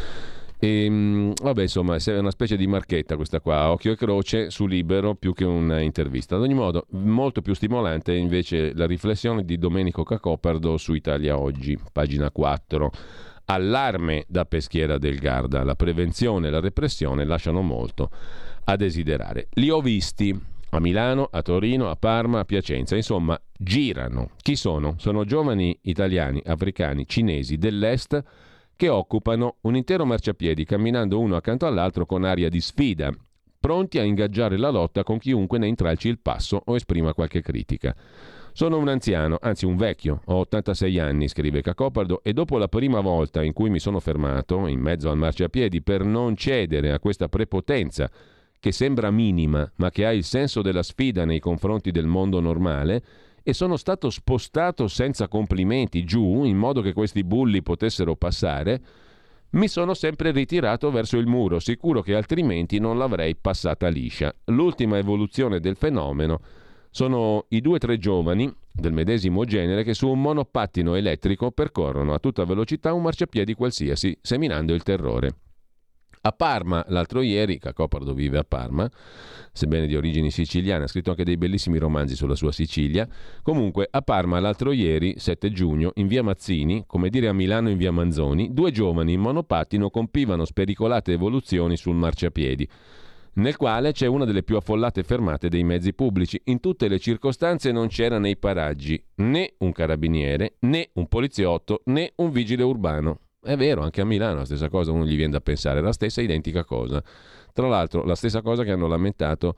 Vabbè, insomma, è una specie di marchetta questa qua, occhio e croce, su Libero, più che un'intervista. Ad ogni modo, molto più stimolante è invece la riflessione di Domenico Cacopardo su Italia Oggi, pagina 4. Allarme da Peschiera del Garda, la prevenzione e la repressione lasciano molto a desiderare. Li ho visti a Milano, a Torino, a Parma, a Piacenza, insomma girano. Chi sono? Sono giovani italiani, africani, cinesi dell'est che occupano un intero marciapiedi camminando uno accanto all'altro con aria di sfida, pronti a ingaggiare la lotta con chiunque ne intralci il passo o esprima qualche critica. Sono un anziano, anzi un vecchio, ho 86 anni, scrive Cacopardo, e dopo la prima volta in cui mi sono fermato in mezzo al marciapiedi per non cedere a questa prepotenza che sembra minima ma che ha il senso della sfida nei confronti del mondo normale, e sono stato spostato senza complimenti giù in modo che questi bulli potessero passare, mi sono sempre ritirato verso il muro, sicuro che altrimenti non l'avrei passata liscia. L'ultima evoluzione del fenomeno sono i 2 o 3 giovani del medesimo genere che su un monopattino elettrico percorrono a tutta velocità un marciapiedi qualsiasi, seminando il terrore. A Parma, l'altro ieri, Cacopardo vive a Parma, sebbene di origini siciliane, ha scritto anche dei bellissimi romanzi sulla sua Sicilia. Comunque, a Parma, l'altro ieri, 7 giugno, in via Mazzini, come dire a Milano in via Manzoni, 2 giovani in monopattino compivano spericolate evoluzioni sul marciapiedi, nel quale c'è una delle più affollate fermate dei mezzi pubblici. In tutte le circostanze non c'era nei paraggi né un carabiniere, né un poliziotto, né un vigile urbano. È vero, anche a Milano la stessa cosa, uno gli viene da pensare, la stessa identica cosa. Tra l'altro, la stessa cosa che hanno lamentato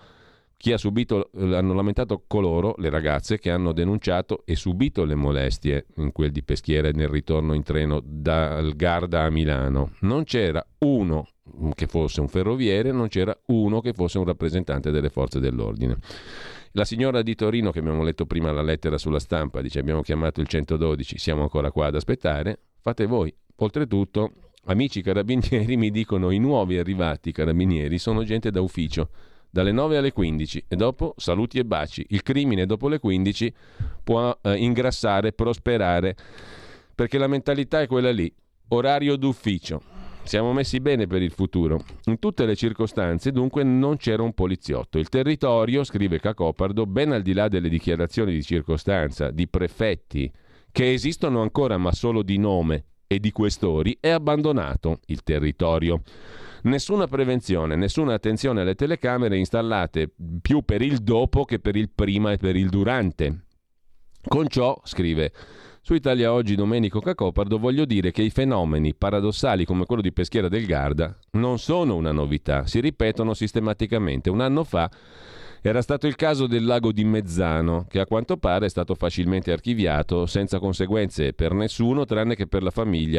hanno lamentato coloro, le ragazze, che hanno denunciato e subito le molestie in quel di Peschiera nel ritorno in treno dal Garda a Milano. Non c'era uno che fosse un ferroviere, non c'era uno che fosse un rappresentante delle forze dell'ordine. La signora di Torino, che abbiamo letto prima la lettera sulla Stampa, dice: abbiamo chiamato il 112, siamo ancora qua ad aspettare, fate voi. Oltretutto, amici carabinieri mi dicono: i nuovi arrivati carabinieri sono gente da ufficio, dalle 9 alle 15, e dopo saluti e baci. Il crimine dopo le 15 può ingrassare, prosperare, perché la mentalità è quella lì, orario d'ufficio. Siamo messi bene per il futuro. In tutte le circostanze, dunque, non c'era un poliziotto. Il territorio, scrive Cacopardo, ben al di là delle dichiarazioni di circostanza di prefetti, che esistono ancora ma solo di nome, e di questori, è abbandonato il territorio. Nessuna prevenzione, nessuna attenzione alle telecamere installate più per il dopo che per il prima e per il durante. Con ciò, scrive su Italia Oggi Domenico Cacopardo, voglio dire che i fenomeni paradossali come quello di Peschiera del Garda non sono una novità, si ripetono sistematicamente. Un anno fa era stato il caso del lago di Mezzano, che a quanto pare è stato facilmente archiviato senza conseguenze per nessuno tranne che per la famiglia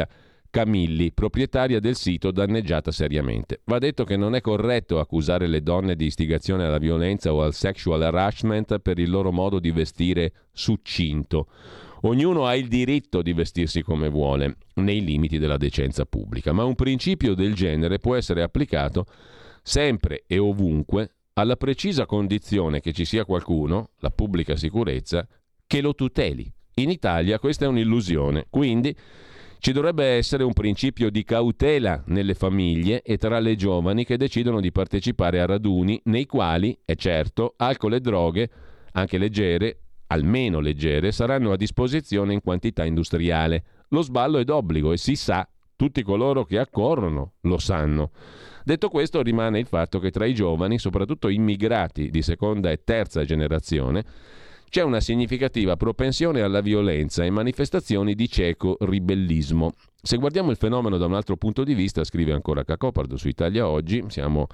Camilli, proprietaria del sito danneggiata seriamente. Va detto che non è corretto accusare le donne di istigazione alla violenza o al sexual harassment per il loro modo di vestire succinto. Ognuno ha il diritto di vestirsi come vuole, nei limiti della decenza pubblica, ma un principio del genere può essere applicato sempre e ovunque alla precisa condizione che ci sia qualcuno, la pubblica sicurezza, che lo tuteli. In Italia questa è un'illusione, quindi ci dovrebbe essere un principio di cautela nelle famiglie e tra le giovani che decidono di partecipare a raduni nei quali, è certo, alcol e droghe, anche leggere, almeno leggere, saranno a disposizione in quantità industriale. Lo sballo è d'obbligo e si sa, tutti coloro che accorrono lo sanno. Detto questo, rimane il fatto che tra i giovani, soprattutto immigrati di seconda e terza generazione, c'è una significativa propensione alla violenza e manifestazioni di cieco ribellismo. Se guardiamo il fenomeno da un altro punto di vista, scrive ancora Cacopardo su Italia Oggi, siamo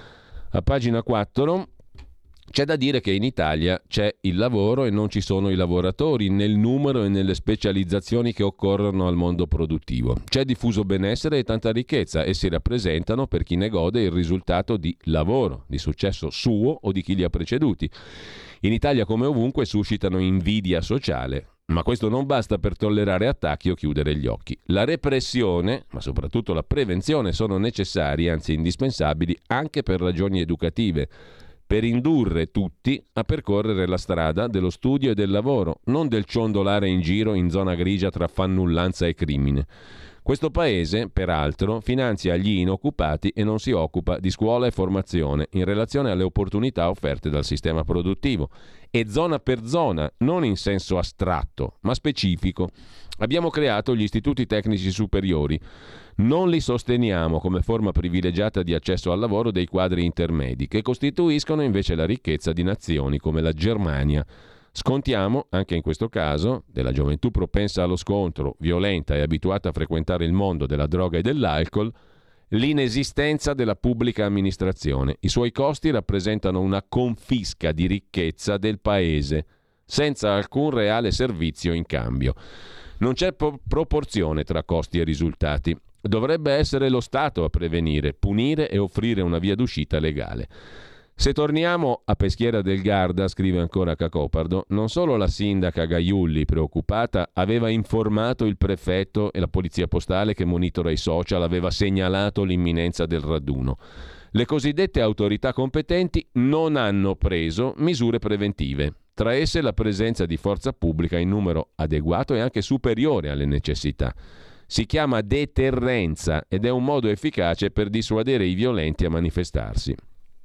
a pagina 4, c'è da dire che in Italia c'è il lavoro e non ci sono i lavoratori nel numero e nelle specializzazioni che occorrono al mondo produttivo. C'è diffuso benessere e tanta ricchezza e si rappresentano per chi ne gode il risultato di lavoro, di successo suo o di chi li ha preceduti. In Italia come ovunque suscitano invidia sociale, ma questo non basta per tollerare attacchi o chiudere gli occhi. La repressione, ma soprattutto la prevenzione sono necessarie, anzi indispensabili, anche per ragioni educative, per indurre tutti a percorrere la strada dello studio e del lavoro, non del ciondolare in giro in zona grigia tra fannullanza e crimine. Questo paese, peraltro, finanzia gli inoccupati e non si occupa di scuola e formazione in relazione alle opportunità offerte dal sistema produttivo. E zona per zona, non in senso astratto, ma specifico. Abbiamo creato gli istituti tecnici superiori. Non li sosteniamo come forma privilegiata di accesso al lavoro dei quadri intermedi, che costituiscono invece la ricchezza di nazioni come la Germania. Scontiamo, anche in questo caso, della gioventù propensa allo scontro, violenta e abituata a frequentare il mondo della droga e dell'alcol, l'inesistenza della pubblica amministrazione. I suoi costi rappresentano una confisca di ricchezza del paese, senza alcun reale servizio in cambio. Non c'è proporzione tra costi e risultati. Dovrebbe essere lo Stato a prevenire, punire e offrire una via d'uscita legale. Se torniamo a Peschiera del Garda, scrive ancora Cacopardo, non solo la sindaca Gaiulli, preoccupata, aveva informato il prefetto e la polizia postale che monitora i social, aveva segnalato l'imminenza del raduno. Le cosiddette autorità competenti non hanno preso misure preventive. Tra esse la presenza di forza pubblica in numero adeguato e anche superiore alle necessità. Si chiama deterrenza ed è un modo efficace per dissuadere i violenti a manifestarsi.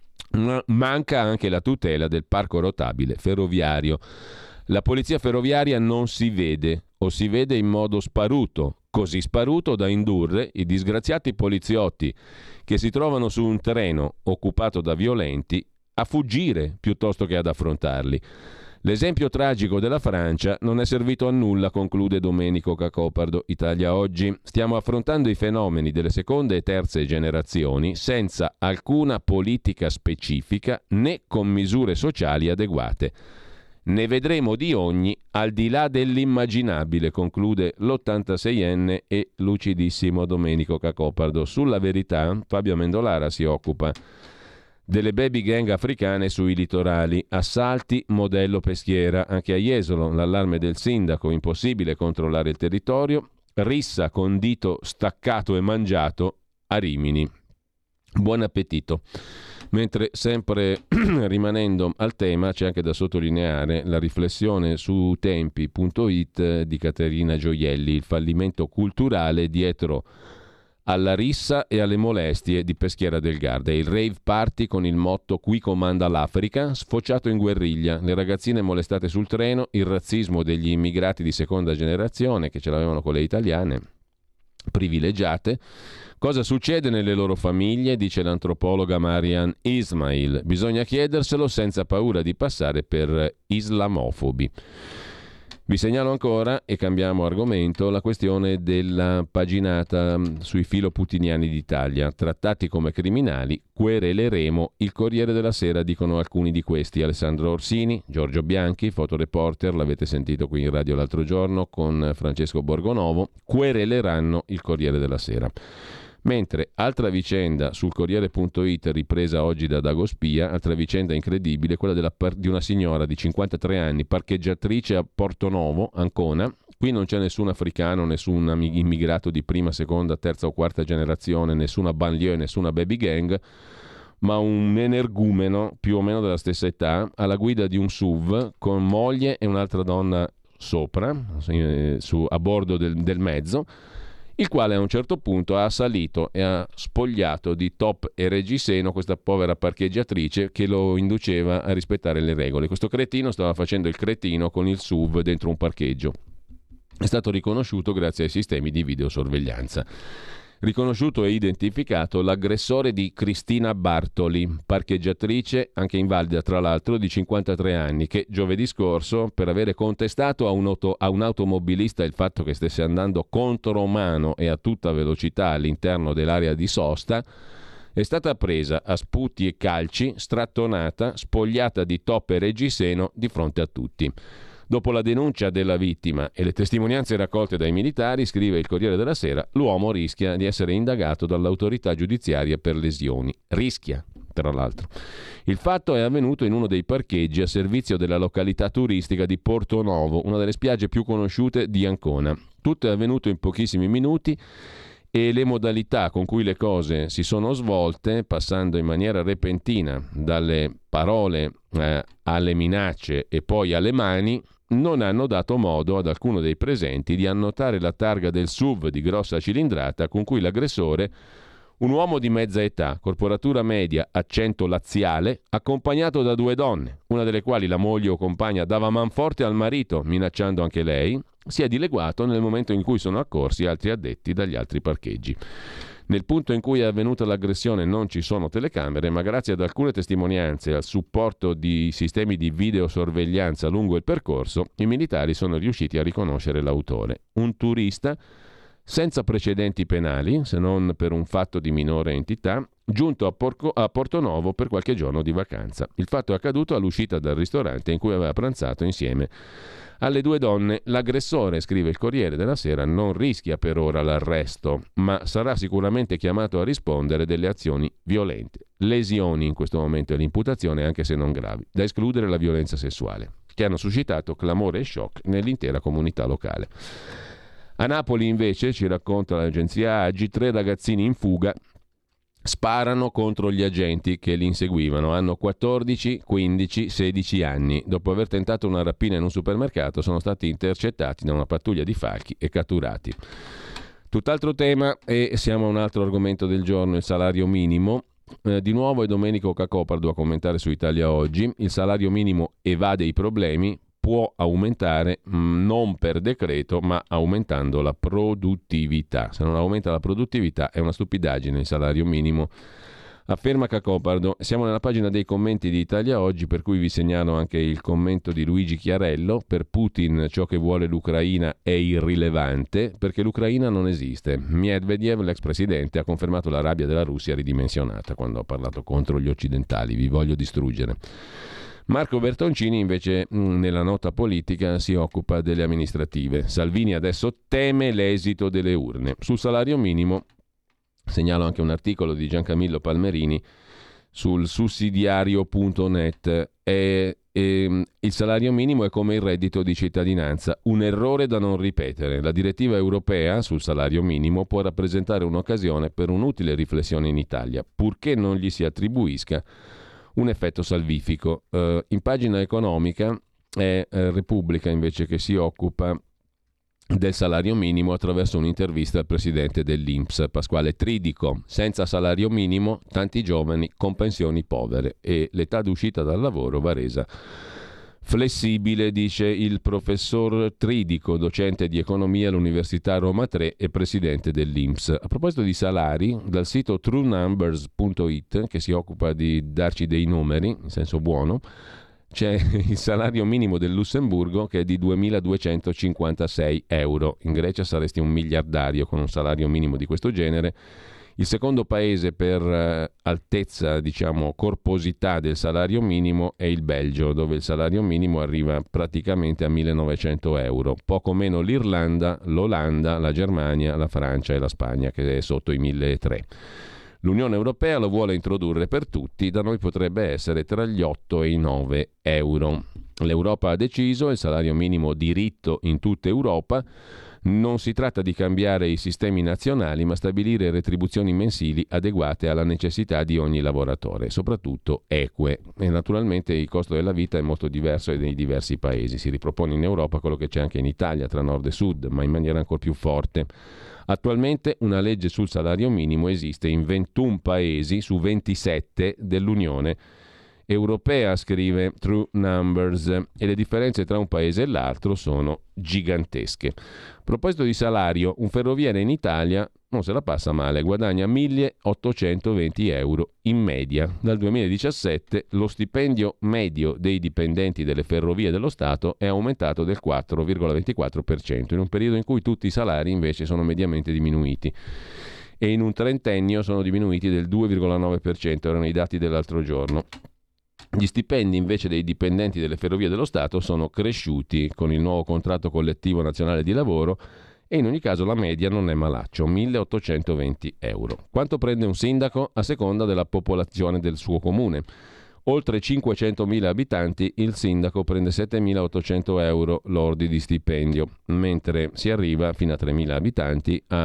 Manca anche la tutela del parco rotabile ferroviario. La polizia ferroviaria non si vede o si vede in modo sparuto, così sparuto da indurre i disgraziati poliziotti che si trovano su un treno occupato da violenti a fuggire piuttosto che ad affrontarli. L'esempio tragico della Francia non è servito a nulla, conclude Domenico Cacopardo, Italia Oggi. Stiamo affrontando i fenomeni delle seconde e terze generazioni senza alcuna politica specifica né con misure sociali adeguate. Ne vedremo di ogni al di là dell'immaginabile, conclude l'86enne e lucidissimo Domenico Cacopardo. Sulla Verità, Fabio Amendolara si occupa delle baby gang africane sui litorali, assalti modello Peschiera, anche a Jesolo, l'allarme del sindaco, impossibile controllare il territorio, rissa con dito staccato e mangiato a Rimini. Buon appetito. Mentre sempre rimanendo al tema c'è anche da sottolineare la riflessione su tempi.it di Caterina Gioielli, il fallimento culturale dietro alla rissa e alle molestie di Peschiera del Garda. Il rave party con il motto "Qui comanda l'Africa", sfociato in guerriglia, le ragazzine molestate sul treno, il razzismo degli immigrati di seconda generazione che ce l'avevano con le italiane privilegiate. Cosa succede nelle loro famiglie, dice l'antropologa Marian Ismail. Bisogna chiederselo senza paura di passare per islamofobi. Vi segnalo ancora, e cambiamo argomento, la questione della paginata sui filoputiniani d'Italia. Trattati come criminali, quereleremo il Corriere della Sera, dicono alcuni di questi. Alessandro Orsini, Giorgio Bianchi, fotoreporter, l'avete sentito qui in radio l'altro giorno con Francesco Borgonovo, quereleranno il Corriere della Sera. Mentre altra vicenda sul Corriere.it ripresa oggi da Dago Spia, altra vicenda incredibile, quella di una signora di 53 anni, parcheggiatrice a Portonovo, Ancona. Qui non c'è nessun africano, nessun immigrato di prima, seconda, terza o quarta generazione, nessuna banlieue, nessuna baby gang, ma un energumeno più o meno della stessa età alla guida di un SUV con moglie e un'altra donna sopra, a bordo del mezzo, il quale a un certo punto ha assalito e ha spogliato di top e reggiseno questa povera parcheggiatrice che lo induceva a rispettare le regole. Questo cretino stava facendo il cretino con il SUV dentro un parcheggio. È stato riconosciuto grazie ai sistemi di videosorveglianza. Riconosciuto e identificato l'aggressore di Cristina Bartoli, parcheggiatrice, anche invalida tra l'altro, di 53 anni, che giovedì scorso, per avere contestato a un automobilista il fatto che stesse andando contromano e a tutta velocità all'interno dell'area di sosta, è stata presa a sputi e calci, strattonata, spogliata di top e reggiseno di fronte a tutti. Dopo la denuncia della vittima e le testimonianze raccolte dai militari, scrive il Corriere della Sera, l'uomo rischia di essere indagato dall'autorità giudiziaria per lesioni. Rischia, tra l'altro. Il fatto è avvenuto in uno dei parcheggi a servizio della località turistica di Portonovo, una delle spiagge più conosciute di Ancona. Tutto è avvenuto in pochissimi minuti e le modalità con cui le cose si sono svolte, passando in maniera repentina dalle parole alle minacce e poi alle mani, non hanno dato modo ad alcuno dei presenti di annotare la targa del SUV di grossa cilindrata con cui l'aggressore, un uomo di mezza età, corporatura media, accento laziale, accompagnato da 2 donne, una delle quali la moglie o compagna dava manforte al marito, minacciando anche lei, si è dileguato nel momento in cui sono accorsi altri addetti dagli altri parcheggi. Nel punto in cui è avvenuta l'aggressione non ci sono telecamere, ma grazie ad alcune testimonianze e al supporto di sistemi di videosorveglianza lungo il percorso, i militari sono riusciti a riconoscere l'autore. Un turista senza precedenti penali, se non per un fatto di minore entità, giunto a Portonovo per qualche giorno di vacanza. Il fatto è accaduto all'uscita dal ristorante in cui aveva pranzato insieme alle 2 donne. L'aggressore, scrive il Corriere della Sera, non rischia per ora l'arresto, ma sarà sicuramente chiamato a rispondere delle azioni violente. Lesioni in questo momento è l'imputazione, anche se non gravi. Da escludere la violenza sessuale, che hanno suscitato clamore e shock nell'intera comunità locale. A Napoli, invece, ci racconta l'agenzia AGI, 3 ragazzini in fuga sparano contro gli agenti che li inseguivano. Hanno 14, 15, 16 anni. Dopo aver tentato una rapina in un supermercato, sono stati intercettati da una pattuglia di falchi e catturati. Tutt'altro tema, e siamo a un altro argomento del giorno, il salario minimo. Di nuovo è Domenico Cacopardo a commentare su Italia Oggi. Il salario minimo evade i problemi, può aumentare non per decreto ma aumentando la produttività. Se non aumenta la produttività è una stupidaggine il salario minimo, afferma Cacopardo. Siamo nella pagina dei commenti di Italia Oggi, per cui vi segnalo anche il commento di Luigi Chiarello. Per Putin ciò che vuole l'Ucraina è irrilevante perché l'Ucraina non esiste. Medvedev, l'ex presidente, ha confermato la rabbia della Russia ridimensionata quando ha parlato contro gli occidentali. Vi voglio distruggere. Marco Bertoncini invece nella nota politica si occupa delle amministrative. Salvini adesso teme l'esito delle urne. Sul salario minimo segnalo anche un articolo di Giancamillo Palmerini sul sussidiario.net. Il salario minimo è come il reddito di cittadinanza, un errore da non ripetere. La direttiva europea sul salario minimo può rappresentare un'occasione per un'utile riflessione in Italia, purché non gli si attribuisca un effetto salvifico. In pagina economica è Repubblica invece che si occupa del salario minimo attraverso un'intervista al presidente dell'INPS, Pasquale Tridico. Senza salario minimo tanti giovani con pensioni povere e l'età d'uscita dal lavoro va resa flessibile, dice il professor Tridico, docente di economia all'Università Roma 3 e presidente dell'INPS. A proposito di salari, dal sito truenumbers.it, che si occupa di darci dei numeri in senso buono, c'è il salario minimo del Lussemburgo che è di 2.256 euro. In Grecia saresti un miliardario con un salario minimo di questo genere. Il secondo paese per altezza, diciamo, corposità del salario minimo è il Belgio, dove il salario minimo arriva praticamente a 1.900 euro. Poco meno l'Irlanda, l'Olanda, la Germania, la Francia e la Spagna, che è sotto i 1.300. L'Unione Europea lo vuole introdurre per tutti, da noi potrebbe essere tra gli 8 e i 9 euro. L'Europa ha deciso il salario minimo diritto in tutta Europa. Non si tratta di cambiare i sistemi nazionali, ma stabilire retribuzioni mensili adeguate alla necessità di ogni lavoratore, soprattutto eque. E naturalmente il costo della vita è molto diverso nei diversi paesi. Si ripropone in Europa quello che c'è anche in Italia, tra nord e sud, ma in maniera ancora più forte. Attualmente una legge sul salario minimo esiste in 21 paesi su 27 dell'Unione Europea, scrive True Numbers, e le differenze tra un paese e l'altro sono gigantesche. A proposito di salario, un ferroviere in Italia non se la passa male, guadagna 1.820 euro in media. Dal 2017 lo stipendio medio dei dipendenti delle ferrovie dello Stato è aumentato del 4,24%, in un periodo in cui tutti i salari invece sono mediamente diminuiti. E in un trentennio sono diminuiti del 2,9%, erano i dati dell'altro giorno. Gli stipendi invece dei dipendenti delle ferrovie dello Stato sono cresciuti con il nuovo contratto collettivo nazionale di lavoro e in ogni caso la media non è malaccio, 1.820 euro. Quanto prende un sindaco? A seconda della popolazione del suo comune. Oltre 500.000 abitanti, il sindaco prende 7.800 euro lordi di stipendio, mentre si arriva fino a 3.000 abitanti a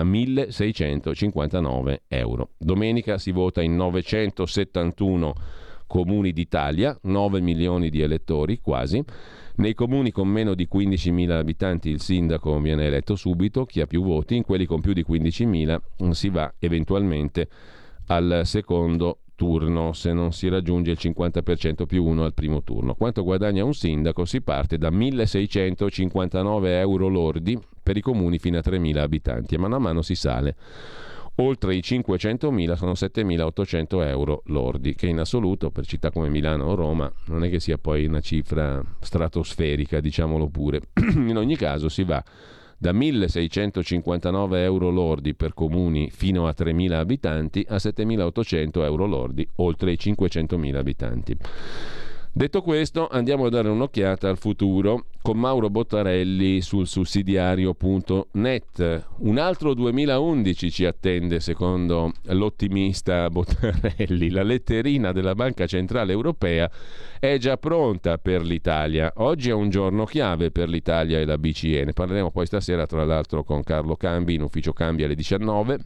1.659 euro. Domenica si vota in 971 comuni d'Italia, 9 milioni di elettori quasi. Nei comuni con meno di 15.000 abitanti il sindaco viene eletto subito, chi ha più voti. In quelli con più di 15.000 si va eventualmente al secondo turno se non si raggiunge il 50% più 1 al primo turno. Quanto guadagna un sindaco? Si parte da 1.659 euro lordi per i comuni fino a 3.000 abitanti e mano a mano si sale. Oltre i 500.000 sono 7.800 euro lordi, che in assoluto per città come Milano o Roma non è che sia poi una cifra stratosferica, diciamolo pure. In ogni caso si va da 1.659 euro lordi per comuni fino a 3.000 abitanti a 7.800 euro lordi oltre i 500.000 abitanti. Detto questo, andiamo a dare un'occhiata al futuro con Mauro Bottarelli sul sussidiario.net. Un altro 2011 ci attende, secondo l'ottimista Bottarelli. La letterina della Banca Centrale Europea è già pronta per l'Italia. Oggi è un giorno chiave per l'Italia e la BCE. Ne parleremo poi stasera, tra l'altro, con Carlo Cambi in ufficio Cambi alle 19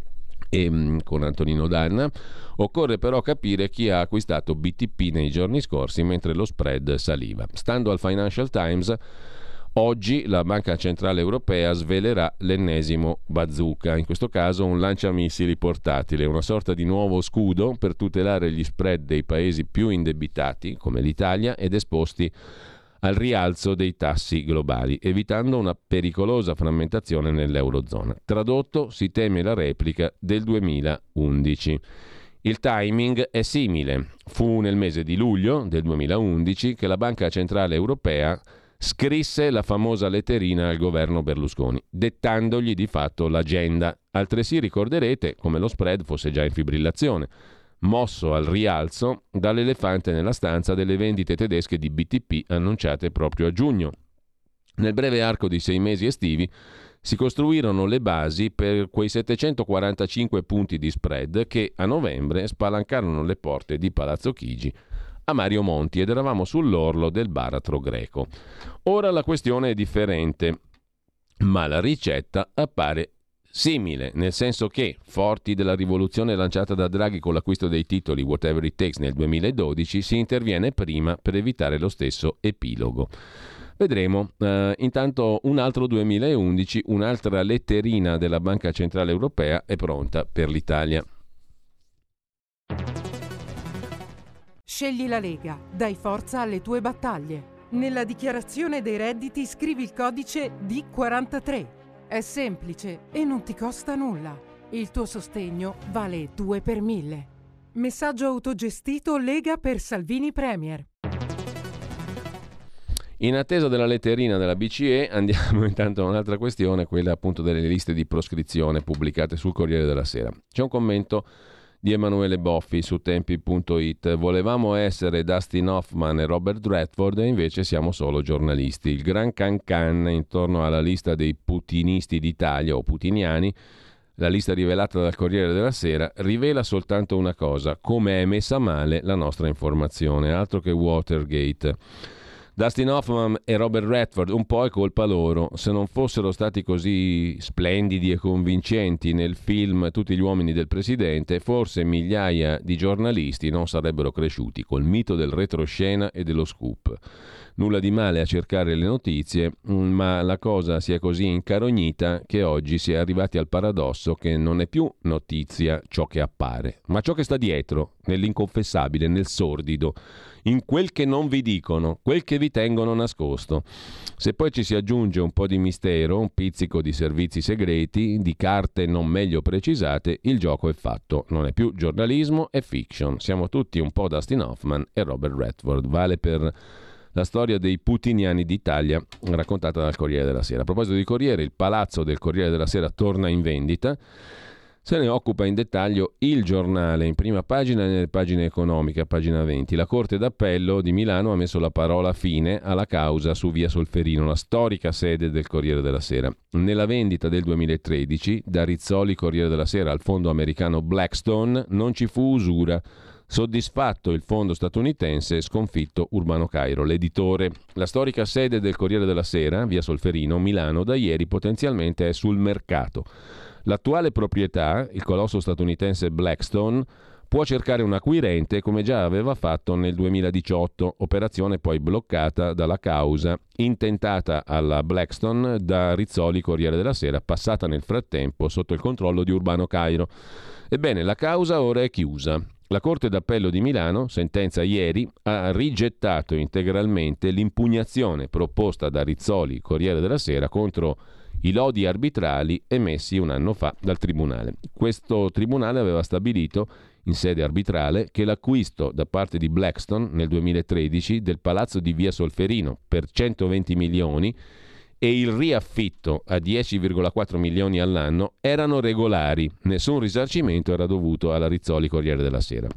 e con Antonino Danna. Occorre però capire chi ha acquistato BTP nei giorni scorsi mentre lo spread saliva. Stando al Financial Times, oggi la Banca Centrale Europea svelerà l'ennesimo bazooka, in questo caso un lanciamissili portatile, una sorta di nuovo scudo per tutelare gli spread dei paesi più indebitati come l'Italia ed esposti al rialzo dei tassi globali, evitando una pericolosa frammentazione nell'Eurozona. Tradotto, si teme la replica del 2011. Il timing è simile. Fu nel mese di luglio del 2011 che la Banca Centrale Europea scrisse la famosa letterina al governo Berlusconi, dettandogli di fatto l'agenda. Altresì ricorderete come lo spread fosse già in fibrillazione, mosso al rialzo dall'elefante nella stanza delle vendite tedesche di BTP annunciate proprio a giugno. Nel breve arco di 6 mesi estivi si costruirono le basi per quei 745 punti di spread che a novembre spalancarono le porte di Palazzo Chigi a Mario Monti ed eravamo sull'orlo del baratro greco. Ora la questione è differente, ma la ricetta appare simile, nel senso che, forti della rivoluzione lanciata da Draghi con l'acquisto dei titoli Whatever It Takes nel 2012, si interviene prima per evitare lo stesso epilogo. Vedremo. Intanto un altro 2011, un'altra letterina della Banca Centrale Europea è pronta per l'Italia. Scegli la Lega, dai forza alle tue battaglie. Nella dichiarazione dei redditi scrivi il codice D43. È semplice e non ti costa nulla. Il tuo sostegno vale 2 per 1000. Messaggio autogestito Lega per Salvini Premier. In attesa della letterina della BCE andiamo intanto a un'altra questione, quella appunto delle liste di proscrizione pubblicate sul Corriere della Sera. C'è un commento di Emanuele Boffi su tempi.it. Volevamo essere Dustin Hoffman e Robert Redford e invece siamo solo giornalisti. Il gran can intorno alla lista dei putinisti d'Italia o putiniani, la lista rivelata dal Corriere della Sera, rivela soltanto una cosa: come è messa male la nostra informazione, altro che Watergate. Dustin Hoffman e Robert Redford, un po' è colpa loro. Se non fossero stati così splendidi e convincenti nel film Tutti gli uomini del presidente, forse migliaia di giornalisti non sarebbero cresciuti col mito del retroscena e dello scoop. Nulla di male a cercare le notizie, ma la cosa si è così incarognita che oggi si è arrivati al paradosso che non è più notizia ciò che appare, ma ciò che sta dietro, nell'inconfessabile, nel sordido, in quel che non vi dicono, quel che vi tengono nascosto. Se poi ci si aggiunge un po' di mistero, un pizzico di servizi segreti, di carte non meglio precisate, il gioco è fatto. Non è più giornalismo, è fiction. Siamo tutti un po' Dustin Hoffman e Robert Redford. Vale per la storia dei putiniani d'Italia raccontata dal Corriere della Sera. A proposito di Corriere, il palazzo del Corriere della Sera torna in vendita. Se ne occupa in dettaglio Il Giornale, in prima pagina e nelle pagine economiche, a pagina 20. La Corte d'Appello di Milano ha messo la parola fine alla causa su Via Solferino, la storica sede del Corriere della Sera. Nella vendita del 2013, da Rizzoli Corriere della Sera al fondo americano Blackstone, non ci fu usura. Soddisfatto il fondo statunitense, sconfitto Urbano Cairo, l'editore. La storica sede del Corriere della Sera, Via Solferino, Milano, da ieri potenzialmente è sul mercato. L'attuale proprietà, il colosso statunitense Blackstone, può cercare un acquirente come già aveva fatto nel 2018, operazione poi bloccata dalla causa intentata alla Blackstone da Rizzoli Corriere della Sera, passata nel frattempo sotto il controllo di Urbano Cairo. Ebbene, la causa ora è chiusa. La Corte d'Appello di Milano, sentenza ieri, ha rigettato integralmente l'impugnazione proposta da Rizzoli Corriere della Sera contro i lodi arbitrali emessi un anno fa dal Tribunale. Questo Tribunale aveva stabilito in sede arbitrale che l'acquisto da parte di Blackstone nel 2013 del palazzo di Via Solferino per 120 milioni e il riaffitto a 10,4 milioni all'anno erano regolari. Nessun risarcimento era dovuto alla Rizzoli Corriere della Sera.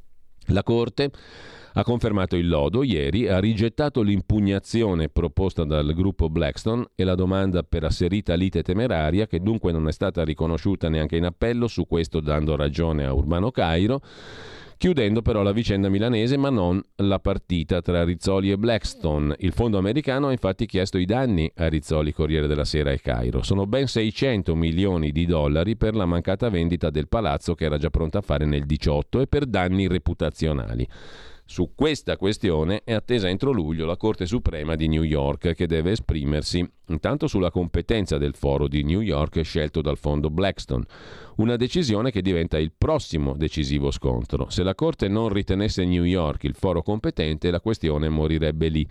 La Corte ha confermato il lodo ieri, ha rigettato l'impugnazione proposta dal gruppo Blackstone e la domanda per asserita lite temeraria, che dunque non è stata riconosciuta neanche in appello, su questo dando ragione a Urbano Cairo, chiudendo però la vicenda milanese ma non la partita tra Rizzoli e Blackstone. Il fondo americano ha infatti chiesto i danni a Rizzoli Corriere della Sera e Cairo. Sono ben 600 milioni di dollari per la mancata vendita del palazzo che era già pronta a fare nel 2018 e per danni reputazionali. Su questa questione è attesa entro luglio la Corte Suprema di New York, che deve esprimersi intanto sulla competenza del foro di New York scelto dal fondo Blackstone, una decisione che diventa il prossimo decisivo scontro. Se la Corte non ritenesse New York il foro competente, la questione morirebbe lì.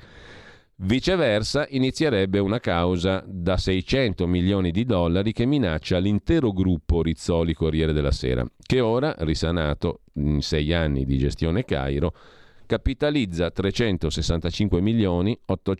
Viceversa, inizierebbe una causa da 600 milioni di dollari che minaccia l'intero gruppo Rizzoli Corriere della Sera, che ora, risanato in 6 anni di gestione Cairo, capitalizza 365 milioni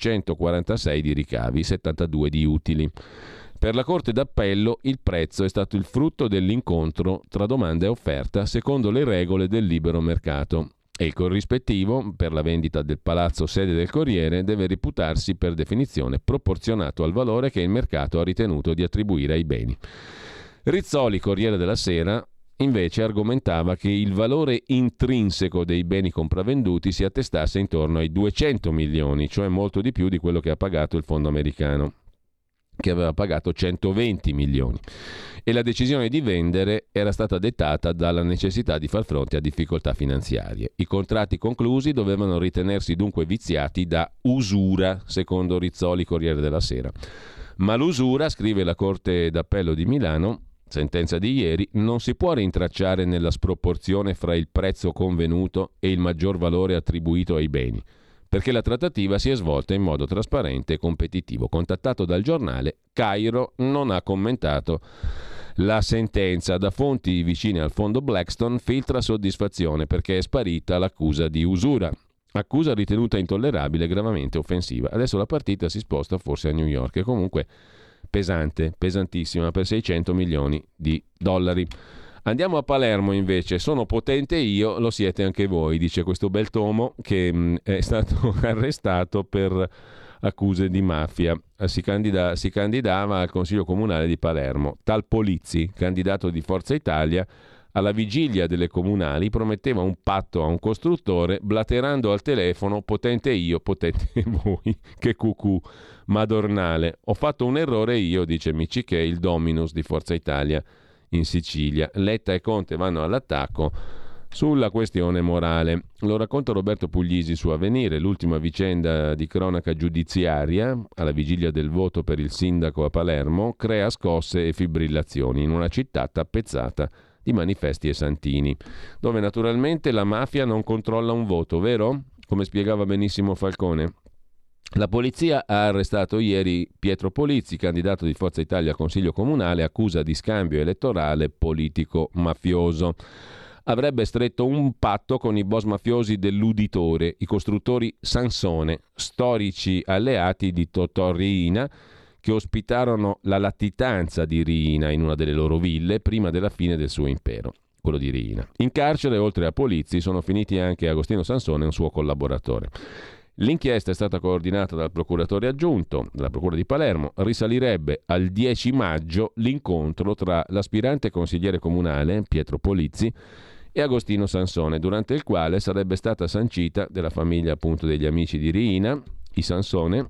846 di ricavi, 72 di utili. Per la Corte d'Appello il prezzo è stato il frutto dell'incontro tra domanda e offerta secondo le regole del libero mercato e il corrispettivo per la vendita del palazzo sede del Corriere deve reputarsi per definizione proporzionato al valore che il mercato ha ritenuto di attribuire ai beni. Rizzoli Corriere della Sera invece argomentava che il valore intrinseco dei beni compravenduti si attestasse intorno ai 200 milioni, cioè molto di più di quello che ha pagato il fondo americano, che aveva pagato 120 milioni. E la decisione di vendere era stata dettata dalla necessità di far fronte a difficoltà finanziarie. I contratti conclusi dovevano ritenersi dunque viziati da usura, secondo Rizzoli Corriere della Sera. Ma l'usura, scrive la Corte d'Appello di Milano, sentenza di ieri, non si può rintracciare nella sproporzione fra il prezzo convenuto e il maggior valore attribuito ai beni, perché la trattativa si è svolta in modo trasparente e competitivo. Contattato dal giornale, Cairo non ha commentato la sentenza. Da fonti vicine al fondo Blackstone filtra soddisfazione perché è sparita l'accusa di usura. Accusa ritenuta intollerabile e gravemente offensiva. Adesso la partita si sposta forse a New York, e comunque pesante, pesantissima, per 600 milioni di dollari. Andiamo a Palermo invece. Sono potente io, lo siete anche voi, dice questo bel tomo che è stato arrestato per accuse di mafia. Si candidava al Consiglio Comunale di Palermo. Tal Polizzi, candidato di Forza Italia, alla vigilia delle comunali prometteva un patto a un costruttore blaterando al telefono potente io, potente voi, che cucù, madornale. Ho fatto un errore io, dice Miccichè, il dominus di Forza Italia in Sicilia. Letta e Conte vanno all'attacco sulla questione morale. Lo racconta Roberto Puglisi su Avvenire, l'ultima vicenda di cronaca giudiziaria alla vigilia del voto per il sindaco a Palermo crea scosse e fibrillazioni in una città tappezzata di manifesti e santini, dove naturalmente la mafia non controlla un voto, vero? Come spiegava benissimo Falcone. La polizia ha arrestato ieri Pietro Polizzi, candidato di Forza Italia a Consiglio Comunale, accusa di scambio elettorale politico-mafioso. Avrebbe stretto un patto con i boss mafiosi dell'Uditore, i costruttori Sansone, storici alleati di Totò Riina, che ospitarono la latitanza di Riina in una delle loro ville prima della fine del suo impero, quello di Riina. In carcere, oltre a Polizzi, sono finiti anche Agostino Sansone e un suo collaboratore. L'inchiesta è stata coordinata dal procuratore aggiunto della Procura di Palermo. Risalirebbe al 10 maggio l'incontro tra l'aspirante consigliere comunale Pietro Polizzi e Agostino Sansone, durante il quale sarebbe stata sancita, della famiglia appunto degli amici di Riina, i Sansone,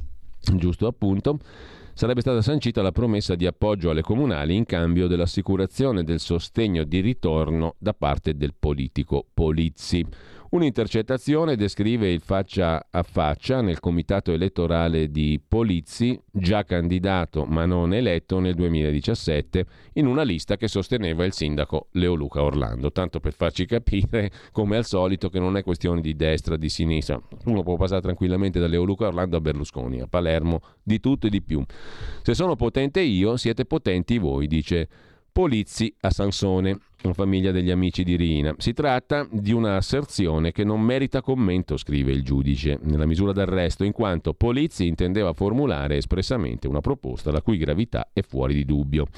giusto appunto, sarebbe stata sancita la promessa di appoggio alle comunali in cambio dell'assicurazione del sostegno di ritorno da parte del politico Polizzi. Un'intercettazione descrive il faccia a faccia nel comitato elettorale di Polizzi, già candidato ma non eletto nel 2017, in una lista che sosteneva il sindaco Leoluca Orlando, tanto per farci capire, come al solito, che non è questione di destra, di sinistra. Uno può passare tranquillamente da Leoluca Orlando a Berlusconi, a Palermo, di tutto e di più. Se sono potente io, siete potenti voi, dice Polizzi a Sansone, una famiglia degli amici di Riina. Si tratta di una asserzione che non merita commento, scrive il giudice, nella misura d'arresto, in quanto Polizzi intendeva formulare espressamente una proposta la cui gravità è fuori di dubbio.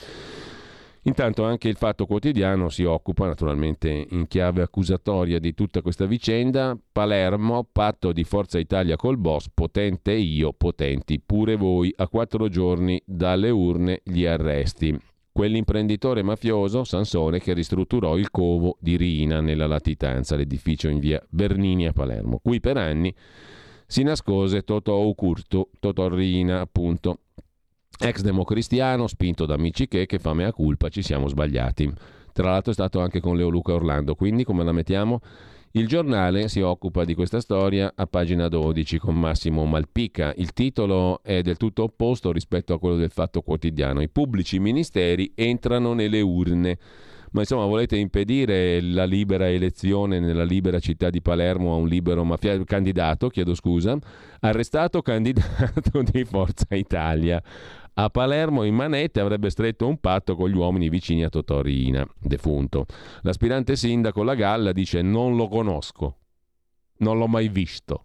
Intanto anche il Fatto Quotidiano si occupa, naturalmente in chiave accusatoria, di tutta questa vicenda. Palermo, patto di Forza Italia col boss, potente io, potenti pure voi, a 4 giorni dalle urne gli arresti. Quell'imprenditore mafioso, Sansone, che ristrutturò il covo di Riina nella latitanza, l'edificio in via Bernini a Palermo, cui per anni si nascose Totò Ucurtu, Totò Riina appunto, ex democristiano, spinto da Miccichè, che fa mea culpa, ci siamo sbagliati. Tra l'altro è stato anche con Leoluca Orlando, quindi come la mettiamo? Il Giornale si occupa di questa storia a pagina 12 con Massimo Malpica. Il titolo è del tutto opposto rispetto a quello del Fatto Quotidiano. I pubblici ministeri entrano nelle urne. Ma insomma, volete impedire la libera elezione nella libera città di Palermo a un libero candidato, arrestato candidato di Forza Italia. A Palermo in manette avrebbe stretto un patto con gli uomini vicini a Totò Riina, defunto. L'aspirante sindaco La Galla dice: non lo conosco, non l'ho mai visto.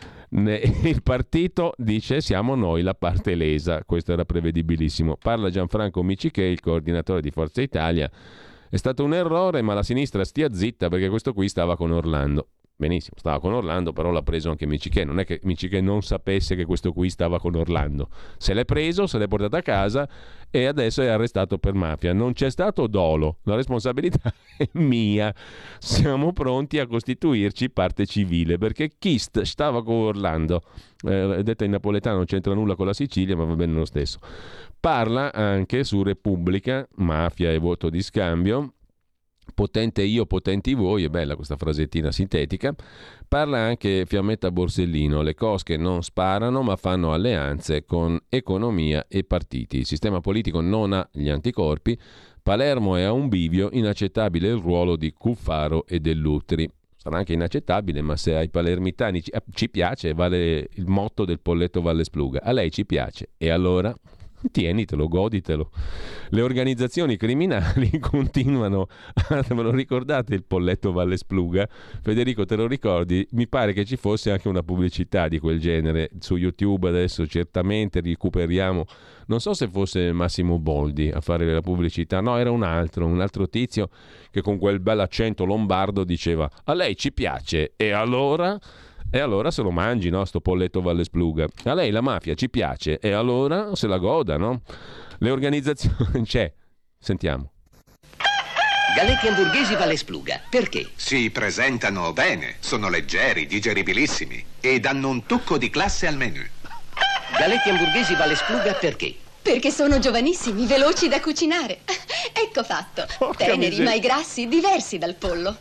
Il partito dice: siamo noi la parte lesa. Questo era prevedibilissimo. Parla Gianfranco Miccichè, il coordinatore di Forza Italia. È stato un errore, ma la sinistra stia zitta perché questo qui stava con Orlando. Benissimo, stava con Orlando, però l'ha preso anche Miccichè. Non è che Miccichè non sapesse che questo qui stava con Orlando. Se l'è preso, se l'è portato a casa e adesso è arrestato per mafia. Non c'è stato dolo, la responsabilità è mia. Siamo pronti a costituirci parte civile, perché chi stava con Orlando, detta in napoletano, non c'entra nulla con la Sicilia, ma va bene lo stesso. Parla anche su Repubblica, mafia e voto di scambio. Potente io, potenti voi, è bella questa frasettina sintetica. Parla anche Fiammetta Borsellino: le cosche non sparano ma fanno alleanze con economia e partiti. Il sistema politico non ha gli anticorpi. Palermo è a un bivio, inaccettabile il ruolo di Cuffaro e Dell'Utri. Sarà anche inaccettabile, ma se ai palermitani ci piace, vale il motto del Polletto Valle Spluga. A lei ci piace, e allora? Tienitelo, goditelo. Le organizzazioni criminali continuano ve lo ricordate il polletto Valle Spluga? Federico, te lo ricordi? Mi pare che ci fosse anche una pubblicità di quel genere su YouTube, adesso certamente recuperiamo, non so se fosse Massimo Boldi a fare la pubblicità, no, era un altro tizio che con quel bel accento lombardo diceva: a lei ci piace e allora se lo mangi, no, sto polletto Valle Spluga. A lei la mafia ci piace e allora se la goda, no? Le organizzazioni c'è. Sentiamo. Galetti hamburghesi Valle Spluga, perché? Si presentano bene, sono leggeri, digeribilissimi e danno un tocco di classe al menù. Galetti hamburghesi Valle Spluga, perché? Perché sono giovanissimi, veloci da cucinare. Ecco fatto. Teneri, mai grassi, diversi dal pollo.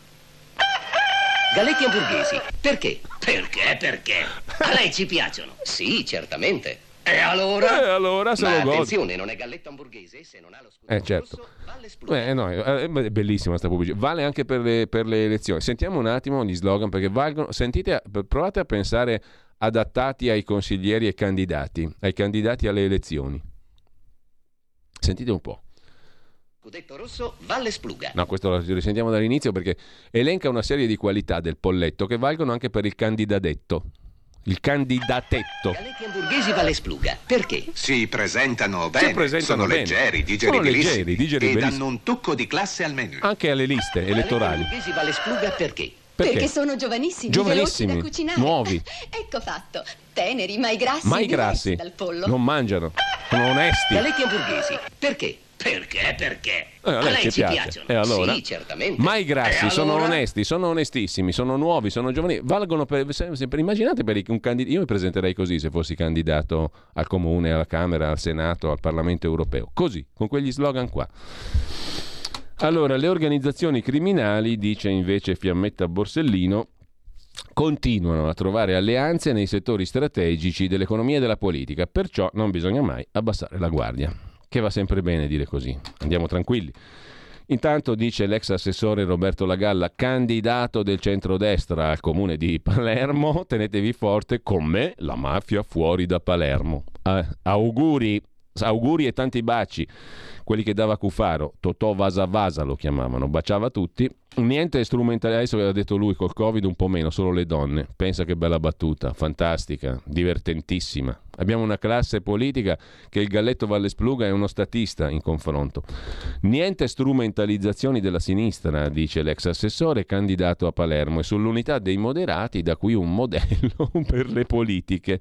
Galetti hamburghesi, perché? Perché? A lei ci piacciono? Sì, certamente. E allora se ma lo godi. attenzione, non è galletto hamburghese se non ha lo scudo certo. rosso, Valle Spluga. No, è bellissima sta pubblicità. Vale anche per le elezioni. Sentiamo un attimo gli slogan, perché valgono. Sentite, provate a pensare adattati ai consiglieri e ai candidati alle elezioni. Sentite un po'. Scudetto rosso, Valle Spluga. No, questo lo risentiamo dall'inizio perché elenca una serie di qualità del polletto che valgono anche per il candidatetto. Galetti hamburghesi Valle Spluga, perché? Si presentano bene, sono leggeri, digeribilissimi e danno un tocco di classe al menù. Anche alle liste elettorali. Galetti hamburghesi Valle Spluga, perché? Perché sono giovanissimi, veloci da cucinare. Nuovi. Ecco fatto. Teneri, mai grassi, dal pollo. Non mangiano, sono onesti. Galetti hamburghesi, perché? Perché? A lei ci piacciono? E allora? Sì, certamente. Mai grassi, sono onesti, sono onestissimi, sono nuovi, sono giovani. Valgono sempre. Immaginate per un candidato. Io mi presenterei così se fossi candidato al Comune, alla Camera, al Senato, al Parlamento Europeo. Così, con quegli slogan qua. Allora, le organizzazioni criminali, dice invece Fiammetta Borsellino, continuano a trovare alleanze nei settori strategici dell'economia e della politica, perciò non bisogna mai abbassare la guardia. Che va sempre bene dire così, andiamo tranquilli. Intanto dice l'ex assessore Roberto Lagalla, candidato del centrodestra al comune di Palermo, tenetevi forte, con me la mafia fuori da Palermo. Auguri e tanti baci, quelli che dava Cuffaro, Totò Vasa Vasa lo chiamavano, baciava tutti. Niente strumentale, adesso aveva detto lui col Covid un po' meno, solo le donne. Pensa che bella battuta, fantastica, divertentissima. Abbiamo una classe politica che il galletto Valle Spluga è uno statista in confronto. Niente strumentalizzazioni della sinistra, dice l'ex assessore candidato a Palermo, e sull'unità dei moderati da qui un modello per le politiche.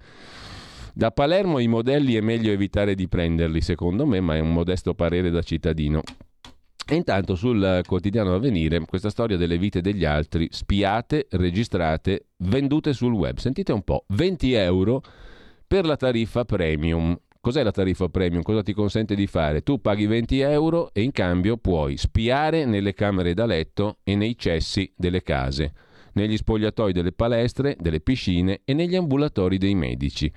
Da Palermo i modelli è meglio evitare di prenderli, secondo me, ma è un modesto parere da cittadino. E intanto sul quotidiano Avvenire questa storia delle vite degli altri, spiate, registrate, vendute sul web. Sentite un po', 20 euro per la tariffa premium. Cos'è la tariffa premium? Cosa ti consente di fare? Tu paghi 20 euro e in cambio puoi spiare nelle camere da letto e nei cessi delle case, negli spogliatoi delle palestre, delle piscine e negli ambulatori dei medici.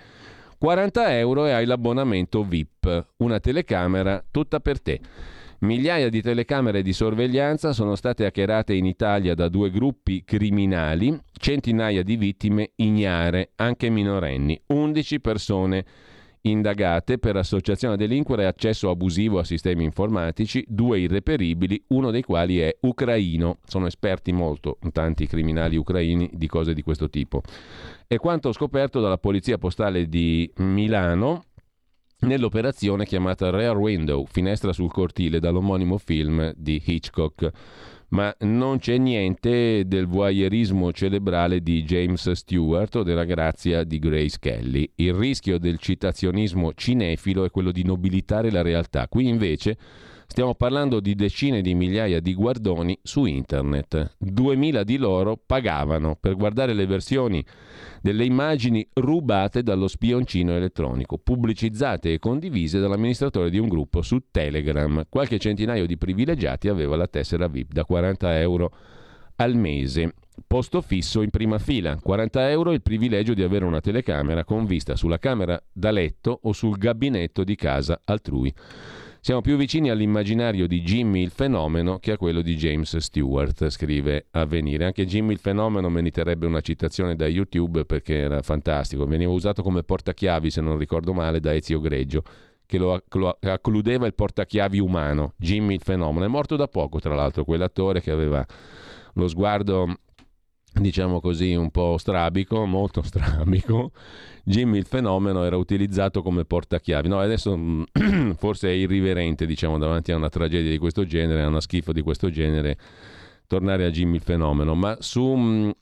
40 euro e hai l'abbonamento VIP, una telecamera tutta per te. Migliaia di telecamere di sorveglianza sono state hackerate in Italia da 2 gruppi criminali, centinaia di vittime ignare, anche minorenni, 11 persone indagate per associazione a delinquere e accesso abusivo a sistemi informatici, 2 irreperibili, uno dei quali è ucraino. Sono esperti molto, tanti criminali ucraini, di cose di questo tipo. E quanto scoperto dalla Polizia Postale di Milano nell'operazione chiamata Rear Window, finestra sul cortile, dall'omonimo film di Hitchcock. Ma non c'è niente del voyeurismo cerebrale di James Stewart o della grazia di Grace Kelly. Il rischio del citazionismo cinefilo è quello di nobilitare la realtà. Qui invece stiamo parlando di decine di migliaia di guardoni su internet. 2000 di loro pagavano per guardare le versioni delle immagini rubate dallo spioncino elettronico, pubblicizzate e condivise dall'amministratore di un gruppo su Telegram. Qualche centinaio di privilegiati aveva la tessera VIP da 40 euro al mese. Posto fisso in prima fila, 40 euro il privilegio di avere una telecamera con vista sulla camera da letto o sul gabinetto di casa altrui. Siamo più vicini all'immaginario di Jimmy il Fenomeno che a quello di James Stewart, scrive Avvenire. Anche Jimmy il Fenomeno meriterebbe una citazione da YouTube perché era fantastico. Veniva usato come portachiavi, se non ricordo male, da Ezio Greggio, che lo accludeva il portachiavi umano, Jimmy il fenomeno. È morto da poco, tra l'altro, quell'attore che aveva lo sguardo, diciamo così, un po' strabico, molto strabico. Jimmy il fenomeno era utilizzato come portachiavi. No, adesso forse è irriverente, diciamo, davanti a una tragedia di questo genere, a una schifo di questo genere, tornare a Jimmy il fenomeno. Ma sul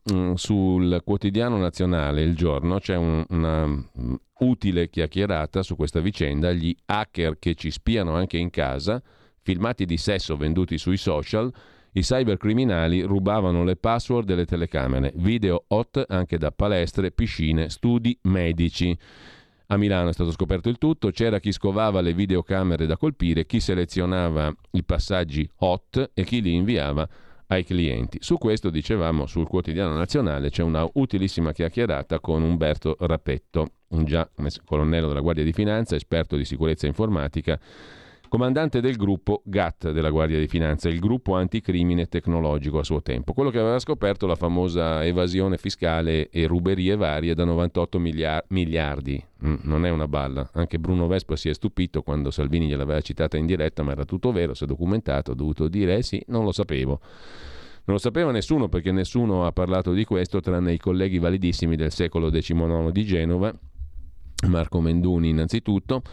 quotidiano nazionale Il Giorno c'è una utile chiacchierata su questa vicenda, gli hacker che ci spiano anche in casa, filmati di sesso venduti sui social. I cybercriminali rubavano le password delle telecamere, video hot anche da palestre, piscine, studi medici. A Milano è stato scoperto il tutto, c'era chi scovava le videocamere da colpire, chi selezionava i passaggi hot e chi li inviava ai clienti. Su questo, dicevamo, sul quotidiano nazionale c'è una utilissima chiacchierata con Umberto Rapetto, un già colonnello della Guardia di Finanza, esperto di sicurezza informatica, comandante del gruppo GAT della Guardia di Finanza, il gruppo anticrimine tecnologico a suo tempo, quello che aveva scoperto la famosa evasione fiscale e ruberie varie da 98 miliardi. Non è una balla. Anche Bruno Vespa si è stupito quando Salvini gliel'aveva citata in diretta, ma era tutto vero, si è documentato, ho dovuto dire sì, non lo sapevo. Non lo sapeva nessuno, perché nessuno ha parlato di questo tranne i colleghi validissimi del secolo XIX di Genova, Marco Menduni innanzitutto,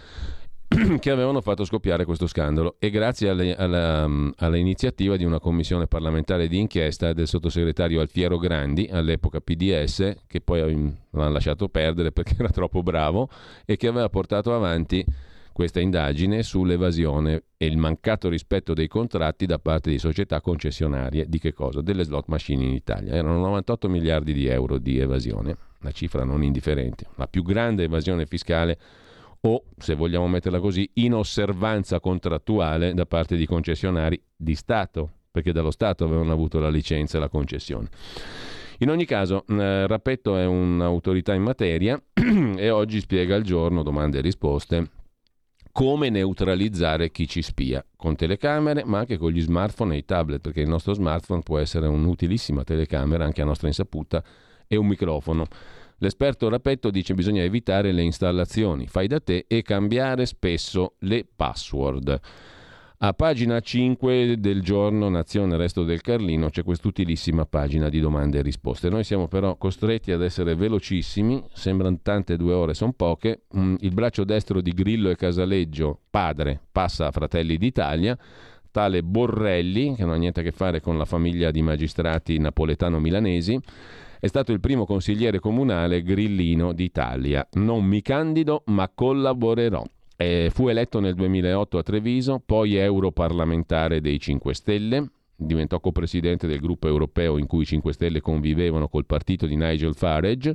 che avevano fatto scoppiare questo scandalo, e grazie all'iniziativa di una commissione parlamentare di inchiesta del sottosegretario Alfiero Grandi, all'epoca PDS, che poi l'ha lasciato perdere perché era troppo bravo, e che aveva portato avanti questa indagine sull'evasione e il mancato rispetto dei contratti da parte di società concessionarie di che cosa? Delle slot machine in Italia. Erano 98 miliardi di euro di evasione, una cifra non indifferente, la più grande evasione fiscale, o, se vogliamo metterla così, inosservanza contrattuale da parte di concessionari di Stato, perché dallo Stato avevano avuto la licenza e la concessione. In ogni caso, Rapetto è un'autorità in materia e oggi spiega al Giorno, domande e risposte, come neutralizzare chi ci spia, con telecamere ma anche con gli smartphone e i tablet, perché il nostro smartphone può essere un'utilissima telecamera anche a nostra insaputa e un microfono. L'esperto Rapetto dice che bisogna evitare le installazioni fai da te e cambiare spesso le password. A pagina 5 del Giorno, Nazione, Resto del Carlino, c'è quest'utilissima pagina di domande e risposte. Noi siamo però costretti ad essere velocissimi, sembrano tante, 2 ore sono poche. Il braccio destro di Grillo e Casaleggio, padre, passa a Fratelli d'Italia. Tale Borrelli, che non ha niente a che fare con la famiglia di magistrati napoletano-milanesi, è stato il primo consigliere comunale grillino d'Italia. Non mi candido, ma collaborerò. Fu eletto nel 2008 a Treviso, poi europarlamentare dei 5 Stelle, diventò copresidente del gruppo europeo in cui i 5 Stelle convivevano col partito di Nigel Farage.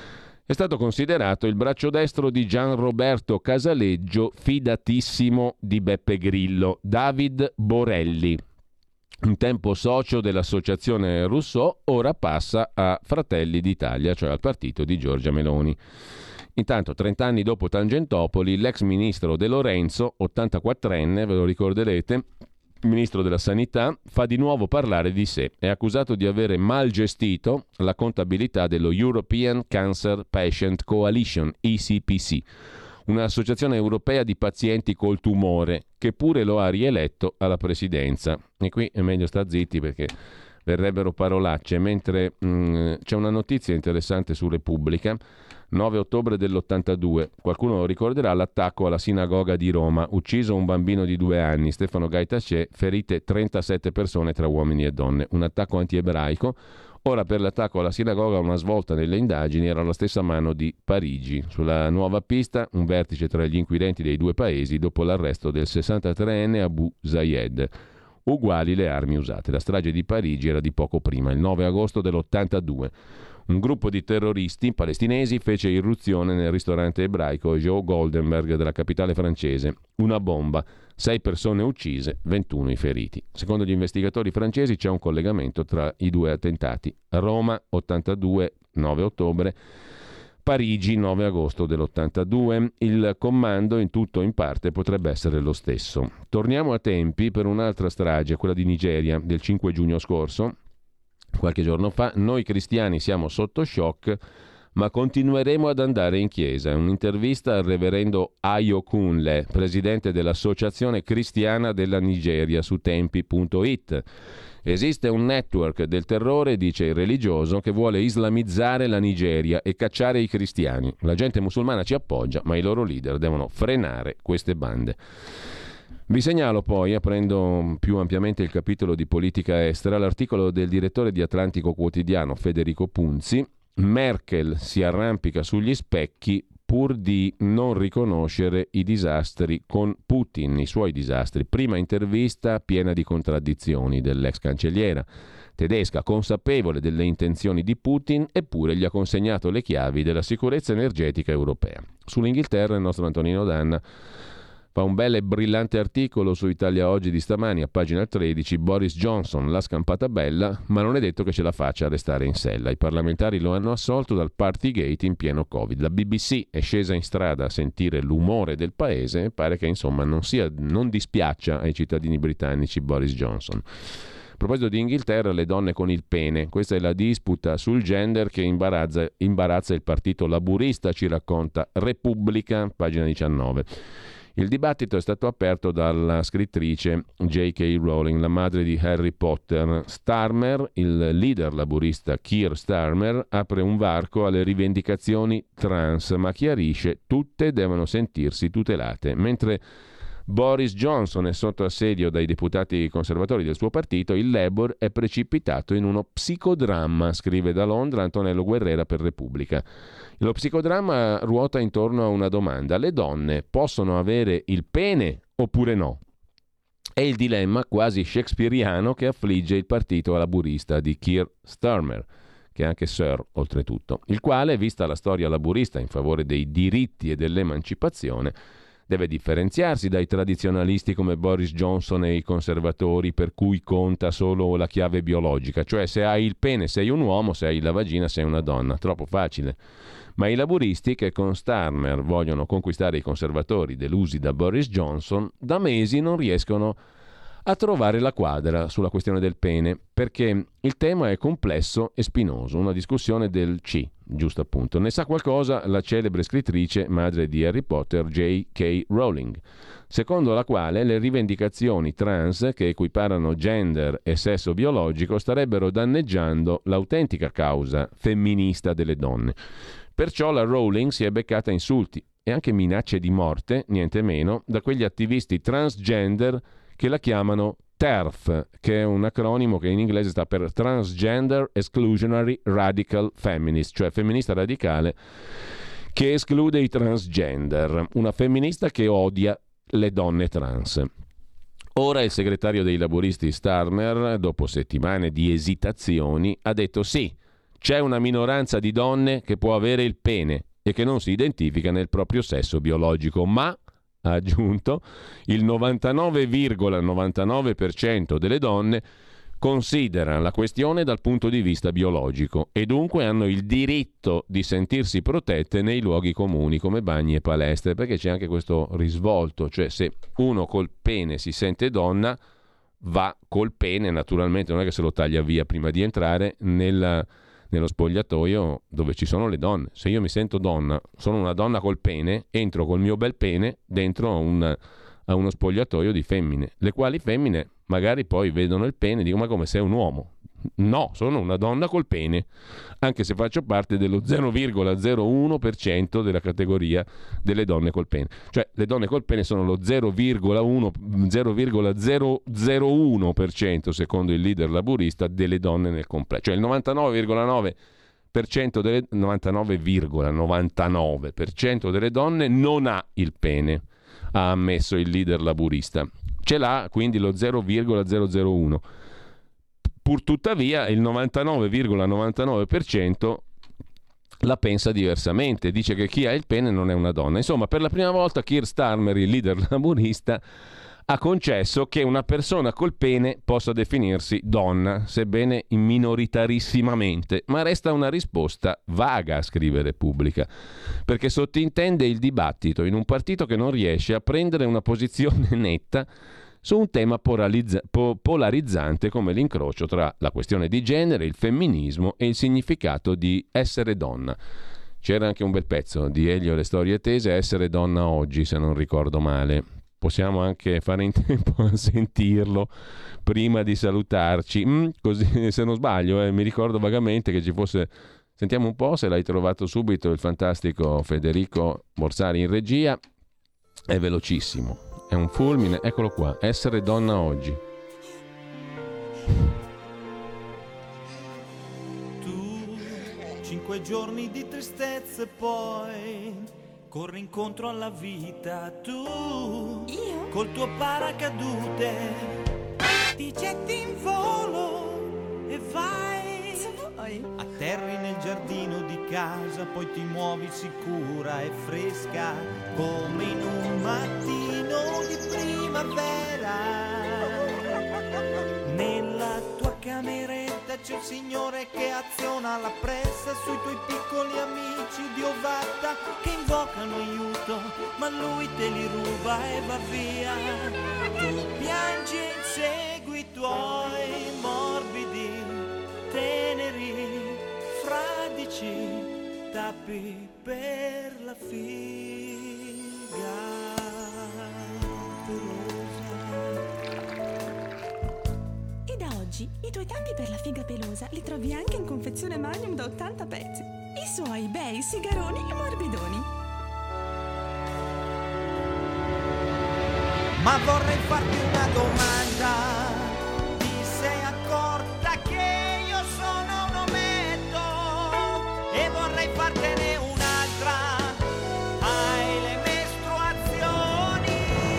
È stato considerato il braccio destro di Gianroberto Casaleggio, fidatissimo di Beppe Grillo. David Borelli, un tempo socio dell'associazione Rousseau, ora passa a Fratelli d'Italia, cioè al partito di Giorgia Meloni. Intanto, 30 anni dopo Tangentopoli, l'ex ministro De Lorenzo, 84enne, ve lo ricorderete, ministro della Sanità, fa di nuovo parlare di sé. È accusato di avere mal gestito la contabilità dello European Cancer Patient Coalition, ECPC, un'associazione europea di pazienti col tumore, che pure lo ha rieletto alla presidenza. E qui è meglio sta zitti perché verrebbero parolacce, mentre c'è una notizia interessante su Repubblica. 9 ottobre dell'82, qualcuno lo ricorderà, l'attacco alla sinagoga di Roma, ucciso un bambino di 2 anni, Stefano Gaitacè, ferite 37 persone tra uomini e donne, un attacco antiebraico. Ora per l'attacco alla sinagoga una svolta nelle indagini, era la stessa mano di Parigi. Sulla nuova pista un vertice tra gli inquirenti dei 2 paesi dopo l'arresto del 63enne Abu Zayed. Uguali le armi usate. La strage di Parigi era di poco prima, il 9 agosto dell'82. Un gruppo di terroristi palestinesi fece irruzione nel ristorante ebraico Joe Goldenberg della capitale francese. Una bomba, 6 persone uccise, 21 i feriti. Secondo gli investigatori francesi c'è un collegamento tra i 2 attentati. Roma, 82, 9 ottobre. Parigi, 9 agosto dell'82. Il comando in tutto o in parte potrebbe essere lo stesso. Torniamo a tempi per un'altra strage, quella di Nigeria, del 5 giugno scorso. Qualche giorno fa, noi cristiani siamo sotto shock, ma continueremo ad andare in chiesa. Un'intervista al reverendo Ayo Kunle, presidente dell'Associazione Cristiana della Nigeria, su tempi.it. Esiste un network del terrore, dice il religioso, che vuole islamizzare la Nigeria e cacciare i cristiani. La gente musulmana ci appoggia, ma i loro leader devono frenare queste bande. Vi segnalo poi, aprendo più ampiamente il capitolo di politica estera, l'articolo del direttore di Atlantico Quotidiano, Federico Punzi. Merkel si arrampica sugli specchi pur di non riconoscere i disastri con Putin, i suoi disastri. Prima intervista piena di contraddizioni dell'ex cancelliera tedesca, consapevole delle intenzioni di Putin, eppure gli ha consegnato le chiavi della sicurezza energetica europea. Sull'Inghilterra il nostro Antonino Danna fa un bel e brillante articolo su Italia Oggi di stamani, a pagina 13. Boris Johnson l'ha scampata bella, ma non è detto che ce la faccia a restare in sella. I parlamentari lo hanno assolto dal Partygate in pieno Covid. La BBC è scesa in strada a sentire l'umore del paese e pare che insomma non dispiaccia ai cittadini britannici Boris Johnson. A proposito di Inghilterra, le donne con il pene. Questa è la disputa sul gender che imbarazza il partito laburista, ci racconta Repubblica, pagina 19. Il dibattito è stato aperto dalla scrittrice J.K. Rowling, la madre di Harry Potter. Starmer, il leader laburista Keir Starmer, apre un varco alle rivendicazioni trans, ma chiarisce: tutte devono sentirsi tutelate, mentre Boris Johnson è sotto assedio dai deputati conservatori del suo partito. Il Labour è precipitato in uno psicodramma, scrive da Londra Antonello Guerrera per Repubblica. Lo psicodramma ruota intorno a una domanda: le donne possono avere il pene oppure no? È il dilemma quasi shakespeariano che affligge il partito laburista di Keir Starmer, che è anche Sir oltretutto, il quale, vista la storia laburista in favore dei diritti e dell'emancipazione, deve differenziarsi dai tradizionalisti come Boris Johnson e i conservatori, per cui conta solo la chiave biologica, cioè se hai il pene sei un uomo, se hai la vagina sei una donna. Troppo facile. Ma i laburisti, che con Starmer vogliono conquistare i conservatori delusi da Boris Johnson, da mesi non riescono a trovare la quadra sulla questione del pene, perché il tema è complesso e spinoso, una discussione del C, giusto appunto. Ne sa qualcosa la celebre scrittrice, madre di Harry Potter, J.K. Rowling, secondo la quale le rivendicazioni trans, che equiparano gender e sesso biologico, starebbero danneggiando l'autentica causa femminista delle donne. Perciò la Rowling si è beccata insulti e anche minacce di morte, niente meno, da quegli attivisti transgender che la chiamano TERF, che è un acronimo che in inglese sta per Transgender Exclusionary Radical Feminist, cioè femminista radicale che esclude i transgender, una femminista che odia le donne trans. Ora il segretario dei laburisti Starmer, dopo settimane di esitazioni, ha detto sì, c'è una minoranza di donne che può avere il pene e che non si identifica nel proprio sesso biologico, ma, ha aggiunto, il 99,99% delle donne considera la questione dal punto di vista biologico e dunque hanno il diritto di sentirsi protette nei luoghi comuni come bagni e palestre, perché c'è anche questo risvolto, cioè se uno col pene si sente donna va col pene, naturalmente non è che se lo taglia via prima di entrare nello spogliatoio dove ci sono le donne. Se io mi sento donna, sono una donna col pene, entro col mio bel pene dentro a uno spogliatoio di femmine, le quali femmine magari poi vedono il pene e dicono: ma come, sei un uomo? No, sono una donna col pene, anche se faccio parte dello 0,01% della categoria delle donne col pene. Cioè le donne col pene sono lo 0,001% secondo il leader laburista delle donne nel complesso. Cioè il 99,9% delle 99,99% delle donne non ha il pene, ha ammesso il leader laburista. Ce l'ha quindi lo 0,001. Pur tuttavia il 99,99% la pensa diversamente, dice che chi ha il pene non è una donna. Insomma, per la prima volta Keir Starmer, il leader laburista, ha concesso che una persona col pene possa definirsi donna, sebbene minoritarissimamente, ma resta una risposta vaga, scrive Repubblica, perché sottintende il dibattito in un partito che non riesce a prendere una posizione netta su un tema polarizzante come l'incrocio tra la questione di genere, il femminismo e il significato di essere donna. C'era anche un bel pezzo di Elio e le storie tese, Essere donna oggi, se non ricordo male. Possiamo anche fare in tempo a sentirlo prima di salutarci, così se non sbaglio, mi ricordo vagamente che ci fosse. Sentiamo un po' se l'hai trovato subito il fantastico Federico Borsari in regia. È velocissimo, è un fulmine, eccolo qua, Essere donna oggi. 5 giorni di tristezza e poi corri incontro alla vita. Tu, io, col tuo paracadute ti getti in volo e vai. Atterri nel giardino di casa, poi ti muovi sicura e fresca come in un mattino di primavera. Nella tua cameretta c'è il Signore che aziona la pressa sui tuoi piccoli amici di ovatta che invocano aiuto, ma lui te li ruba e va via. Tu piangi e insegui i tuoi morbidi, teneri, fradici, tappi per la figa. I tuoi tappi per la figa pelosa li trovi anche in confezione Magnum da 80 pezzi. I suoi bei sigaroni e morbidoni. Ma vorrei farti una domanda. Ti sei accorta che io sono un ometto? E vorrei fartene un'altra. Hai le mestruazioni.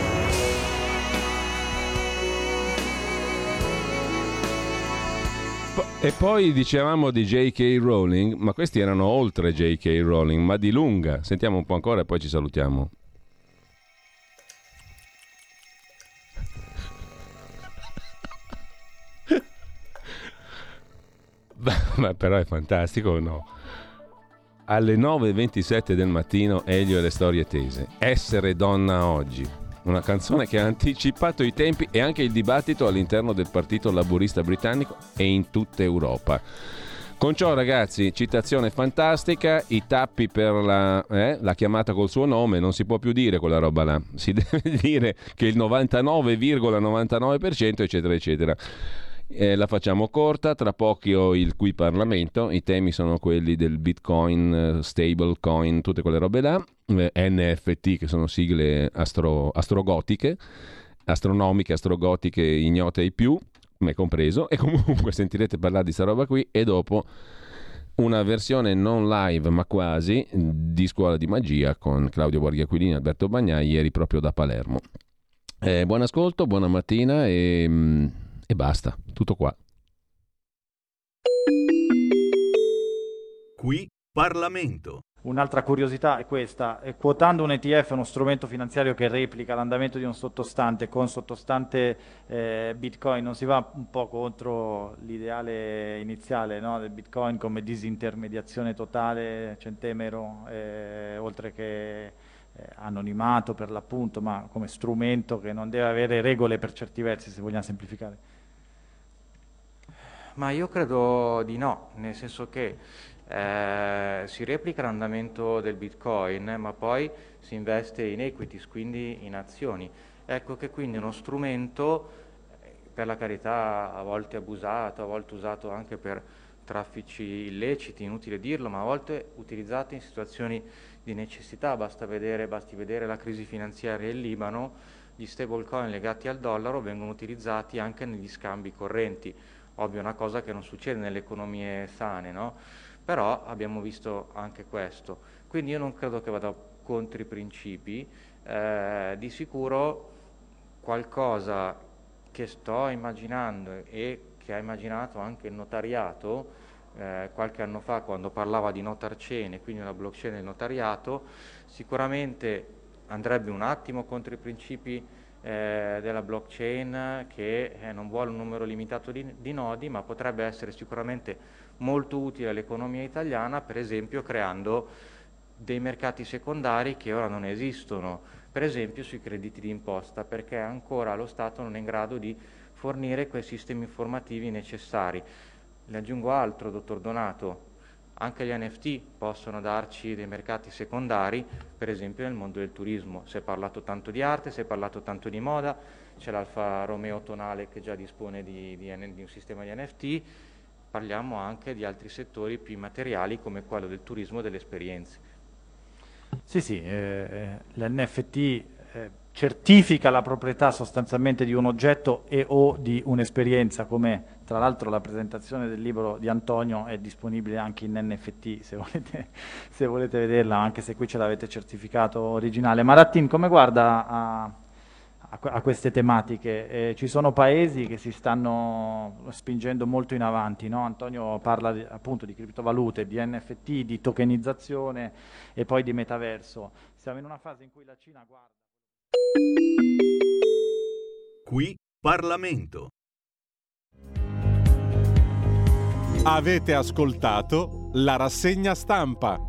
E poi dicevamo di J.K. Rowling, ma questi erano oltre J.K. Rowling, ma di lunga. Sentiamo un po' ancora e poi ci salutiamo. Ma però è fantastico, no? Alle 9:27 del mattino, Elio e le storie tese. Essere donna oggi. Una canzone che ha anticipato i tempi e anche il dibattito all'interno del Partito Laburista britannico e in tutta Europa. Con ciò, ragazzi, citazione fantastica, i tappi per la chiamata col suo nome, non si può più dire quella roba là, si deve dire che il 99,99%, eccetera, eccetera. La facciamo corta, tra poco il Qui Parlamento, i temi sono quelli del Bitcoin, stablecoin, tutte quelle robe là, NFT che sono sigle astrogotiche, astronomiche, astrogotiche, ignote ai più, me compreso, e comunque sentirete parlare di sta roba qui e dopo una versione non live ma quasi di Scuola di Magia con Claudio Borghi Aquilini e Alberto Bagnai ieri proprio da Palermo. Buon ascolto, buona mattina e basta, tutto qua. Qui Parlamento. Un'altra curiosità è questa: quotando un ETF, uno strumento finanziario che replica l'andamento di un sottostante con sottostante Bitcoin, non si va un po' contro l'ideale iniziale, no, del Bitcoin come disintermediazione totale, centemero, oltre che anonimato per l'appunto, ma come strumento che non deve avere regole per certi versi, se vogliamo semplificare? Ma io credo di no, nel senso che si replica l'andamento del Bitcoin, ma poi si investe in equities, quindi in azioni. Ecco che quindi è uno strumento, per la carità, a volte abusato, a volte usato anche per traffici illeciti, inutile dirlo, ma a volte utilizzato in situazioni di necessità. Basti vedere la crisi finanziaria in Libano, gli stablecoin legati al dollaro vengono utilizzati anche negli scambi correnti. Ovvio, è una cosa che non succede nelle economie sane, no? Però abbiamo visto anche questo. Quindi io non credo che vada contro i principi. Di sicuro qualcosa che sto immaginando e che ha immaginato anche il notariato qualche anno fa, quando parlava di notarchain e quindi la blockchain del notariato, sicuramente andrebbe un attimo contro i principi della blockchain, che non vuole un numero limitato di nodi, ma potrebbe essere sicuramente molto utile all'economia italiana, per esempio creando dei mercati secondari che ora non esistono, per esempio sui crediti d'imposta, perché ancora lo Stato non è in grado di fornire quei sistemi informativi necessari. Le aggiungo altro, dottor Donato: Anche gli NFT possono darci dei mercati secondari, per esempio nel mondo del turismo. Si è parlato tanto di arte, si è parlato tanto di moda, c'è l'Alfa Romeo Tonale che già dispone di un sistema di NFT, parliamo anche di altri settori più immateriali come quello del turismo e delle esperienze. Sì, l'NFT certifica la proprietà sostanzialmente di un oggetto e o di un'esperienza, come tra l'altro la presentazione del libro di Antonio è disponibile anche in NFT se volete vederla, anche se qui ce l'avete certificato originale. Maratin, come guarda a queste tematiche? Ci sono paesi che si stanno spingendo molto in avanti, no? Antonio parla appunto di criptovalute, di NFT, di tokenizzazione e poi di metaverso. Siamo in una fase in cui la Cina guarda. Qui Parlamento. Avete ascoltato la rassegna stampa.